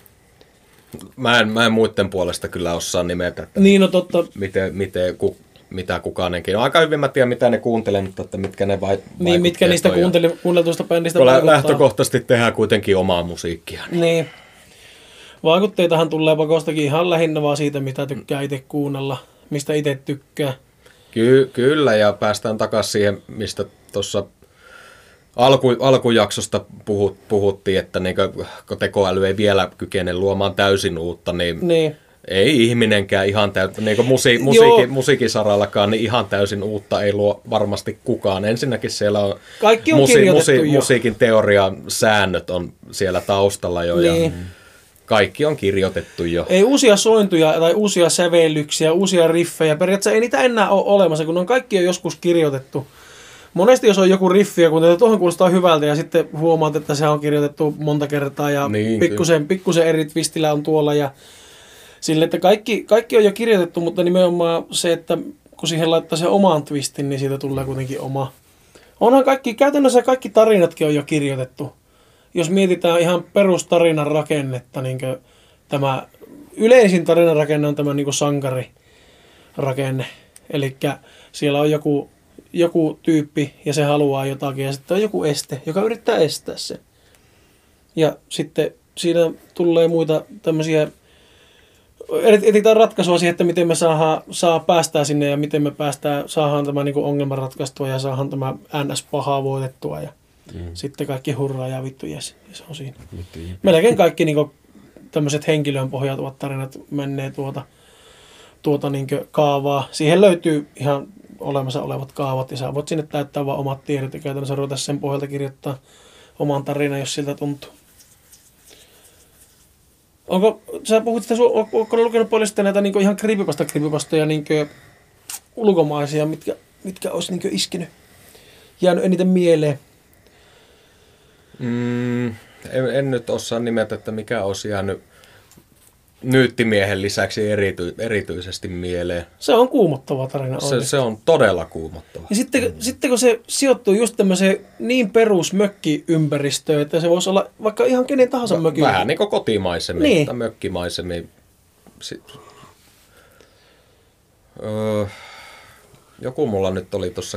Mä en, mä en muiden puolesta kyllä osaa nimetä, että Niin, no totta. miten, miten ku, mitä kukaanenkin. Aika hyvin mä tiedän, mitä ne kuuntelee, mutta että mitkä ne vai, Niin, mitkä niistä kuunteli, kuunneltuista bändistä vaikuttaa. vaikuttaa. Lähtökohtaisesti tehdään kuitenkin omaa musiikkia. Niin. niin. Vaikutteitahan tulee pakostakin ihan lähinnä vaan siitä, mitä tykkää itse kuunnella, mistä itse tykkää. Ky- kyllä, ja päästään takaisin siihen, mistä tuossa alku, alkujaksosta puhut, puhuttiin, että niin kun tekoäly ei vielä kykene luomaan täysin uutta, niin, niin. ei ihminenkään ihan täysin, niin kuin musi, musiikin, musiikisarallakaan, niin ihan täysin uutta ei luo varmasti kukaan. Ensinnäkin siellä on, Kaikki on musi, musi, jo. musiikin teorian säännöt on siellä taustalla jo, niin. ja kaikki on kirjoitettu jo. Ei uusia sointuja tai uusia sävellyksiä, uusia riffejä. Periaatteessa ei niitä enää ole olemassa, kun on kaikki on joskus kirjoitettu. Monesti jos on joku riffi, kun tuohon kuulostaa hyvältä ja sitten huomaat, että se on kirjoitettu monta kertaa ja niin, pikkusen, pikkusen eri twistillä on tuolla. Ja sille, että kaikki, kaikki on jo kirjoitettu, mutta nimenomaan se, että kun siihen laittaa sen oman twistin, niin siitä tulee kuitenkin oma. Onhan kaikki, käytännössä kaikki tarinatkin on jo kirjoitettu. Jos mietitään ihan perustarinan rakennetta, niin tämä yleisin tarinan rakenne on tämä niin sankarirakenne. Eli siellä on joku, joku tyyppi ja se haluaa jotakin ja sitten on joku este, joka yrittää estää sen. Ja sitten siinä tulee muita tämmöisiä, etsitään ratkaisua siihen, että miten me saadaan, saa päästää sinne ja miten me päästään, saadaan tämä niin ongelman ratkaistua ja saadaan tämä N S-pahaa voitettua ja Mm. sitten kaikki hurraa ja vittu jes, ja se on siinä. Vittu, melkein kaikki niin tämmöiset henkilöön pohjautuvat tarinat menee tuota, tuota niin kaavaa. Siihen löytyy ihan olemassa olevat kaavat ja sä voit sinne täyttää vaan omat tiedot ja käytännössä ruveta sen pohjalta kirjoittaa oman tarinan, jos siltä tuntuu. Onko, sä puhut, että onko lukenut paljon sitten näitä niin ihan creepypasta creepypastoja niin ulkomaisia, mitkä, mitkä olisi niin iskenyt, jäänyt eniten mieleen? Mm, en, en nyt osaa nimetä, että mikä olisi jäänyt Nyyttimiehen lisäksi erity, erityisesti mieleen. Se on kuumottava tarina. Se, se on todella kuumottava. Ja sitten, mm. sitten kun se sijoittuu just tämmöiseen niin perus mökkiympäristöön, että se voisi olla vaikka ihan kenen tahansa mökin. Vähän niin kuin kotimaisemmin niin. tai mökkimaisemmin. Sitten, öö, joku mulla nyt oli tuossa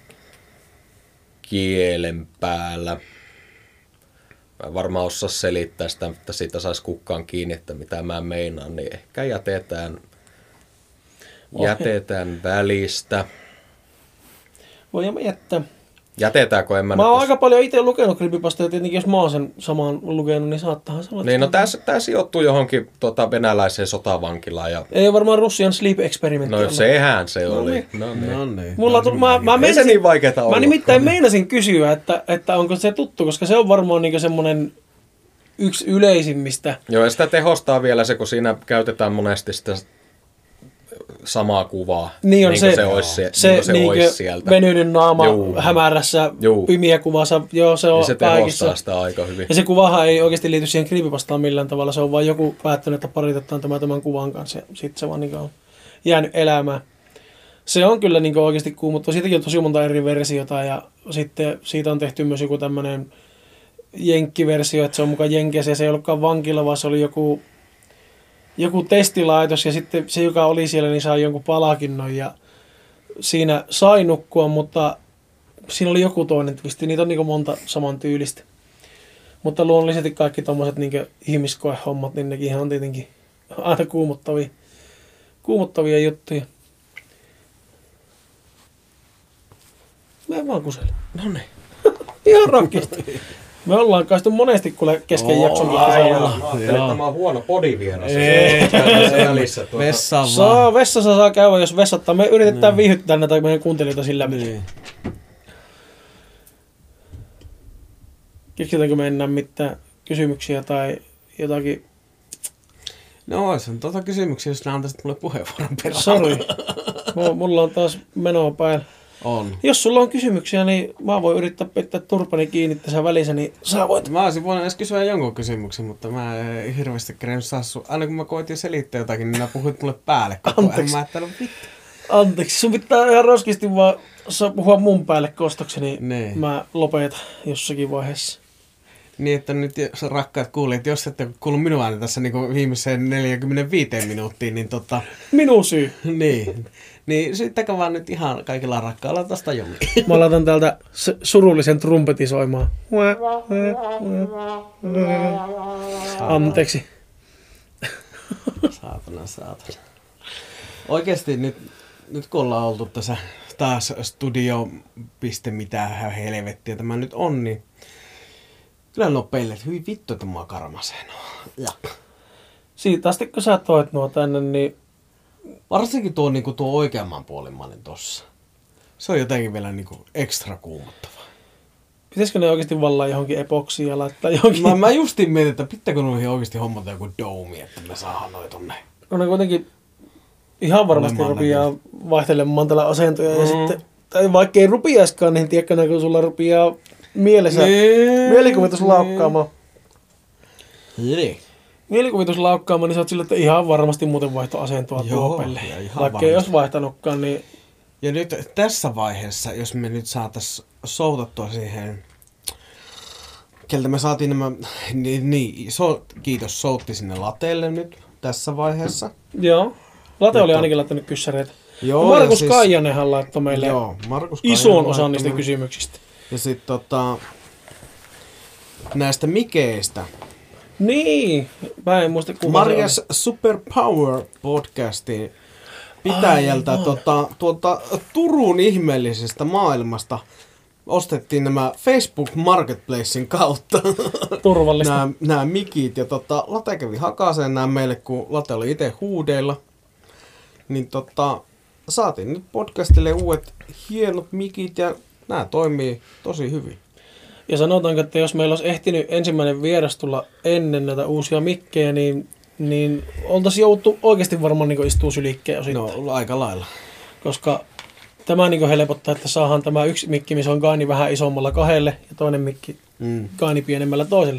kielen päällä. Mä en varmaan osaa selittää sitä, että siitä saisi kukaan kiinni, että mitä mä meinaan, niin ehkä jätetään, jätetään välistä. Voimme jättää. Jätetäänkö, en mä Mä nyt oon tos... aika paljon itse lukenut creepypastoja, tietenkin jos mä oon sen saman lukenut, niin saattahan se olla. Niin, no tää, tää sijoittuu johonkin tota, venäläiseen sotavankilaan. Ja... Ei ole varmaan Russian Sleep Experiment. No sehän se no, oli. Niin. No niin. No niin. Mulla tuli, mä, mä, Ei se niin vaikeeta mä ollut. nimittäin meinasin kysyä, että, että onko se tuttu, koska se on varmaan niinku semmoinen yksi yleisimmistä. Joo, ja sitä tehostaa vielä se, kun siinä käytetään monesti sitä samaa kuvaa. Niin on niin se, se, olisi, se, se, niin se niin olisi sieltä. venynyt naama Juu. hämärässä, Juu. pimiä kuvassa. Joo, se on niin se kaikissa. tehostaa sitä aika hyvin. Ja se kuvahan ei oikeasti liity siihen creepypastaan millään tavalla. Se on vain joku päättänyt, että paritetaan tämä tämän kuvan kanssa. Ja sitten se vaan niin on jäänyt elämään. Se on kyllä niin oikeasti kuumuttu. Siitäkin on tosi monta eri versiota. Ja sitten siitä on tehty myös joku tämmöinen jenkkiversio, että se on mukaan jenkeissä. Ja se ei ollutkaan vankila, vaan se oli joku... joku testilaitos ja sitten se, joka oli siellä, niin sai jonkun palkinnon ja siinä sai nukkua, mutta siinä oli joku toinen twisti. Niitä on niin monta saman tyylistä. Mutta luonnollisesti kaikki tommoset niin ihmiskoehommat, niin nekin on tietenkin aina kuumottavia, kuumottavia juttuja. Mä en vaan kusele. No niin. Ihan rakkisti. Me ollaan kaistu monesti kuule kesken jakson. Tämä on huono podivieras. Vessaan saa, vessassa saa käydä, jos vessattaa. Me yritetään mm. viihyttää näitä meidän kuuntelijoita sillä. Mm. Keksitäänkö me enää mitään kysymyksiä tai jotakin? No ois on tuota kysymyksiä, jos nää antaisit mulle puheenvuoron perään. Sori. Mulla on taas menoa päällä. On. Jos sulla on kysymyksiä, niin mä voin yrittää pitää turpani kiinni tässä välissä, niin sä voit. Mä olisin voinut edes kysyä jonkun kysymyksen, mutta mä en hirveästi kerennyt saa sun. Aina kun mä koitin selittää jotakin, niin nää puhuit mulle päälle koko ajan. Mä ajattelin, vittu. Anteeksi, sun pitää ihan roskisti vaan puhua mun päälle kostokseni. Nee. Mä lopetan jossakin vaiheessa. Niin, että nyt jos rakkaat kuulijat, jos ette kuullut minun ääni tässä niin viimeiseen neljäkymmentäviisi minuuttiin, niin tota... Minun syy. Niin. Niin syyttäkö vaan nyt ihan kaikilla rakkailla tästä jommin. Mä laitan täältä surullisen trumpetin soimaan. Anteeksi. Saatana, saatana. Oikeesti nyt, nyt kun ollaan oltu tässä taas studio, piste mitä helvettiä tämä nyt on, niin kyllä nuo pellet, hyvin vittu, että mua karmasee. Ja. Siitä asti kun sä toit nuo tänne, niin... Varsinkin tuo, niin tuo oikeamman puolimmainen tossa. Se on jotenkin vielä niin kuin ekstra kuumottavaa. Pitäisikö ne oikeasti vallaan johonkin epoksiin ja laittaa johonkin... Mä, mä justiin mietin, että pitääkö noihin oikeasti hommata joku doumi, että me saadaan noi tonne. No ne kuitenkin ihan varmasti Olemaan rupiaa vaihtelemaan tällä asentoja Mm. ja sitten... Tai vaikka ei rupiaiskaan, niin tiedätkö, kun sulla rupiaa mielessä Nee. mielikuvitus laukkaamaan. Niin. Mielikuvitus laukkaamaan, niin sä oot sillä, että ihan varmasti muuten vaihto asentoa Joo, tuopelle. ja ihan Vaikka ei varmasti. olisi vaihtanutkaan, niin... Ja nyt tässä vaiheessa, jos me nyt saatais soutattua siihen, keltä me saatiin nämä, niin, niin so, kiitos, soutti sinne lateelle nyt tässä vaiheessa. Joo. Late oli Mutta- ainakin laittanut kyssäreitä. Joo, No Markus ja siis- Kaijanenhan laittoi meille Joo, Markus ison Kaijanen osan laittoi niistä meille- kysymyksistä. Ja sitten tota, näistä mikeistä. Niin, mä en muista kuka Marjas se oli. Superpower podcastin pitäjältä Aivan. tota, tuota, Turun ihmeellisestä maailmasta ostettiin nämä Facebook Marketplacein kautta Turvallista. nämä, nämä mikit. Ja tota, Late kävi hakaseen nämä meille, kun Late oli itse huudeilla. Niin tota, saatiin nyt podcastille uudet hienot mikit ja nämä toimii tosi hyvin. Ja sanotaanko, että jos meillä olisi ehtinyt ensimmäinen vieras tulla ennen näitä uusia mikkejä, niin, niin oltaisiin jouduttu oikeasti varmaan niin istua sylikkeen osittain. No aika lailla. Koska tämä niin helpottaa, että saadaan tämä yksi mikki, missä on gaini vähän isommalla kahdelle ja toinen mikki Mm. gaini pienemmällä toiselle.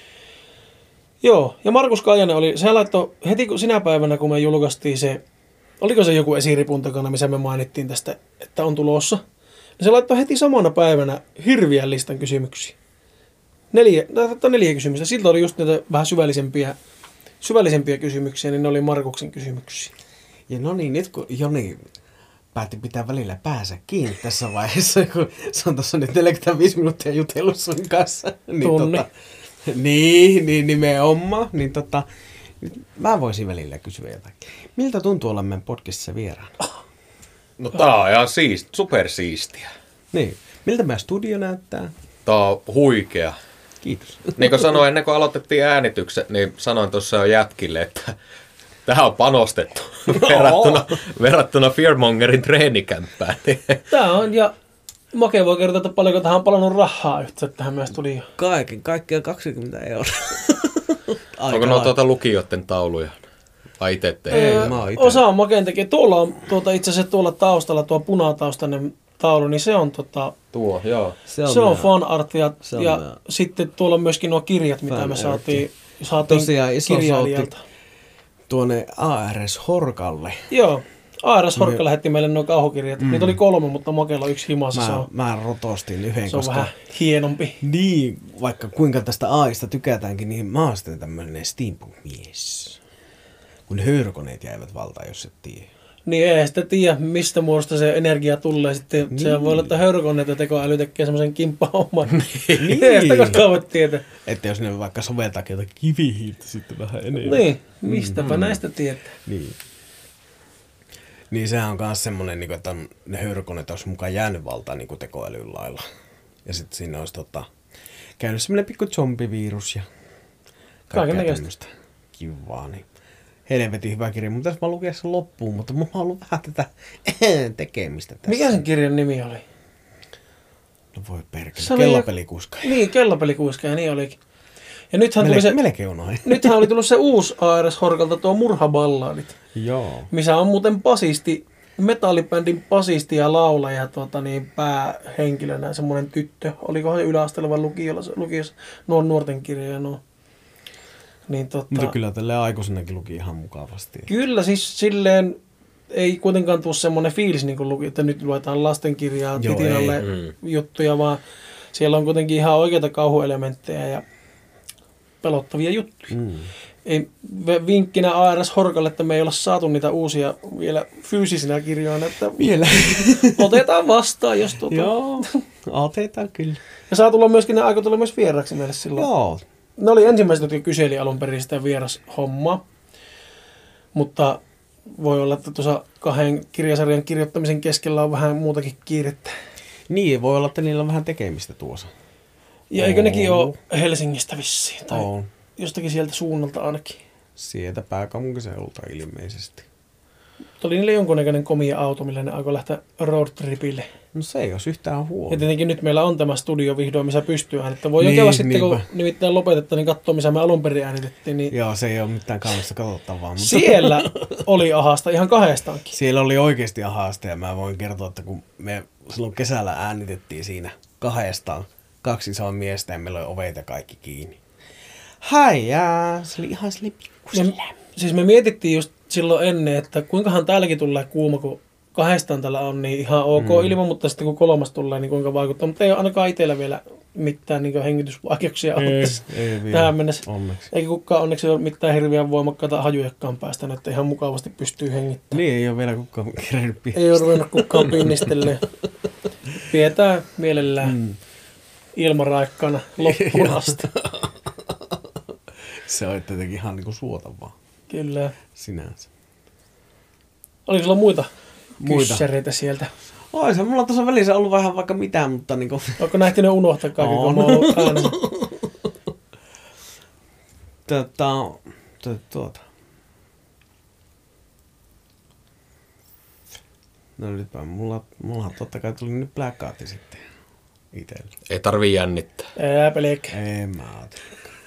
Joo, ja Markus Kaijanen oli, se laittoi heti kun sinä päivänä, kun me julkaistiin se, oliko se joku esiripun takana, missä me mainittiin tästä, että on tulossa, niin se laittoi heti samana päivänä hirviän listan kysymyksiä. Neljä, tai neljä kysymystä. Siltä oli just näitä vähän syvällisempiä, syvällisempiä kysymyksiä, niin ne oli Markuksen kysymyksiä. Ja no niin, nyt kun Joni päätti pitää välillä päänsä kiinni tässä vaiheessa, kun se on tuossa nyt neljäkymmentäviisi minuuttia jutellut sun kanssa. Niin, Tunni. Tota, niin, niin nimenomaan. Niin tota, nyt mä voisin välillä kysyä jotakin. Miltä tuntuu olla meidän podcastissa vieraana? No tää on ihan siist, supersiistiä. Niin. Miltä meidän studio näyttää? Tää on huikea. Kiitos. Niin kuin sanoin ennen kuin aloitettiin äänitykset, niin sanoin tuossa jo jätkille, että tähän on panostettu verrattuna, verrattuna Fearmongerin treenikämppään. Tämä on, ja Make voi kertoa, että paljonko tähän on palannut rahaa yhtä, että tähän myös tuli. Kaiken kaikkiaan kaksikymmentä euroa. Aika Onko nuo lailla. tuota lukijoiden tauluja? Vai itse teet? Ei, Öö, mä oon ite- Osa on Maken tekee. Tuolla on tuota, itse asiassa tuolla taustalla tuo punataustainen taulu, niin se on, tota, Tuo, joo. se on, se on meidän- fan art ja, se on ja meidän- sitten tuolla on myöskin nuo kirjat, mitä Fan me artti. saatiin, saatiin Tosiaan iso kirjailijalta. soutti tuonne A R S Horkalle. Joo, A R S Horkka lähetti meille nuo kauhukirjat. Mm. Niitä oli kolme, mutta Makella on yksi himassa. Se Mä, on, mä rotostin yhden, se on koska vähän hienompi. niin, vaikka kuinka tästä A I:sta tykätäänkin, niin mä oon sitten tämmönen steampunk-mies. Kun höyrykoneet jäivät valtaan, jos et tiedä. Niin ei sitä tiedä, mistä muodosta se energia tulee. Sitten niin. Se voi olla, että höyrykoneet ja tekoäly tekee semmoisen kimppahomman. niin. Ei sitä koskaan voi tietää. Että jos ne vaikka soveltaakin jotakin kivihiiltä sitten vähän enemmän. Niin, mistäpä mm. näistä tietää. Niin. Niin sehän on myös semmoinen, niin että ne höyrykoneet olisi mukaan jäänyt valtaan niin tekoälyn lailla. Ja sitten siinä olisi tota, käynyt semmoinen pikku zombivirus ja kaikkea Kaikennäköistä. tämmöistä kivaa. Niin helvetin hyvä kirja. Mun pitäisi vaan lukea sen loppuun, mutta mulla on ollut vähän tätä tekemistä tässä. Mikä sen kirjan nimi oli? No voi perkele. Se oli Kellopelikuska. Niin, kellopelikuiska ja niin olikin. Ja nythän, tuli Melkein, se, melkein unohdin. nythän oli tullut se uusi A R S Horkalta tuo Murhaballadit, Joo. missä on muuten basisti, metallibändin basisti ja laulaja tuota, niin päähenkilönä semmoinen tyttö. Olikohan se yläasteella vai lukiolla, lukiossa nuo nuorten kirjoja nuo. Niin, tota, Mutta kyllä tälleen aikuisenakin luki ihan mukavasti. Kyllä siis silleen ei kuitenkaan tule semmoinen fiilis, niin kuin luki, että nyt luetaan lastenkirjaa Joo, titinalle ei. Mm. juttuja, vaan siellä on kuitenkin ihan oikeita kauhuelementtejä ja pelottavia juttuja. Mm. Ei, vinkkinä A R S Horkalle, että me ei olla saatu niitä uusia vielä fyysisinä kirjoina, että Vielä. otetaan vastaan, jos tuota... Joo, otetaan kyllä. Ja saa tulla myöskin, ne aikoi tulla myös vieraksi meille silloin. Joo. Ne oli ensimmäiset, jotka kyseli alun perin sitä vierashommaa, mutta voi olla, että tuossa kahden kirjasarjan kirjoittamisen keskellä on vähän muutakin kiirettä. Niin, voi olla, että niillä on vähän tekemistä tuossa. Ja eikö Oo. nekin ole Helsingistä vissiin, tai On. jostakin sieltä suunnalta ainakin. Sieltä pääkaupunkiseudulta ilmeisesti. Oli niille jonkunnäköinen komia auto, millä ne aikoi lähteä roadtripille. No se ei olisi yhtään huono. Ja tietenkin nyt meillä on tämä studio vihdoin, missä pystyy äänittämään. Voi Niin, niin, sitten, niinpä. kun nimittäin lopetettiin, niin katsoa, missä me alun perin äänitettiin. Niin Joo, se ei ole mitään kaunista katsottavaa. Mutta siellä oli ahasta ihan kahdestaankin. siellä oli oikeasti haaste ja mä voin kertoa, että kun me silloin kesällä äänitettiin siinä kahdestaan kaksi isoa miestä ja meillä oli ovet ja kaikki kiinni. Häijää, se oli ihan sille pikkusen. Ja, siis me mietittiin just silloin ennen, että kuinkahan täälläkin tulee kuuma, kun kahdestaan tällä on niin ihan ok mm. ilman, mutta sitten kun kolmas tulee, niin kuinka vaikuttaa. Mutta ei ole ainakaan itsellä vielä mitään niin hengitysvaikeuksia ollut Ei, tässä ei vielä. tähän mennessä. Onneksi. Eikä kukaan onneksi ole mitään hirveän voimakkaita hajujakkaan päästänyt, että ihan mukavasti pystyy hengittämään. Niin, ei ole vielä kukaan kerennyt Ei ole ruvennut kukaan pinnistelemään. Pidetään mielellään Mm. ilmaraikkana loppuun asti. Se on tietenkin ihan niinku suotavaa Kyllä. sinänsä. Oliko sulla muita, Muita. kyssäreitä sieltä? Oi se, mulla on tuossa välissä ollut vähän vaikka mitään, mutta niinku... Onko nähty ne unohtaa kaikki, kun On. mä oon ollut äänessä? Tota, tuota, tuota. No nytpä mulla, mulla totta kai tuli nyt pläkkaatti sitten itselle. Ei tarvii jännittää. Ää, pelkkä. En mä ajatella.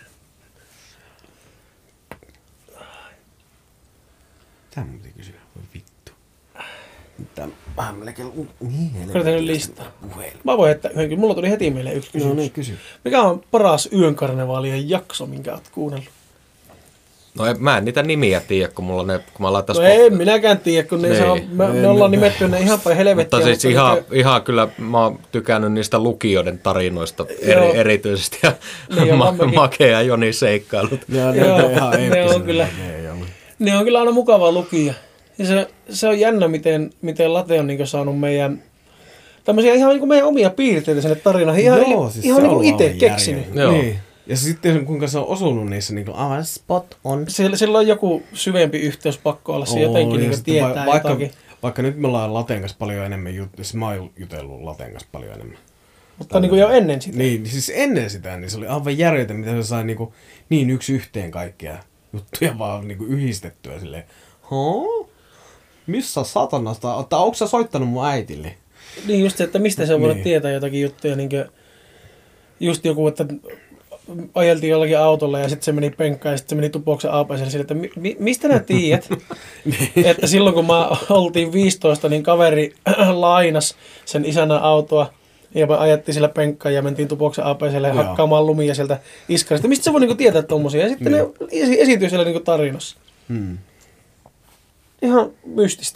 Tää mun piti kysyä, voi vittu. Tää on vähän melkein... Niin, Kyllä tehnyt listaa. Puhelin. Mä voin heittää yhden, mulla tuli heti mieleen yksi kysymys. No niin, kysy. Mikä on paras yönkarnevaalien jakso, minkä oot kuunnellut? No en, mä en niitä nimiä tiedä, kun mulla ne, kun mä laitan No Spot- ei minäkään tiedä, kun ne Niin. saa, me, me En- ollaan nimetty ne ihan päin helvettiä. Mutta siis ihan, niitä- ihan kyllä mä oon tykännyt niistä lukijoiden tarinoista Joo. eri, erityisesti ja Niin, ma- on mekin. Makea ja Joni seikkailut. Joo, ne Joo, on ihan ne eeppisiä. on kyllä. Ne ei ole. Ne on kyllä aina mukavaa lukia. Ja se, se on jännä, miten, miten Late on niin saanut meidän tämmöisiä ihan niin meidän omia piirteitä sinne tarinaan. Ihan, Joo, siis ihan se niin on itse aivan keksinyt. järjetön. Joo. Niin. Ja sitten kuinka se on osunut niissä niin aivan spot on. Sillä, sillä on joku syvempi yhteys pakko olla. Se Oo, jotenkin ja niin sitten tietää va- vaikka, jotakin. vaikka nyt me ollaan Laten kanssa paljon enemmän juttu, siis mä oon jutellut Laten kanssa paljon enemmän. Mutta niin kuin jo ennen sitä. Niin, siis ennen sitä, niin se oli aivan järjetön, mitä se sai niin, niin yksi yhteen kaikkia juttuja vaan niin yhdistettyä silleen. Huh? Missä satanasta? Tai onko sä soittanut mun äitille? Niin just se, että mistä se on voinut Niin. tietää jotakin juttuja. Niin kuin, just joku, että ajeltiin jollakin autolla ja sitten se meni penkkaan ja sitten se meni Tupoksen aapaiselle sille, että mi- mistä nää tiedät? Että silloin kun mä oltiin viisitoista, niin kaveri lainas sen isänä autoa ja me ajettiin sillä penkkaan ja mentiin Tupoksen aapaiselle Joo. hakkaamaan lumia sieltä iskarista. Mistä se voi niinku tietää tommosia? Ja sitten Niin. ne esi- esiintyy siellä niinku tarinassa. Hmm. Ihan mystistä.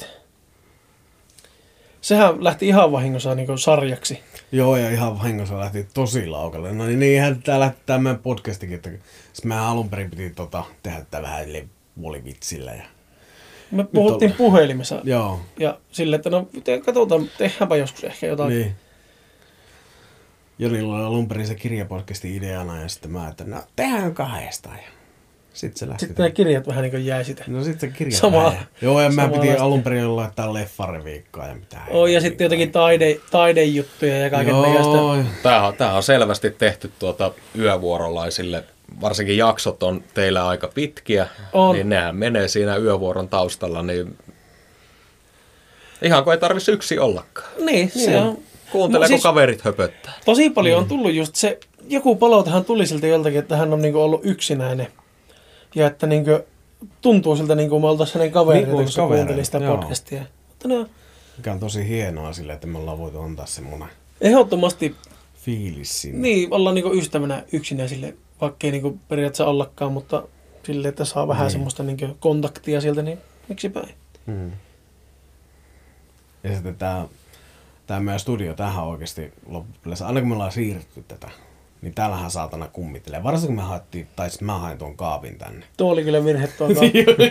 Sehän lähti ihan vahingossa niinku sarjaksi. Joo, ja ihan vahingossa lähti tosi laukalle. No niin, niinhän tää lähti tää meidän podcastikin, että siis mehän alun perin piti tota, tehdä tätä vähän puolivitsillä. Ja... Me puhuttiin on- puhelimessa Joo, ja silleen, että no te- katsotaan, tehdäänpä joskus ehkä jotain. niin. Jonilla oli alun perin se kirjapodcastin ideana ja sitten mä, että no tehdään kahdestaan. Ja sitten se lähti. Sitten ne kirjat vähän niin kuin jäi sitä. No sitten se kirja. Sama- vähän. Joo, ja mä piti samanlaista. alun perin laittaa leffariviikkoa ja mitä. Oh, ja sitten jotakin taide, taidejuttuja ja kaiken näköistä. Joo, Tämähän, on- tämähän on selvästi tehty tuota yövuorolaisille. Varsinkin jaksot on teillä aika pitkiä, On. niin nehän menee siinä yövuoron taustalla, niin ihan kuin ei tarvitsisi yksi ollakaan. Niin, se Joo. on. Kuuntele, No kun siis- kaverit höpöttää. Tosi paljon on tullut just se, joku palautehan tuli siltä joltakin, että hän on niinku ollut yksinäinen. Ja että niinku, tuntuu siltä niin kuin me oltaisiin hänen kavereita, Niin kuin kun se kavereita, kuunteli sitä joo. podcastia. Mutta no, mikä on tosi hienoa sille, että me ollaan voitu antaa semmoinen ehdottomasti fiilis sinne. niin, ollaan niinku ystävänä yksinäisille, vaikkei niinku periaatteessa ollakaan, mutta silleen, että saa vähän Niin. semmoista niinku kontaktia sieltä, niin miksipä ei. Hmm. Ja sitten tämä, tämä meidän studio, tähän oikeasti loppupeleissä, aina kun me ollaan siirretty tätä, Niin täällähän saatana kummittelee. Varsinkin me haettiin, tai siis mä hain tuon kaapin tänne. Tuo oli kyllä virhe tuo kaappi.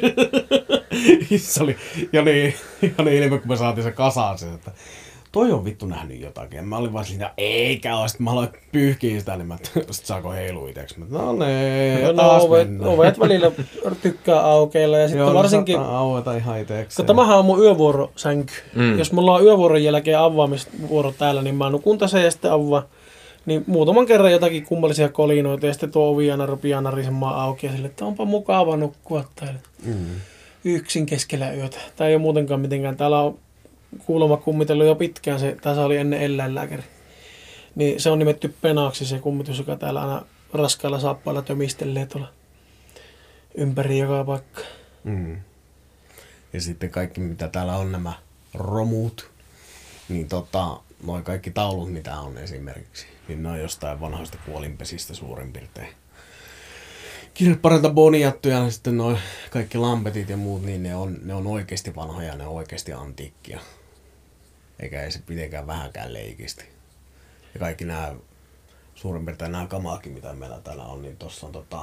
Se oli Joni, Joni ilme, kun me saatiin se kasaan sen, että toi on vittu nähnyt jotakin. Ja mä olin vaan siinä, eikä oo. Sitten mä aloin pyyhkiä sitä, niin mä, sit saako heilua iteksi. Mä, no nee, No, taas no ovet, mennään. ovet välillä tykkää aukeilla ja sitten Joo, varsinkin... varsinkin... aueta ihan itekseen. Kun tämähän on mun yövuorosänky. Mm. Jos mulla on yövuoron jälkeen avaamisvuoro täällä, niin mä nukun tässä ja sitten avaan. Niin muutaman kerran jotakin kummallisia kolinoita ja sitten tuo ovi aina rupeaa narisemaan auki ja sille, että onpa mukava nukkua täällä Mm. yksin keskellä yötä. Tää ei ole muutenkaan mitenkään. Täällä on kuulemma kummitellut jo pitkään. Se, tässä oli ennen eläinlääkäri. Niin se on nimetty Penaksi se kummitus, joka täällä aina raskailla saappailla tömistelee tuolla ympäri joka paikka. Mm. Ja sitten kaikki, mitä täällä on, nämä romut, niin tota, noi kaikki taulut, mitä on esimerkiksi, niin ne on jostain vanhoista kuolinpesistä suurin piirtein. Kirppareilta boniattuja, ja sitten noi kaikki lampetit ja muut, niin ne on, ne on oikeasti vanhoja, ne on oikeasti antiikkia. Eikä ei se mitenkään vähänkään leikisti. Ja kaikki nämä, suurin piirtein nämä kamaakin, mitä meillä täällä on, niin tossa on tota,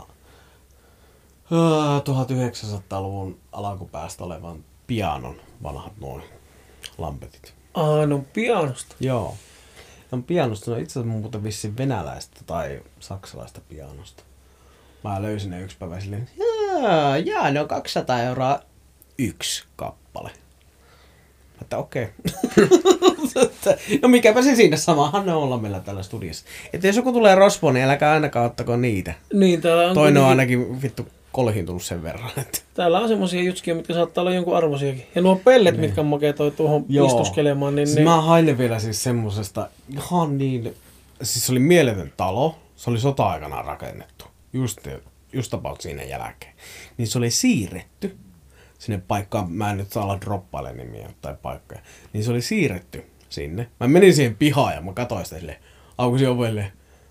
tuhatyhdeksänsataaluvun alkupäästä olevan pianon vanhat noin lampetit. Aa, no pianosta. Joo. Ne on pianosta, ne on itse asiassa muuten vissiin venäläistä tai saksalaista pianosta. Mä löysin ne yksi päivä silleen, jaa, jaa, ne on kaksisataa euroa yksi kappale. Että okei. Okay. No mikäpä se siinä, samahan ne olla meillä täällä studiossa. Että jos joku tulee rosvoon, niin älkää ainakaan ottako niitä. Niin, täällä on, Toinen on kuitenkin- ainakin vittu kolhiintunut sen verran. Että. Täällä on semmosia jutskia, mitkä saattaa olla jonkun arvoisiakin. Ja nuo pellet, mitkä on makea toi tuohon Joo. istuskelemaan, niin Siis ne... mä hain ne vielä siis semmosesta ihan niin... Siis se oli mieletön talo. Se oli sota-aikana rakennettu. Just, just about siinä jälkeen. Niin se oli siirretty sinne paikkaan. Mä en nyt saa olla droppailemaan nimiä tai paikkoja. Niin se oli siirretty sinne. Mä menin siihen pihaan ja mä katsoin sitä silleen. Aukusin ovelle.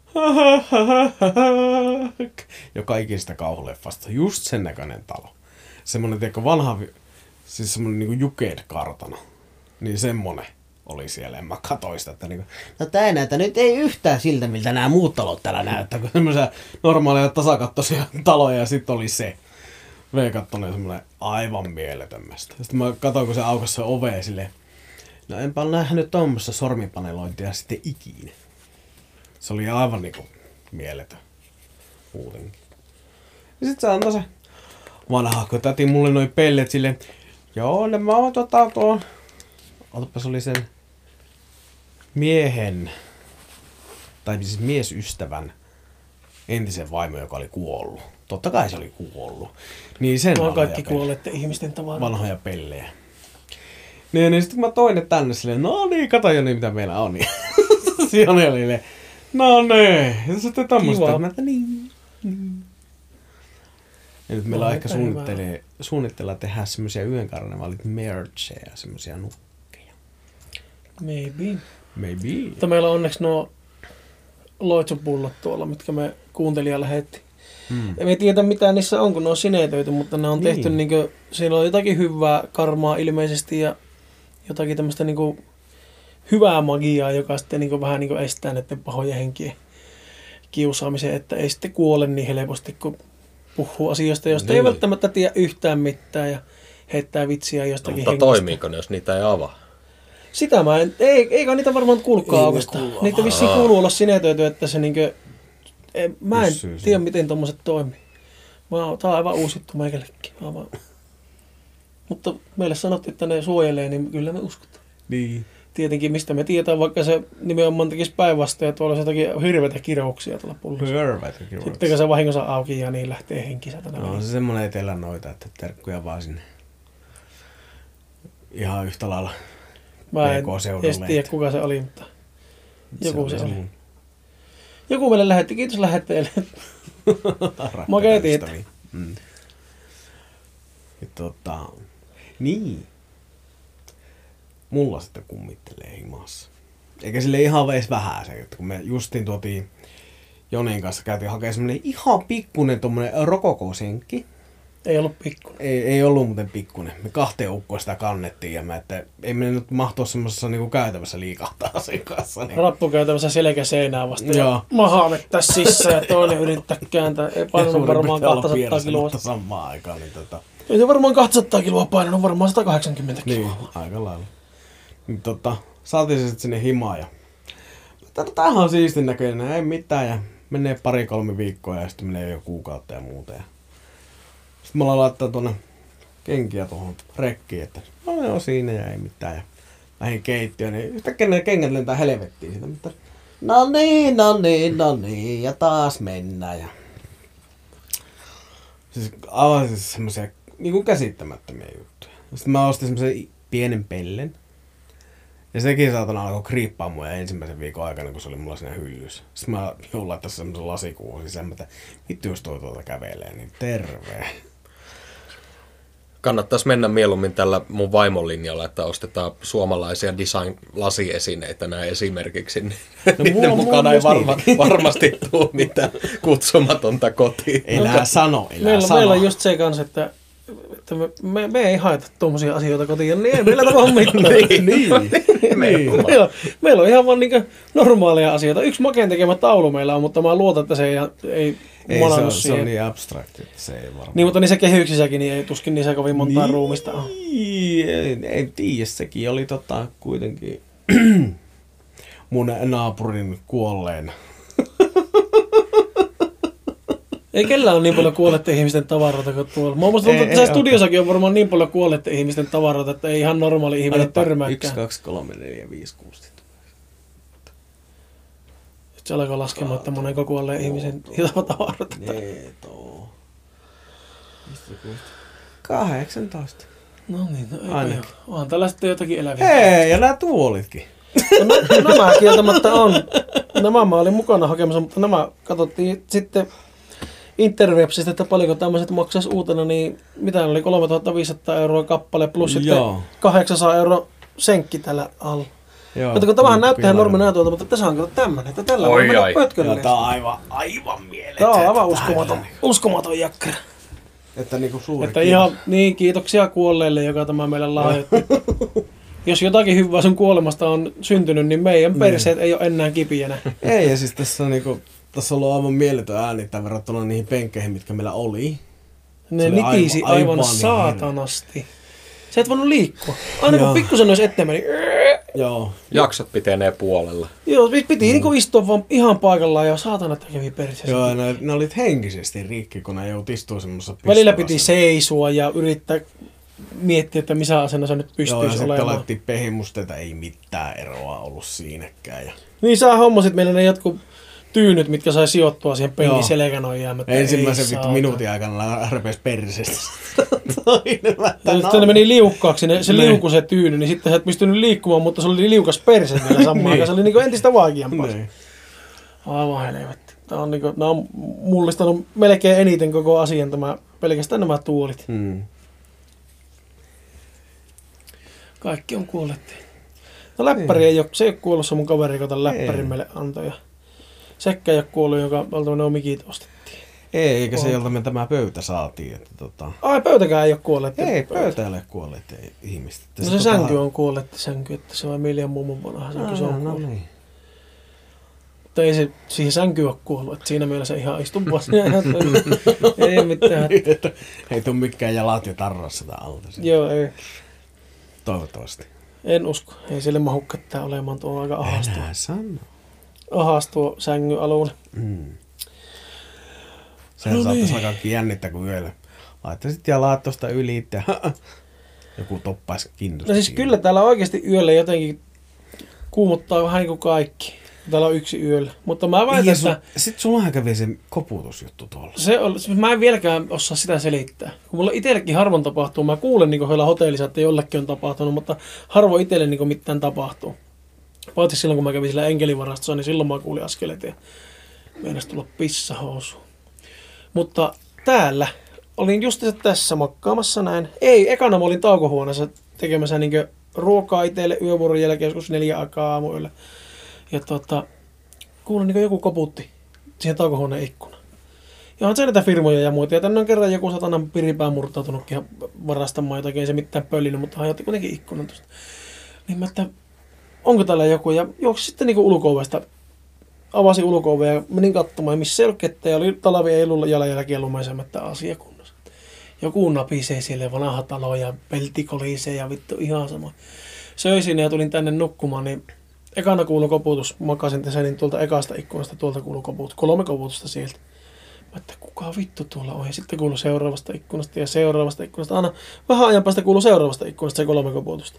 Jo kaikista kauhuleffasta. Just sen näköinen talo. Semmonen tiedätkö vanha... Siis semmonen niinku Juked-kartano. Niin semmonen oli siellä. Ja mä katsoin sitä, että niinku... No tää ei näytä nyt ei yhtään siltä, miltä nämä muut talot täällä näyttää. Kun semmoisia normaaleja tasakattoisia taloja ja sit oli se. V-kattonen semmonen aivan mielettömästä. Sitten mä katsoin, kun se aukaisi se ove silleen. No enpä ole nähnyt tommoista sormipanelointia sitten ikinä. Se oli aivan niinku mieletön. Muutenkin. Ja sit se antoi se vanha, kun täti mulle noi pellet silleen. Joo, ne mä oon tota tuon... Otapa se oli sen miehen, tai siis miesystävän entisen vaimo, joka oli kuollut. Totta kai se oli kuollut. Niin sen Nuo vanhoja kaikki pellejä. kuolleiden ihmisten tavaraa. Vanhoja pellejä. Niin, niin sitten kun mä toin ne tänne silleen, no niin, kato jo niin mitä meillä on. Siinä oli silleen, no niin, ja sitten tämmöstä. Kiva. Mä että niin, niin. Ja nyt meillä on No, ehkä aika suunnittelee, suunnitella tehdä semmosia yön karnevaalit mercheja, semmosia nukkeja. Maybe. Maybe. Mutta meillä on onneksi nuo loitsupullot tuolla, mitkä me kuuntelija lähetti. Hmm. Ja me ei tiedä mitä niissä on, kun ne on sinetöity, mutta ne on Niin. tehty niinku, siinä on jotakin hyvää karmaa ilmeisesti ja jotakin tämmöistä niinku hyvää magiaa, joka sitten niinku vähän niinku estää näiden pahojen henkien kiusaamisen, että ei sitten kuole niin helposti, kun puhuu asioista, joista ei Niin. välttämättä tiedä yhtään mitään ja heittää vitsiä jostakin Mutta hengestä. toimiiko ne, jos niitä ei avaa? Sitä mä en, ei, eikä niitä varmaan kuulukaan Ei ne aukasta. kuulu Niitä vissiin avaa. kuuluu olla sinetöity, että se niinkö, ei, mä en Pyssyy tiedä siinä. miten tommoset toimii. Mä oon, tää on aivan uusi juttu meikällekin. Mä vaan... Mutta meille sanottiin, että ne suojelee, niin kyllä me uskotaan. Niin. Tietenkin mistä me tietää, vaikka se nimenomaan tekisi päinvastoin ja tuolla olisi jotakin hirveitä kirouksia tuolla pullossa. Perfect. Sitten kun se vahingossa auki ja niin lähtee henkisä tänä No on no, se semmonen etelän noita, että terkkuja vaan sinne. Ihan yhtä lailla. Mä en P K-seudulle, edes tiedä että- kuka se oli, mutta joku se oli. mun Joku meille lähetti, kiitos lähettäjälle. rakkaita Makea tietää. ystäviä. Mm. Ja tota, niin. Mulla sitten kummittelee himassa. Eikä sille ihan edes vähän se, että kun me justiin tuotiin Jonin kanssa käytiin hakemaan semmonen ihan pikkunen tommonen rokokosenkki. Ei ollut pikkuinen. Ei, ei ollut muuten pikkuinen. Me kahteen ukkoon sitä kannettiin ja mä, että ei me nyt mahtua semmoisessa niinku käytävässä liikahtaa sen kanssa. Niin. Rappukäytävässä selkä seinää vasta Joo. ja maha vettää sisään ja toinen yrittää kääntää. Ei painanut varmaan kaksisataa kiloa. Mutta samaan aikaan. Niin tota... Ei se varmaan kaksisataa kiloa painanut, varmaan sata kahdeksankymmentä kiloa. Niin, aika lailla. Niin tota, saatiin se sitten sinne himaan ja... Tämähän on siistin näköinen, ei mitään ja menee pari kolme viikkoa ja sitten menee jo kuukautta ja muuta. Ja... Sitten me ollaan laittaa tuonne kenkiä tuohon rekkiin, että no ne on siinä ja ei mitään. Ja lähdin keittiöön, niin yhtäkkiä ne kengät lentää helvettiin siitä, mutta no niin, no niin, no niin, ja taas mennään. Ja... Siis aivan siis semmoisia niinku käsittämättömiä juttuja. Sitten mä ostin semmoisen pienen pellen. Ja sekin saatana alkoi kriippaa mua ensimmäisen viikon aikana, kun se oli mulla siinä hyllyssä. Sitten mä joudun laittaa semmoisen lasikuun sisään, että vittu jos toi tuolta kävelee, niin terve. Kannattaisi mennä mieluummin tällä mun vaimon linjalla, että ostetaan suomalaisia design-lasiesineitä näin esimerkiksi. Niin No, niiden mulla- mukana mulla ei on varma, myös varmasti tule mitään kutsumatonta kotiin. Elää sano, elää Meillä, sano. meillä on just se kanssa, että, että me, me, me ei haeta tuommoisia asioita kotiin, niin ei meillä tapahdu mitään. niin, niin. meillä, on, meillä on ihan vaan niinku normaaleja asioita. Yksi Maken tekemä taulu meillä on, mutta mä luotan, että se ei, ei, Ei, se manannut on, se siihen. on niin abstrakti, että se ei varmaan... Niin, mutta niissä kehyksissäkin niin ei tuskin niissä kovin montaa Niin. ruumista on. Ei, ei tiedä, sekin oli tota kuitenkin mun naapurin kuolleen. Ei kellään ole niin paljon kuolleiden ihmisten tavaroita kuin tuolla. Mä musta tuntuu, Ei, että tässä ei studiossakin on varmaan niin paljon kuolleiden ihmisten tavaroita, että ei ihan normaali ihminen törmääkään. yksi, kaksi, kolme, neljä, viisi, kuusi. Nyt se alkoi laskemaan, että monenko kuolleen ihmisen tavaroita. Neto. kahdeksantoista. No niin, no ei Ainakin. ihan. Onhan tällä sitten jotakin eläviä. Hei, ja nämä tuolitkin. No, nä- nämä kieltämättä on. Nämä mä olin mukana hakemassa, mutta nämä katsottiin sitten Interwebsistä, että paljonko tämmöiset maksaisi uutena, niin mitä ne oli kolmetuhattaviisisataa euroa kappale plus sitten Joo. kahdeksansataa euroa senkki tällä alla. Joo. Mutta kun tämähän näyttää ihan normi näytöltä, mutta tässä on kato tämmönen, että tällä Oi voi mennä ai. pötkölleen. Tää on aivan, aivan mieletön. Tämä on aivan uskomaton, uskomaton jakkara. Että niinku suuri Että ihan niin, kiitoksia kuolleelle, joka tämä meille lahjoitti. Jos jotakin hyvää sun kuolemasta on syntynyt, niin meidän perseet ei ole enää kipiänä. Ei, ja siis tässä on niinku, tässä on ollut aivan mieletön äänittää verrattuna niihin penkkeihin, mitkä meillä oli. Ne Se oli nitisi aivan- aivan, aivan saatanasti. Sä et voinut liikkua. Aina kun Joo. pikkusen olisi eteen meni. Joo. Jaksot pitenee puolella. Joo, piti mm. niinku istua vaan ihan paikallaan ja saatana, että kävi perseessä. Joo, ja ne, ne olit henkisesti rikki, kun ne jout istua semmoisessa Välillä piti pistoasella. seisoa ja yrittää miettiä, että missä asennossa nyt Joo, ja pystyisi sitten olemaan. laitettiin pehimusteita, ei mitään eroa ollut siinäkään. Ja... Niin sä hommasit meille ne jotkut tyynyt, mitkä sai sijoittua siihen penkin Joo. selkänojaan. että Ensimmäisen ei vittu saatana. minuutin aikana repesi perseestä. Toinen Ja vähän sitten ne meni liukkaaksi, ne, se Niin. liuku se tyyny, niin sitten sä et pystynyt liikkumaan, mutta se oli liukas perse vielä samaan Niin. aikaan. Se oli niinku entistä vaikeampaa. Niin. Aivan helvetti. Tää on niinku, nää on mullistanut melkein eniten koko asian tämä, pelkästään nämä tuolit. Hmm. Kaikki on kuolleet. No läppäri ei ole, se ei ole kuollut, se mun kaveri, joka tämän läppärin Ei. meille antoi. Ja sekkä ei ole kuollut, joka jolta ne mikit ostettiin. Ei, eikä se, On. jolta me tämä pöytä saatiin. Että tota... Ai, pöytäkään ei ole kuolleet. Ei, pöytä ei ole kuolleet ei- ihmiset. No se sänky on kuolleet, sänky, että se on Emilian mummon vanha sänky, se on no, kuollut. niin. Mutta ei se siihen sänkyyn ole kuollut, että siinä mielessä ihan istun vaan siinä. Ei mitään. Että ei tule mikään jalat ja tarras sitä alta. Joo, ei. Toivottavasti. En usko. Ei sille mahu ketään olemaan, tuo on aika ahas tuo, Enää sano. ahas tuo sängyn alulle. Mm. Sehän No no saattaisi niin. alkaa jännittää, kun yöllä laittaisit jalat tuosta yli ja joku toppaisi kintusta. No siis kyllä täällä oikeasti yöllä jotenkin kuumottaa vähän niin kuin kaikki. Täällä on yksi yöllä. Mutta mä väitän, Ja että su- sit sulla kävi se koputusjuttu tuolla. se on, mä en vieläkään osaa sitä selittää. Kun mulla itsellekin harvoin tapahtuu, mä kuulen niin heillä hotellissa, että jollekin on tapahtunut, mutta harvoin itselle niin mitään tapahtuu. Paitsi silloin, kun mä kävin sillä enkelivarastossa, niin silloin mä kuulin askeleet ja meinas tulla pissahousu. Mutta täällä olin just tässä makkaamassa näin. Ei, ekana mä olin taukohuoneessa tekemässä niin ruokaa itselle yövuoron jälkeen joskus neljä aikaa aamuyöllä. Ja tota, kuulin niin joku koputti siihen taukohuoneen ikkunaan. Ja on se näitä firmoja ja muita. Ja tänne on kerran joku satanan piripää murtautunutkin ja varastamaan jotakin, ei se mitään pöllinyt, mutta hajotti kuitenkin ikkunan tuosta. Niin mä, että onko täällä joku? Ja juoksi sitten niinku ulko-ovesta. Avasin ulko-ovea ja menin katsomaan, missä ei ollut kettä. Ja oli talvi ei ollut jalanjälkiä lumeisematta asiakunnassa. Joku napisee siellä vanha talo ja pelti kolisee ja vittu ihan sama. Söin sinne ja tulin tänne nukkumaan, niin ekana kuului koputus. Makasin tässä niin tuolta ekasta ikkunasta tuolta kuului koputus. Kolme koputusta sieltä. Mä että kuka vittu tuolla on? Ja sitten kuului seuraavasta ikkunasta ja seuraavasta ikkunasta. Aina vähän ajan päästä kuului seuraavasta ikkunasta se kolme koputusta.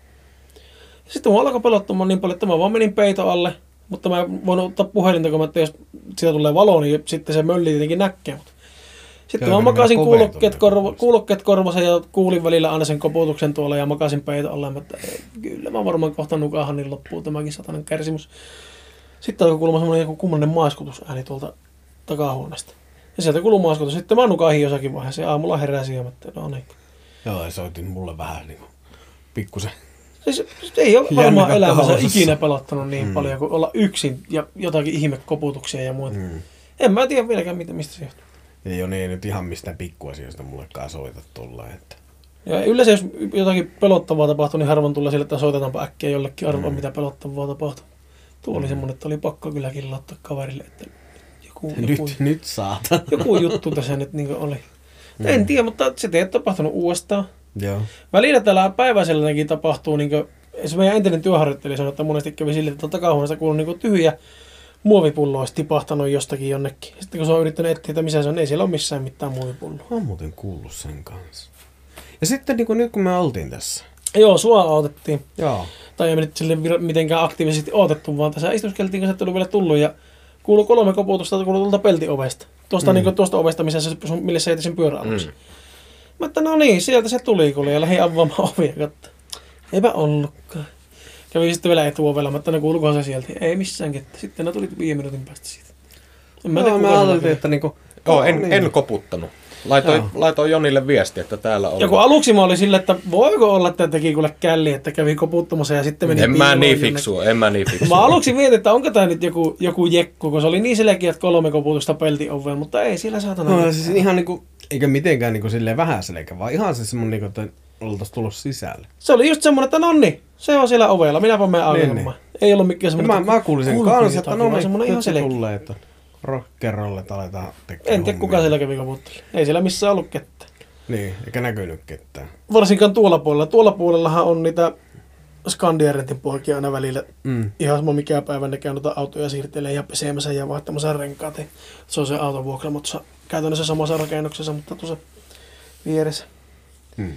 Ja sitten mun alkoi pelottamaan niin paljon, että mä vaan menin peiton alle. Mutta mä voin ottaa puhelinta, kun mä, että jos siitä tulee valo, niin sitten se mölli tietenkin näkee. Sitten mä makasin kuulokkeet, korva, kuulokkeet korvassa ja kuulin välillä aina sen koputuksen tuolla ja makasin peiton alle. Mä, että kyllä mä varmaan kohta nukahan, niin loppuu tämäkin satanen kärsimys. Sitten alkoi kuulua semmoinen joku kummallinen maaskutusääni tuolta takahuoneesta. Ja sieltä kuului maaskutus. Sitten mä nukahin jossakin vaiheessa ja aamulla heräsin ja mä, että no niin. Joo, ja soitin mulle vähän niin kuin pikkusen. Siis ei ole varmaan elämässä ikinä pelottanut niin mm. paljon kuin olla yksin ja jotakin ihmekoputuksia ja muuta. Mm. En mä tiedä vieläkään, mistä se johtuu. Ei ole niin nyt ihan mistään pikkuasioista mullekaan soita tulla. Että... Ja yleensä jos jotakin pelottavaa tapahtuu, niin harvoin tulee sille, että soitetaanpa äkkiä jollekin arvoa, mm. mitä pelottavaa tapahtuu. Tuo oli mm. semmoinen, että oli pakko kylläkin laittaa kaverille, että joku, nyt, joku, nyt saatan. joku juttu tässä nyt niin oli. Mm. En tiedä, mutta se ei ole tapahtunut uudestaan. Joo. Välillä täällä päiväiselläkin tapahtuu, niin kuin, se meidän entinen työharjoittelija sanoi, että monesti kävi sille, että takahuoneesta kuului niin tyhjä muovipullo olisi tipahtanut jostakin jonnekin. Sitten kun se on yrittänyt etsiä, että missä se on, ei siellä ole missään mitään muovipulloa. Olen muuten kuullut sen kanssa. Ja sitten niin kuin nyt kun me oltiin tässä. Joo, sua autettiin. Joo. Tai ei me nyt sille mitenkään aktiivisesti odotettu, vaan tässä istuskeltiin, kun se oli vielä tullut ja kuului kolme koputusta kuului tuolta peltiovesta. Tuosta, mm. niin kuin, tuosta ovesta, missä se, mille se heitti sen pyöräaluksi. Mm. Mä että no niin, sieltä se tuli kuule ja lähdin avaamaan ovia katsoa. Eipä ollutkaan. Kävin sitten vielä etuovella, mä että no kuulukohan se sieltä. Ei missään kettä. Sitten ne tuli viiden minuutin päästä siitä. En mä tiedä, no, mä ajattelin, että niinku... Joo, en, niin. en koputtanut. Laitoin, laitoin Jonille viesti, että täällä on. Ja kun aluksi mä olin sille, että voiko olla, että teki kuule källi, että kävi koputtamassa ja sitten meni En mä niin fiksua, en mä niin fiksua. Mä aluksi mietin, että onko tää nyt joku, joku jekku, kun se oli niin selkeä, että kolme koputusta pelti oveen, mutta ei siellä saatana. No siis ihan niinku, eikä mitenkään niinku silleen vähän selkeä, vaan ihan se semmonen niinku, että oltais tullut sisälle. Se oli just semmonen, että nonni, se on siellä ovella, minäpä menen aukeamaan. Ei ollut mikään semmonen. Mä, mä kuulin sen kanssa, että no niin, nyt se tulee, että rock'n'roll, että aletaan tekemään. En tiedä kuka siellä kävi koputteli. Ei siellä missään ollut kettä. Niin, eikä näkynyt ketään. Varsinkaan tuolla puolella. Tuolla puolellahan on niitä Skandiarentin poikia aina välillä. Mm. Ihan sama mikä päivä ne käy noita autoja siirtelee ja pesemässä ja vaihtamassa renkaat. Se on se autovuokraamo tuossa käytännössä samassa rakennuksessa, mutta tuossa vieressä. Mm.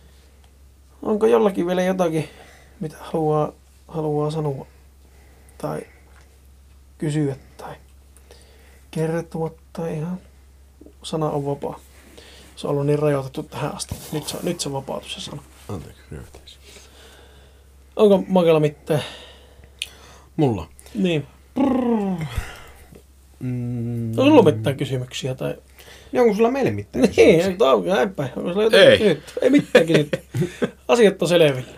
Onko jollakin vielä jotakin, mitä haluaa, haluaa sanoa tai kysyä tai kertoa tai ihan sana on vapaa. Se on ollut niin rajoitettu tähän asti. Nyt se, nyt se vapautus se sana. Anteeksi, ryhtäisi. Onko Makella mitään? Mulla? Niin. Mm. Onko sulla mitään kysymyksiä? Tai... Niin, onko sulla meille mitään kysymyksiä? Niin, onko näin päin? Onko sulla jotain Ei. kysytty? Ei mitään kysytty. Asiat on selvillä.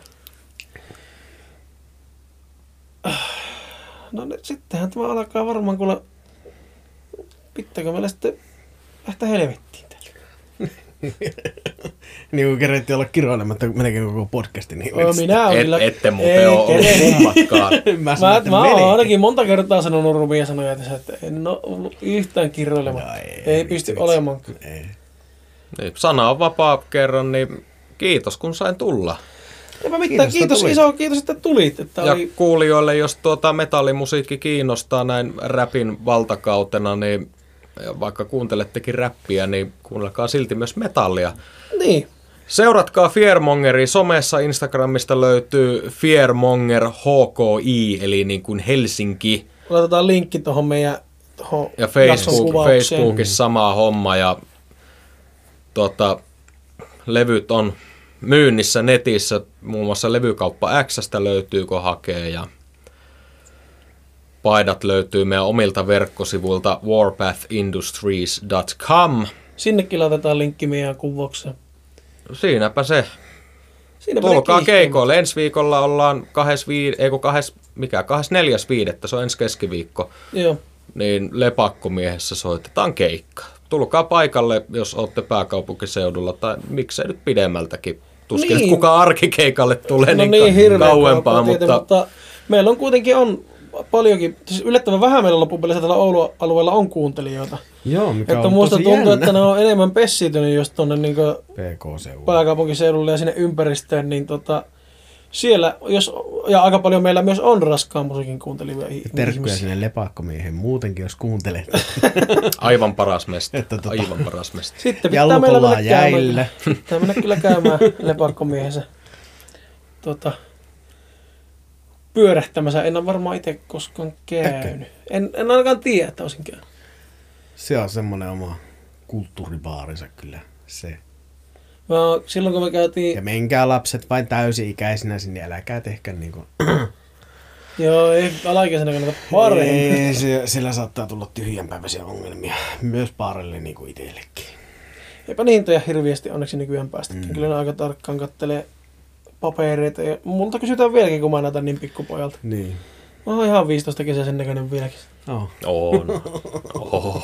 No nyt sittenhän tämä alkaa varmaan kuulla... Pitääkö meillä sitten lähteä helvettiin täällä? Niin kuin kerettiin olla kiroilematta melkein koko podcastin. Niin no, minä olen Et, kyllä... ette muuten ole ollut kummatkaan. mä mä, mä oon ainakin monta kertaa sanonut rumia sanoja tässä, että en ole ollut yhtään kiroilematta. No, ei, ei pysty olemaan. Ei. Niin, sana on vapaa kerran, niin kiitos kun sain tulla. Eipä mitään, kiitos, kiitos iso kiitos, että tulit. Että ja oli... kuulijoille, jos tuota metallimusiikki kiinnostaa näin räpin valtakautena, niin vaikka kuuntelettekin räppiä, niin kuunnelkaa silti myös metallia. Niin. Seuratkaa Fearmongeria. Somessa Instagramista löytyy Fearmonger H K I, eli niin kuin Helsinki. Laitetaan linkki tuohon meidän tohon ja Facebook, Facebookissa sama homma. Ja tota, levyt on myynnissä netissä, muun muassa Levykauppa X:stä löytyy, kun hakee. Ja paidat löytyy meidän omilta verkkosivuilta warpath industries dot com. Sinnekin laitetaan linkki meidän kuvaukseen. Siinäpä se. Siinäpä Tulkaa keikoille. Ensi viikolla ollaan kahes viid... Eiku kahes... Mikä? Kahes neljäs viidettä. Se on ensi keskiviikko. Joo. Niin Lepakkomiehessä soitetaan keikka. tulkaa paikalle, jos olette pääkaupunkiseudulla, tai miksei nyt pidemmältäkin. Tuskin niin. kukaan arkikeikalle tulee no niin, niin hirveän kauempaa, kauempaa, mutta... mutta meillä on kuitenkin on paljonkin, siis yllättävän vähän meillä loppupeleissä täällä Oulun alueella on kuuntelijoita. Joo, mikä että on musta tosi tuntuu, jännä. että ne on enemmän pessiytynyt just tuonne niin P K-seudulla. pääkaupunkiseudulle ja sinne ympäristöön, niin tota, siellä, jos, ja aika paljon meillä myös on raskaan musiikin kuuntelivia Terkkuja ihmisiä. sinne lepakkomiehen muutenkin, jos kuuntelet. Aivan paras mesti. Että tota- Aivan paras mesti. Sitten pitää meillä Jalkolaan mennä käymään, jäillä. pitää mennä kyllä käymään lepakkomiehensä tota, pyörähtämässä. En ole varmaan itse koskaan käynyt. En, en ainakaan tiedä, että olisin käynyt. Se on semmoinen oma kulttuuribaarinsa kyllä se. Mä, silloin kun me käytiin, Ja menkää lapset vain täysi-ikäisinä sinne, äläkää tehkä niinku... joo ei alaikäisenä kannata paremmin. Ei, se, sillä saattaa tulla tyhjänpäiväisiä ongelmia. Myös baarille niinku itsellekin. Eipä niin toja hirviästi onneksi nykyään päästäkin. Mm. Kyllä ne aika tarkkaan kattelee papereita. Ja multa kysytään vieläkin, kun mä näytän niin pikkupojalta. Niin. Mä oon ihan viisitoista kesäisen näköinen vieläkin. Oh. On. Oh.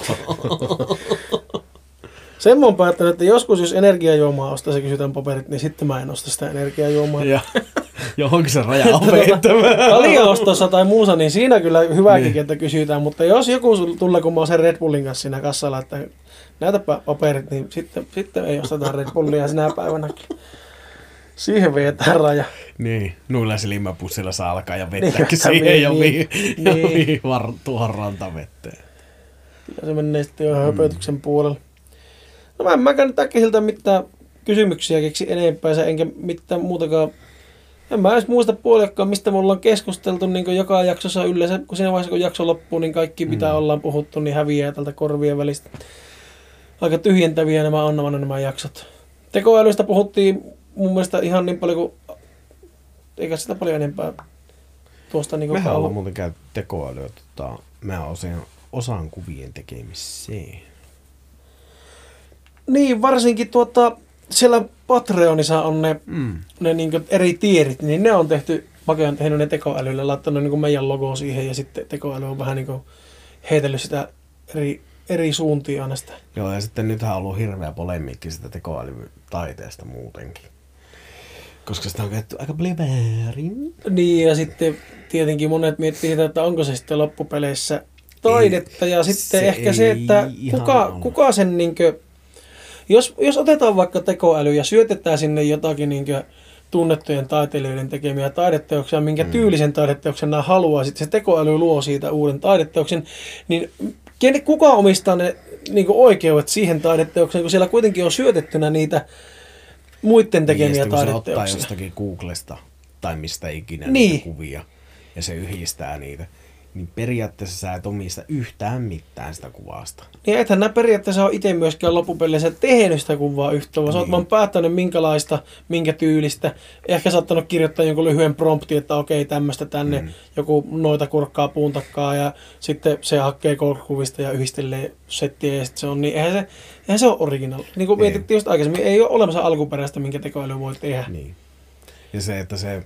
Sen mä oon päättänyt, että joskus jos energiajuomaa ostaa ja kysytään paperit, niin sitten mä en osta sitä energiajuomaa. Ja johonkin se raja on vedettävä. Kaljaostossa tai muussa, niin siinä kyllä hyväkin, Niin. että kysytään. Mutta jos joku tulee, kun mä oon sen Red Bullin kanssa siinä kassalla, että näytäpä paperit, niin sitten, sitten ei osteta Red Bullia sinä päivänä. Siihen vedetään raja. Niin, noilla silmäpussilla saa alkaa ja Niin, vettääkin että siihen ja niin, vii, niin. ja vii var, tuohon rantavetteen. Kyllä se menee sitten jo höpötyksen puolelle. No mä en mäkään nyt äkkisiltä mitään kysymyksiä keksi enempää, enkä mitään muutakaan. En mä edes muista puoliakkaan, mistä me ollaan keskusteltu niin joka jaksossa yleensä, kun siinä vaiheessa kun jakso loppuu, niin kaikki mitä Mm. ollaan puhuttu, niin häviää tältä korvien välistä. Aika tyhjentäviä nämä on nämä, nämä jaksot. Tekoälystä puhuttiin mun mielestä ihan niin paljon kuin, eikä sitä paljon enempää tuosta niin Mehän ollaan kauan. muuten käyty tekoälyä, tota, mä osaan, osaan kuvien tekemiseen. Niin, varsinkin tuota, siellä Patreonissa on ne, Mm. ne niin eri tierit, niin ne on tehty, Pake on tehnyt ne tekoälyllä, laittanut niin meidän logo siihen ja sitten tekoäly on vähän niin heitellyt sitä eri, eri suuntiin aina sitä. Joo, ja sitten nythän on ollut hirveä polemiikki sitä tekoälytaiteesta muutenkin. Koska sitä on käytetty aika paljon väärin. Niin, ja sitten tietenkin monet miettii sitä, että onko se sitten loppupeleissä taidetta, ja sitten se ehkä se, että ei ihan kuka, ole. kuka sen niinkö, jos, jos otetaan vaikka tekoäly ja syötetään sinne jotakin niinkö tunnettujen taiteilijoiden tekemiä taideteoksia, minkä mm. tyylisen taideteoksen nämä haluaa, sitten se tekoäly luo siitä uuden taideteoksen, niin ken, kuka omistaa ne niinkö oikeudet siihen taideteokseen, kun siellä kuitenkin on syötettynä niitä muiden tekemiä niin, kun se ottaa taideteoksia. jostakin Googlesta tai mistä ikinä Niin. niitä kuvia ja se yhdistää niitä, niin periaatteessa sä et omista yhtään mitään sitä kuvasta. Niin ethän nää periaatteessa ole itse myöskään loppupeleissä tehnyt sitä kuvaa yhtään, vaan sä oot Niin. vaan päättänyt minkälaista, minkä tyylistä. Ehkä saattanut kirjoittaa jonkun lyhyen promptin, että okei tämmöistä tänne, Mm. joku noita kurkkaa puun takkaa ja sitten se hakee kuvista ja yhdistelee settiä ja sitten se on niin, eihän se, eihän se ole original. Niin kuin Ei. mietittiin just aikaisemmin, ei ole olemassa alkuperäistä, minkä tekoäly voi tehdä. Niin. Ja se, että se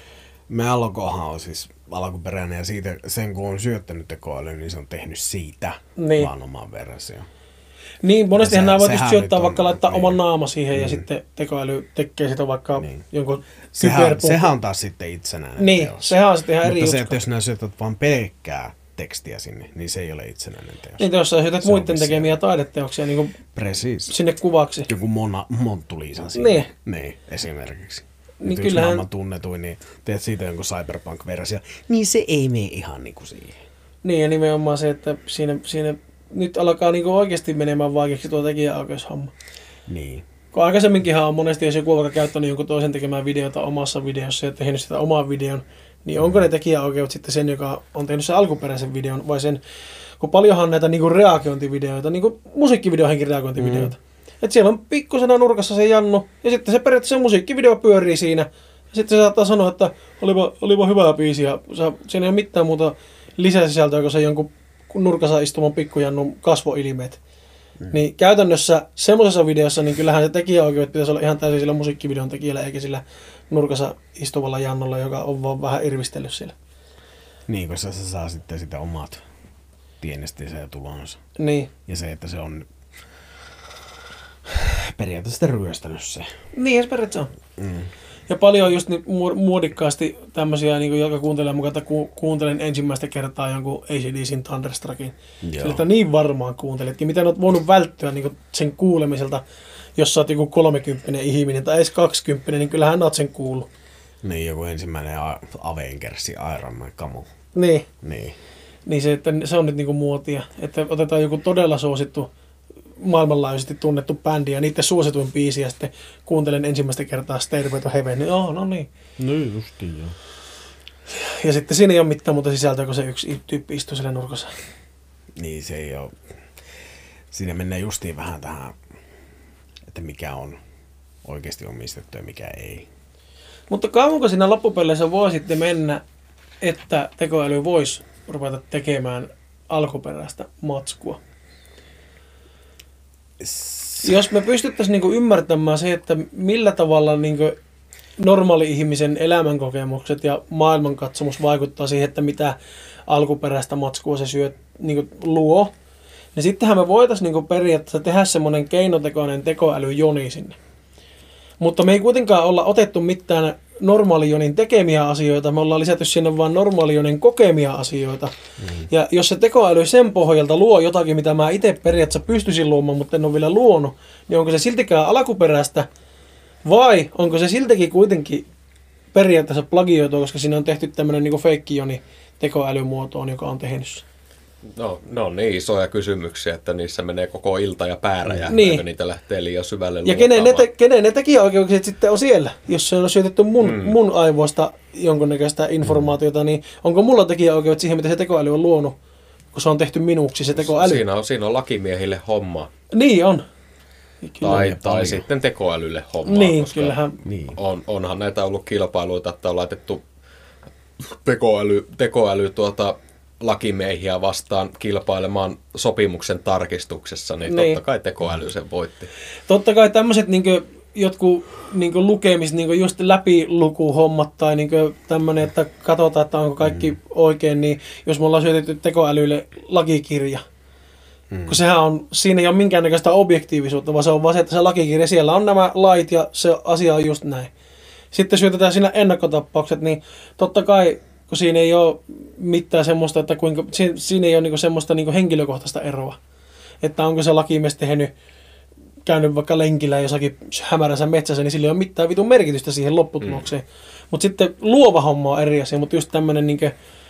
meidän logohan on siis alkuperäinen ja siitä, sen kun on syöttänyt tekoäly, niin se on tehnyt siitä Niin. vaan oman version. Niin, monestihan se- nämä voit just sehän syöttää nyt on- vaikka laittaa niin. oman naama siihen ja Mm. sitten tekoäly tekee sitä vaikka Niin. jonkun Sehän, kyberpunkki. sehän on taas sitten itsenäinen Niin, teos. sehän on sitten ihan eri Mutta se, juttu. että jos nämä syötät vaan pelkkää tekstiä sinne, niin se ei ole itsenäinen teos. Niin, jos sä syötät Se on muiden vissiin. tekemiä taideteoksia niin kuin Precis. sinne kuvaksi. Joku Mona, Monttu-Liisan sinne. Niin. Niin, esimerkiksi. Niin Niin yksi kyllähän- maailman tunnetuin, niin teet siitä jonkun cyberpunk-versio. Niin se ei mene ihan niinku siihen. Niin, ja nimenomaan se, että siinä, siinä nyt alkaa niin kuin oikeasti menemään vaikeaksi tuo tekijäoikeushomma. Niin. Kun aikaisemminkinhan on monesti, jos joku on vaikka käyttänyt jonkun toisen tekemään videota omassa videossa ja tehnyt sitä oman videon, niin onko ne tekijäoikeudet sitten sen, joka on tehnyt sen alkuperäisen videon, vai sen, kun paljonhan näitä niin kuin reagointivideoita, niin kuin musiikkivideoihinkin reagointivideoita. Mm. Että siellä on pikkusena nurkassa se Jannu, ja sitten se periaatteessa se musiikkivideo pyörii siinä, ja sitten se saattaa sanoa, että olipa, olipa hyvä biisi, ja sä, siinä ei ole mitään muuta lisäsisältöä, kuin se jonkun nurkassa istuman pikkujannun kasvoilmeet. Mm. Niin käytännössä semmoisessa videossa, niin kyllähän se tekijäoikeudet pitäisi olla ihan täysin sillä musiikkivideon tekijällä, eikä sillä nurkassa istuvalla Jannolla, joka on vaan vähän irvistellyt siellä. Niin, koska se saa sitten sitä omat tienestinsä ja tulonsa. Niin, Ja se, että se on periaatteessa ryöstänyt se. Niin, se periaatteessa on. Mm. Ja paljon on just niin muodikkaasti tämmöisiä, niin kuin, jotka kuuntelee mukaan, että ku, kuuntelen ensimmäistä kertaa jonkun A C D C:n Thunderstruckin. Sillä, että niin varmaan kuunteletkin. Miten olet voinut välttyä niin kuin sen kuulemiselta, jos sä oot joku kolmekymppinen ihminen tai edes kaksikymppinen, niin kyllähän oot sen kuullut. Niin, joku ensimmäinen Avengersi Iron Man, kamu. Niin. Niin. Niin se, että se on nyt niinku muotia. Että otetaan joku todella suosittu, maailmanlaajuisesti tunnettu bändi ja niiden suosituin biisi ja sitten kuuntelen ensimmäistä kertaa Stairway to Heaven. Niin, oh, no niin. No justiin joo. Ja sitten siinä ei ole mitään muuta sisältöä, kun se yksi tyyppi istuu siellä nurkassa. Niin se ei ole. Siinä menee justiin vähän tähän, että mikä on oikeasti omistettu ja mikä ei. Mutta kauanko siinä loppupeleissä voi sitten mennä, että tekoäly voisi ruveta tekemään alkuperäistä matskua? Jos me pystyttäisiin niinku ymmärtämään se, että millä tavalla niinku normaali-ihmisen elämänkokemukset ja maailmankatsomus vaikuttaa siihen, että mitä alkuperäistä matskua se syö, niinku luo, niin sittenhän me voitaisiin niinku periaatteessa tehdä semmoinen keinotekoinen tekoälyjoni sinne. Mutta me ei kuitenkaan olla otettu mitään normaalijonin tekemiä asioita, me ollaan lisätty sinne vaan normaalijonin kokemia asioita. Mm. Ja jos se tekoäly sen pohjalta luo jotakin, mitä mä itse periaatteessa pystyisin luomaan, mutta en ole vielä luonut, niin onko se siltikään alkuperäistä vai onko se siltikin kuitenkin periaatteessa plagioitua, koska siinä on tehty tämmöinen niin kuin feikkijoni tekoälymuotoon, joka on tehnyt se. No, ne on niin isoja kysymyksiä, että niissä menee koko ilta ja pääräjä, niin. että niitä lähtee liian syvälle ja kenen ne, te, kenen ne tekijäoikeukset sitten on siellä? Jos se on syötetty mun, mm. mun aivoista jonkunnäköistä informaatiota, niin onko mulla tekijäoikeudet siihen, mitä se tekoäly on luonut, kun se on tehty minuksi se tekoäly? Siinä on, siinä on lakimiehille homma. Niin on. Kyllä, tai tai sitten tekoälylle hommaa, niin, koska kyllähän. On, onhan näitä ollut kilpailuita, että on laitettu tekoäly, tekoäly tuota, lakimiehiä vastaan kilpailemaan sopimuksen tarkistuksessa, niin, niin. totta kai tekoäly sen voitti. Totta kai tämmöiset niin jotkut niin lukemis, niin just läpilukuhommat tai niin tämmöinen, että katsotaan, että onko kaikki mm. oikein, niin jos me ollaan syötetty tekoälylle lakikirja, mm. kun sehän on, siinä ei ole minkäännäköistä objektiivisuutta, vaan se on vaan se, että se lakikirja, siellä on nämä lait ja se asia on just näin. Sitten syötetään siinä ennakkotapaukset, niin totta kai kun siinä ei ole mitään semmoista, että kuinka, siinä ei ole niinku semmoista niinku henkilökohtaista eroa. Että onko se lakimies tehnyt, käynyt vaikka lenkillä jossakin hämärässä metsässä, niin sillä ei ole mitään vitun merkitystä siihen lopputulokseen. Mm. Mutta sitten luova homma on eri asia, mutta just tämmöinen, niinku,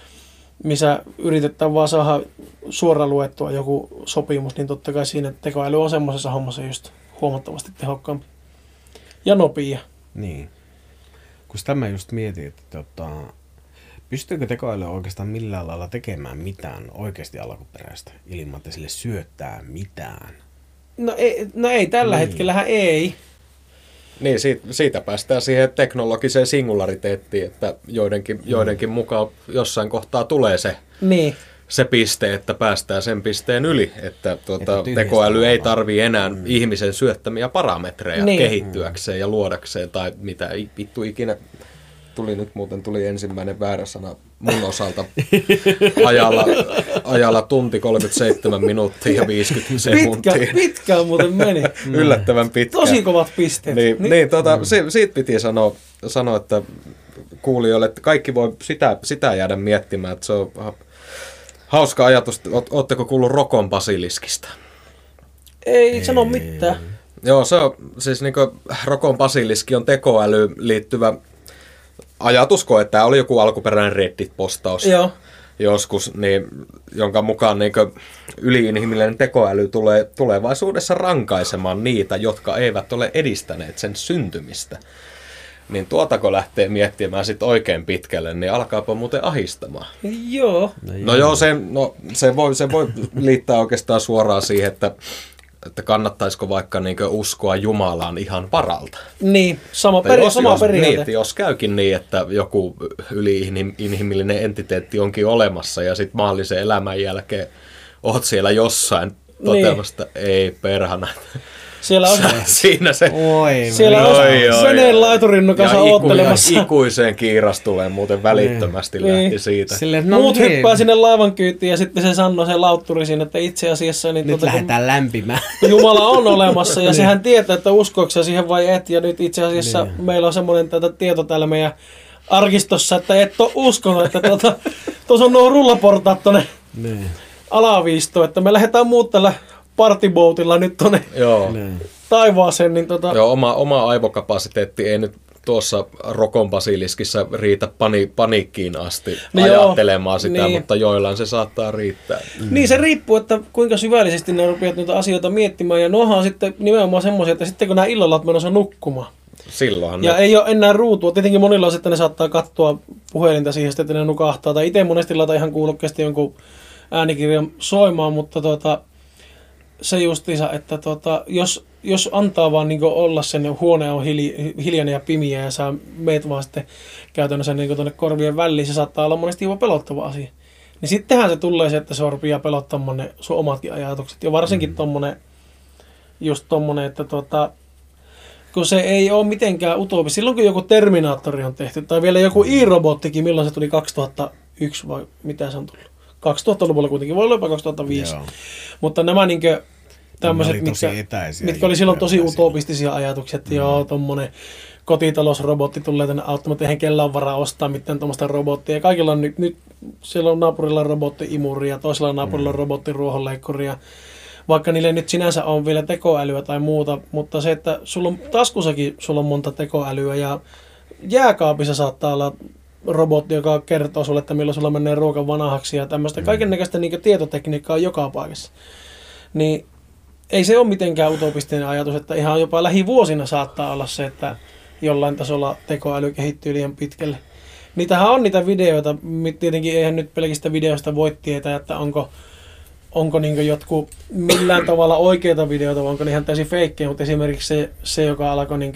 missä yritetään vaan saada suoraan luettua joku sopimus, niin totta kai siinä tekoäly on semmoisessa hommassa just huomattavasti tehokkaampi. Ja nopea. Niin. Kun sitä mä just mietin, että tota, pystyykö tekoäly oikeastaan millään lailla tekemään mitään oikeasti alkuperäistä, ilman että sille syöttää mitään? No ei, no ei tällä niin. hetkellähän ei. Niin, siitä, siitä päästään siihen teknologiseen singulariteettiin, että joidenkin, mm. joidenkin mukaan jossain kohtaa tulee se, niin. se piste, että päästään sen pisteen yli, että, tuota, että tekoäly ei tarvitse enää mm. ihmisen syöttämiä parametreja niin. kehittyäkseen ja luodakseen tai mitä vittu ikinä. Tuli nyt muuten tuli ensimmäinen väärä sana mun osalta ajalla, ajalla tunti kolmekymmentäseitsemän minuuttia ja viisikymmentä sekuntia. Pitkä, pitkään muuten meni. Yllättävän pitkä. Tosi kovat pisteet. Niin, niin. niin tuota, mm. si, siitä piti sanoa, sanoa, että kuulijoille, että kaikki voi sitä, sitä jäädä miettimään, että se on hauska ajatus. Ootteko kuullut Rokon basiliskista? Ei, ei sano mitään. Joo, se on siis niin kuin Rokon basiliski on tekoälyyn liittyvä ajatusko, että tämä oli joku alkuperäinen Reddit-postaus Joo. joskus, niin, jonka mukaan niin yliinhimillinen tekoäly tulee tulevaisuudessa rankaisemaan niitä, jotka eivät ole edistäneet sen syntymistä. Niin tuotako lähtee miettimään sit oikein pitkälle, niin alkaapa muuten ahistamaan. Joo. No joo, se, no, se, voi, se voi liittää oikeastaan suoraan siihen, että että kannattaisiko vaikka niinkö uskoa Jumalaan ihan varalta. Niin, sama, peri- jos, sama jos, periaate. Niin, jos käykin niin, että joku yli-inhimillinen entiteetti onkin olemassa ja sitten maallisen elämän jälkeen oot siellä jossain toteamasta, niin. Ei perhana. Siellä on, Siinä se... Oi, siellä on veneen laiturin kanssa ja iku, oottelemassa. ja ikuiseen kiirastuleen muuten välittömästi Niin. lähti siitä. Silleen, No, Muut hei, hyppää sinne laivan kyytiin ja sitten se sanoo se lautturi siinä, että itse asiassa niin nyt tuota, lähdetään lämpimään. Jumala on olemassa ja sehän tietää, että uskoiko se siihen vai et. Ja nyt itse asiassa niin. meillä on semmoinen tätä tieto täällä meidän arkistossa, että et ole uskonut, että tuota, tuossa on nuo rullaportaat tuonne Niin. alaviistoon, että me lähdetään muut tällä partiboatilla nyt tuonne Joo. Niin. taivaaseen. Niin tota, Joo, oma, oma aivokapasiteetti ei nyt tuossa Rokon basiliskissa riitä pani, paniikkiin asti No ajattelemaan joo, sitä, niin. mutta joillain se saattaa riittää. Niin se riippuu, että kuinka syvällisesti ne rupeat noita asioita miettimään. Ja nohan on sitten nimenomaan semmoisia, että sitten kun nämä illalla olet menossa nukkumaan. Silloinhan Ja ne... ei ole enää ruutua. Tietenkin monilla on sitten ne saattaa katsoa puhelinta siihen, että ne nukahtaa. Tai itse monesti laita ihan kuulokkeesti jonkun äänikirjan soimaan, mutta tota, se justiinsa, että tota, jos, jos antaa vaan niin olla sen huone on hili, hiljainen ja pimiä ja sä meet vaan sitten käytännössä niin tuonne korvien väliin, se saattaa olla monesti jopa pelottava asia. Niin sittenhän se tulee se, että se rupeaa pelottamaan ne sun omatkin ajatukset. Ja varsinkin mm. tommonen, just tommonen, että tota, kun se ei ole mitenkään utopi. Silloin kun joku Terminaattori on tehty, tai vielä joku i-robottikin, milloin se tuli kaksituhattayksi vai mitä se on tullut? kaksituhattaluvulla kuitenkin, voi olla jopa kaksituhattaviisi. Joo. Mutta nämä niinkö tämmöiset, oli mitkä, mitkä oli silloin tosi utopistisia ajatuksia, että mm. joo, tommonen kotitalousrobotti tulee tänne auttamaan, että eihän kellään ole varaa ostaa mitään tuommoista robottia. Ja kaikilla on nyt, nyt siellä on naapurilla robotti-imuri ja toisella naapurilla on mm. robotti-ruohonleikkuri. Ja vaikka niille nyt sinänsä on vielä tekoälyä tai muuta, mutta se, että sulla on taskussakin sulla on monta tekoälyä ja jääkaapissa saattaa olla robotti, joka kertoo sulle, että milloin sulla menee ruoka vanhaksi ja tämmöistä. Mm. Kaikennäköistä niin tietotekniikkaa on joka paikassa. Niin ei se ole mitenkään utopistinen ajatus, että ihan jopa lähivuosina saattaa olla se, että jollain tasolla tekoäly kehittyy liian pitkälle. Niitähän on niitä videoita, tietenkin eihän nyt pelkistä videoista voi tietää, että onko, onko niin jotkut millään tavalla oikeita videoita, vai onko ne ihan täysin feikkejä, mutta esimerkiksi se, se joka alkoi niin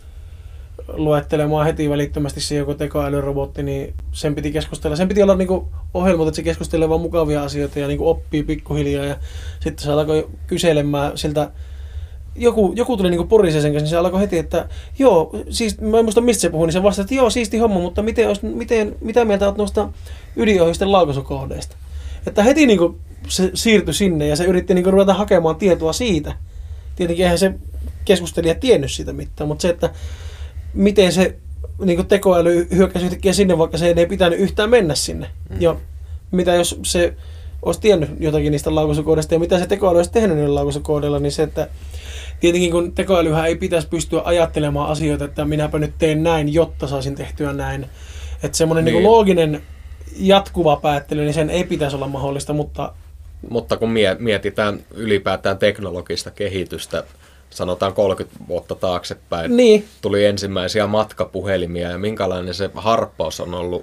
luettelemaan heti välittömästi se joku tekoälyrobotti, niin sen piti keskustella. Sen piti olla niin ohjelmat, että se keskustelee vaan mukavia asioita ja niin oppii pikkuhiljaa. Ja sitten se alkoi kyselemään siltä, joku, joku tuli niin poriseen sen kanssa, niin se alkoi heti, että joo, siis, mä en muista mistä se puhui, niin se vastasi, että joo, siisti homma, mutta miten, olisi, miten, mitä mieltä olet noista ydinohjusten laukaisukohdeista? Että heti niin se siirtyi sinne ja se yritti niin ruveta hakemaan tietoa siitä. Tietenkin eihän se keskustelija tiennyt siitä mitään, mutta se, että miten se niin tekoäly hyökkäsi yhtäkkiä sinne, vaikka se ei pitänyt yhtään mennä sinne. Mm. Ja mitä jos se olisi tiennyt jotakin niistä laukaisukoodista ja mitä se tekoäly olisi tehnyt niillä laukaisukoodilla, niin se, että tietenkin kun tekoälyhän ei pitäisi pystyä ajattelemaan asioita, että minäpä nyt teen näin, jotta saisin tehtyä näin. Että semmoinen niin. niin looginen jatkuva päättely, niin sen ei pitäisi olla mahdollista, mutta... Mutta kun mietitään ylipäätään teknologista kehitystä, sanotaan kolmekymmentä vuotta taaksepäin, niin. tuli ensimmäisiä matkapuhelimia ja minkälainen se harppaus on ollut,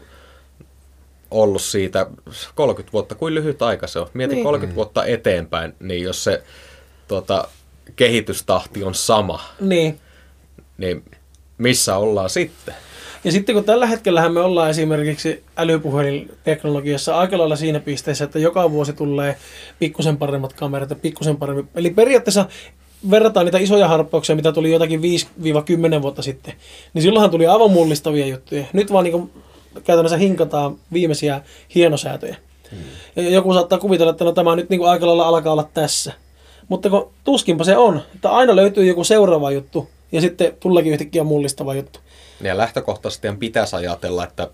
ollut siitä kolmekymmentä vuotta, kuin lyhyt aika se on. Mieti niin. kolmekymmentä vuotta eteenpäin, niin jos se tuota, kehitystahti on sama, niin. niin missä ollaan sitten? Ja sitten kun tällä hetkellähän me ollaan esimerkiksi älypuhelinteknologiassa aika lailla siinä pisteessä, että joka vuosi tulee pikkusen paremmat kamerat ja pikkusen paremmin. Eli periaatteessa verrataan niitä isoja harppauksia, mitä tuli jotakin viisi kymmenen vuotta sitten, niin silloinhan tuli aivan mullistavia juttuja. Nyt vaan niin käytännössä hinkataan viimeisiä hienosäätöjä. Hmm. Ja joku saattaa kuvitella, että no, tämä nyt niin aika lailla alkaa olla tässä. Mutta kun tuskinpa se on, että aina löytyy joku seuraava juttu ja sitten tuleekin yhtäkkiä mullistava juttu. Ja lähtökohtaisesti pitäisi ajatella, että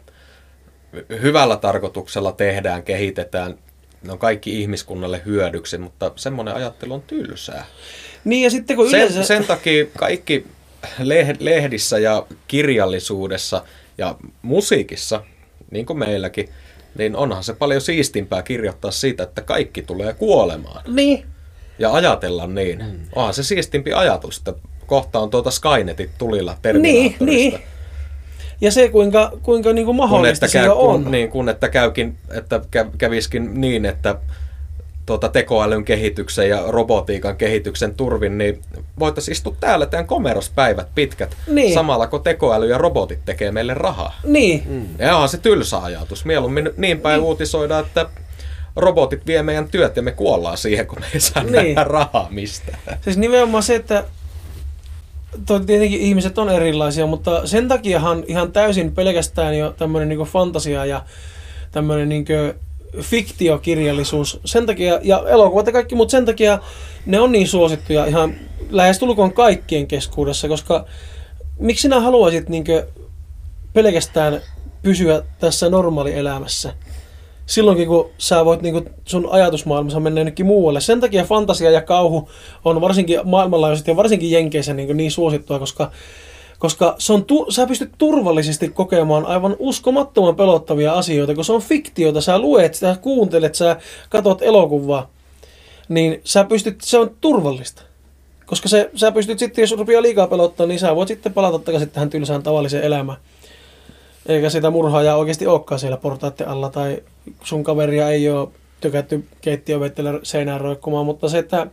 hyvällä tarkoituksella tehdään, kehitetään, ne on kaikki ihmiskunnalle hyödyksi, mutta semmoinen ajattelu on tylsää. Niin ja sitten kun yleensä... sen, sen takia kaikki lehdissä ja kirjallisuudessa ja musiikissa, niin kuin meilläkin, niin onhan se paljon siistimpää kirjoittaa siitä, että kaikki tulee kuolemaan. Niin. Ja ajatella niin. Mm. Onhan se siistimpi ajatus, että kohta on tuota Skynetit tulilla Terminaattorista. Niin, niin. Ja se kuinka, kuinka niin kuin mahdollista kun, käy, se on. Kun, niin, kun että, käykin, että käviskin niin, että tuota tekoälyn kehityksen ja robotiikan kehityksen turvin, niin voitaisiin istua täällä tämän komerospäivät pitkät, niin. Samalla kun tekoäly ja robotit tekee meille rahaa. Niin. Mm. Ja onhan se tylsä ajatus. Mieluummin niin päin niin. uutisoida, että robotit vie meidän työt ja me kuollaan siihen, kun me ei saa Niin. nähdä rahaa mistään. Siis nimenomaan se, että toi tietenkin ihmiset on erilaisia, mutta sen takiahan ihan täysin pelkästään jo tämmöinen niinku fantasia ja tämmöinen niinku fiktiokirjallisuus, sen takia, ja elokuvat ja kaikki, mutta sen takia ne on niin suosittuja ihan lähestulkoon kaikkien keskuudessa, koska miksi sinä haluaisit niinku pelkästään pysyä tässä normaalielämässä? Silloinkin, kun sä voit niin kuin sun ajatusmaailmassa mennä jonnekin muualle. Sen takia fantasia ja kauhu on varsinkin maailmanlaajuisesti ja varsinkin Jenkeissä niin, niin suosittua, koska, koska se on tu- sä pystyt turvallisesti kokemaan aivan uskomattoman pelottavia asioita, kun se on fiktiota. Sä luet, sä kuuntelet, sä katot elokuvaa, niin sä pystyt, se on turvallista. Koska se, sä pystyt sitten, jos rupeaa liikaa pelottaa, niin sä voit sitten palata takaisin tähän tylsään tavalliseen elämään. Eikä sitä murhaajaa oikeasti olekaan siellä portaiden alla, tai sun kaveria ei ole tykätty keittiövettellä seinään roikkumaan, mutta se, että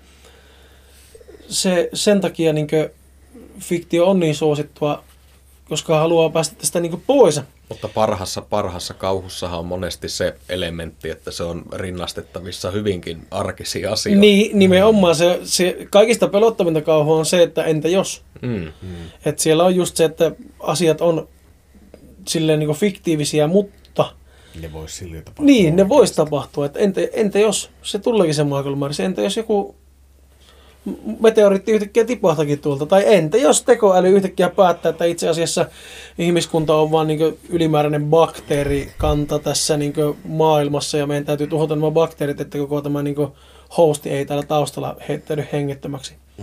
se, sen takia niin fiktio on niin suosittua, koska haluaa päästä tästä niin pois. Mutta parhassa, parhassa kauhussahan on monesti se elementti, että se on rinnastettavissa hyvinkin arkisia asioita. Niin, nimenomaan. Se, se kaikista pelottavinta kauhua on se, että entä jos? Mm. Mm. Et siellä on just se, että asiat on silleen niin fiktiivisiä, mutta ne vois silti tapahtua. Niin, ne vois tapahtua. Että entä, entä jos se tuleekin se maailmanmäärässä? Entä jos joku meteoriitti yhtäkkiä tipahtakin tuolta? Tai entä jos tekoäly yhtäkkiä päättää, että itse asiassa ihmiskunta on vaan niin ylimääräinen bakteerikanta tässä niin maailmassa ja meidän täytyy tuhota nämä bakteerit, että koko tämä niin hosti ei täällä taustalla heittäydy hengettömäksi. Mm.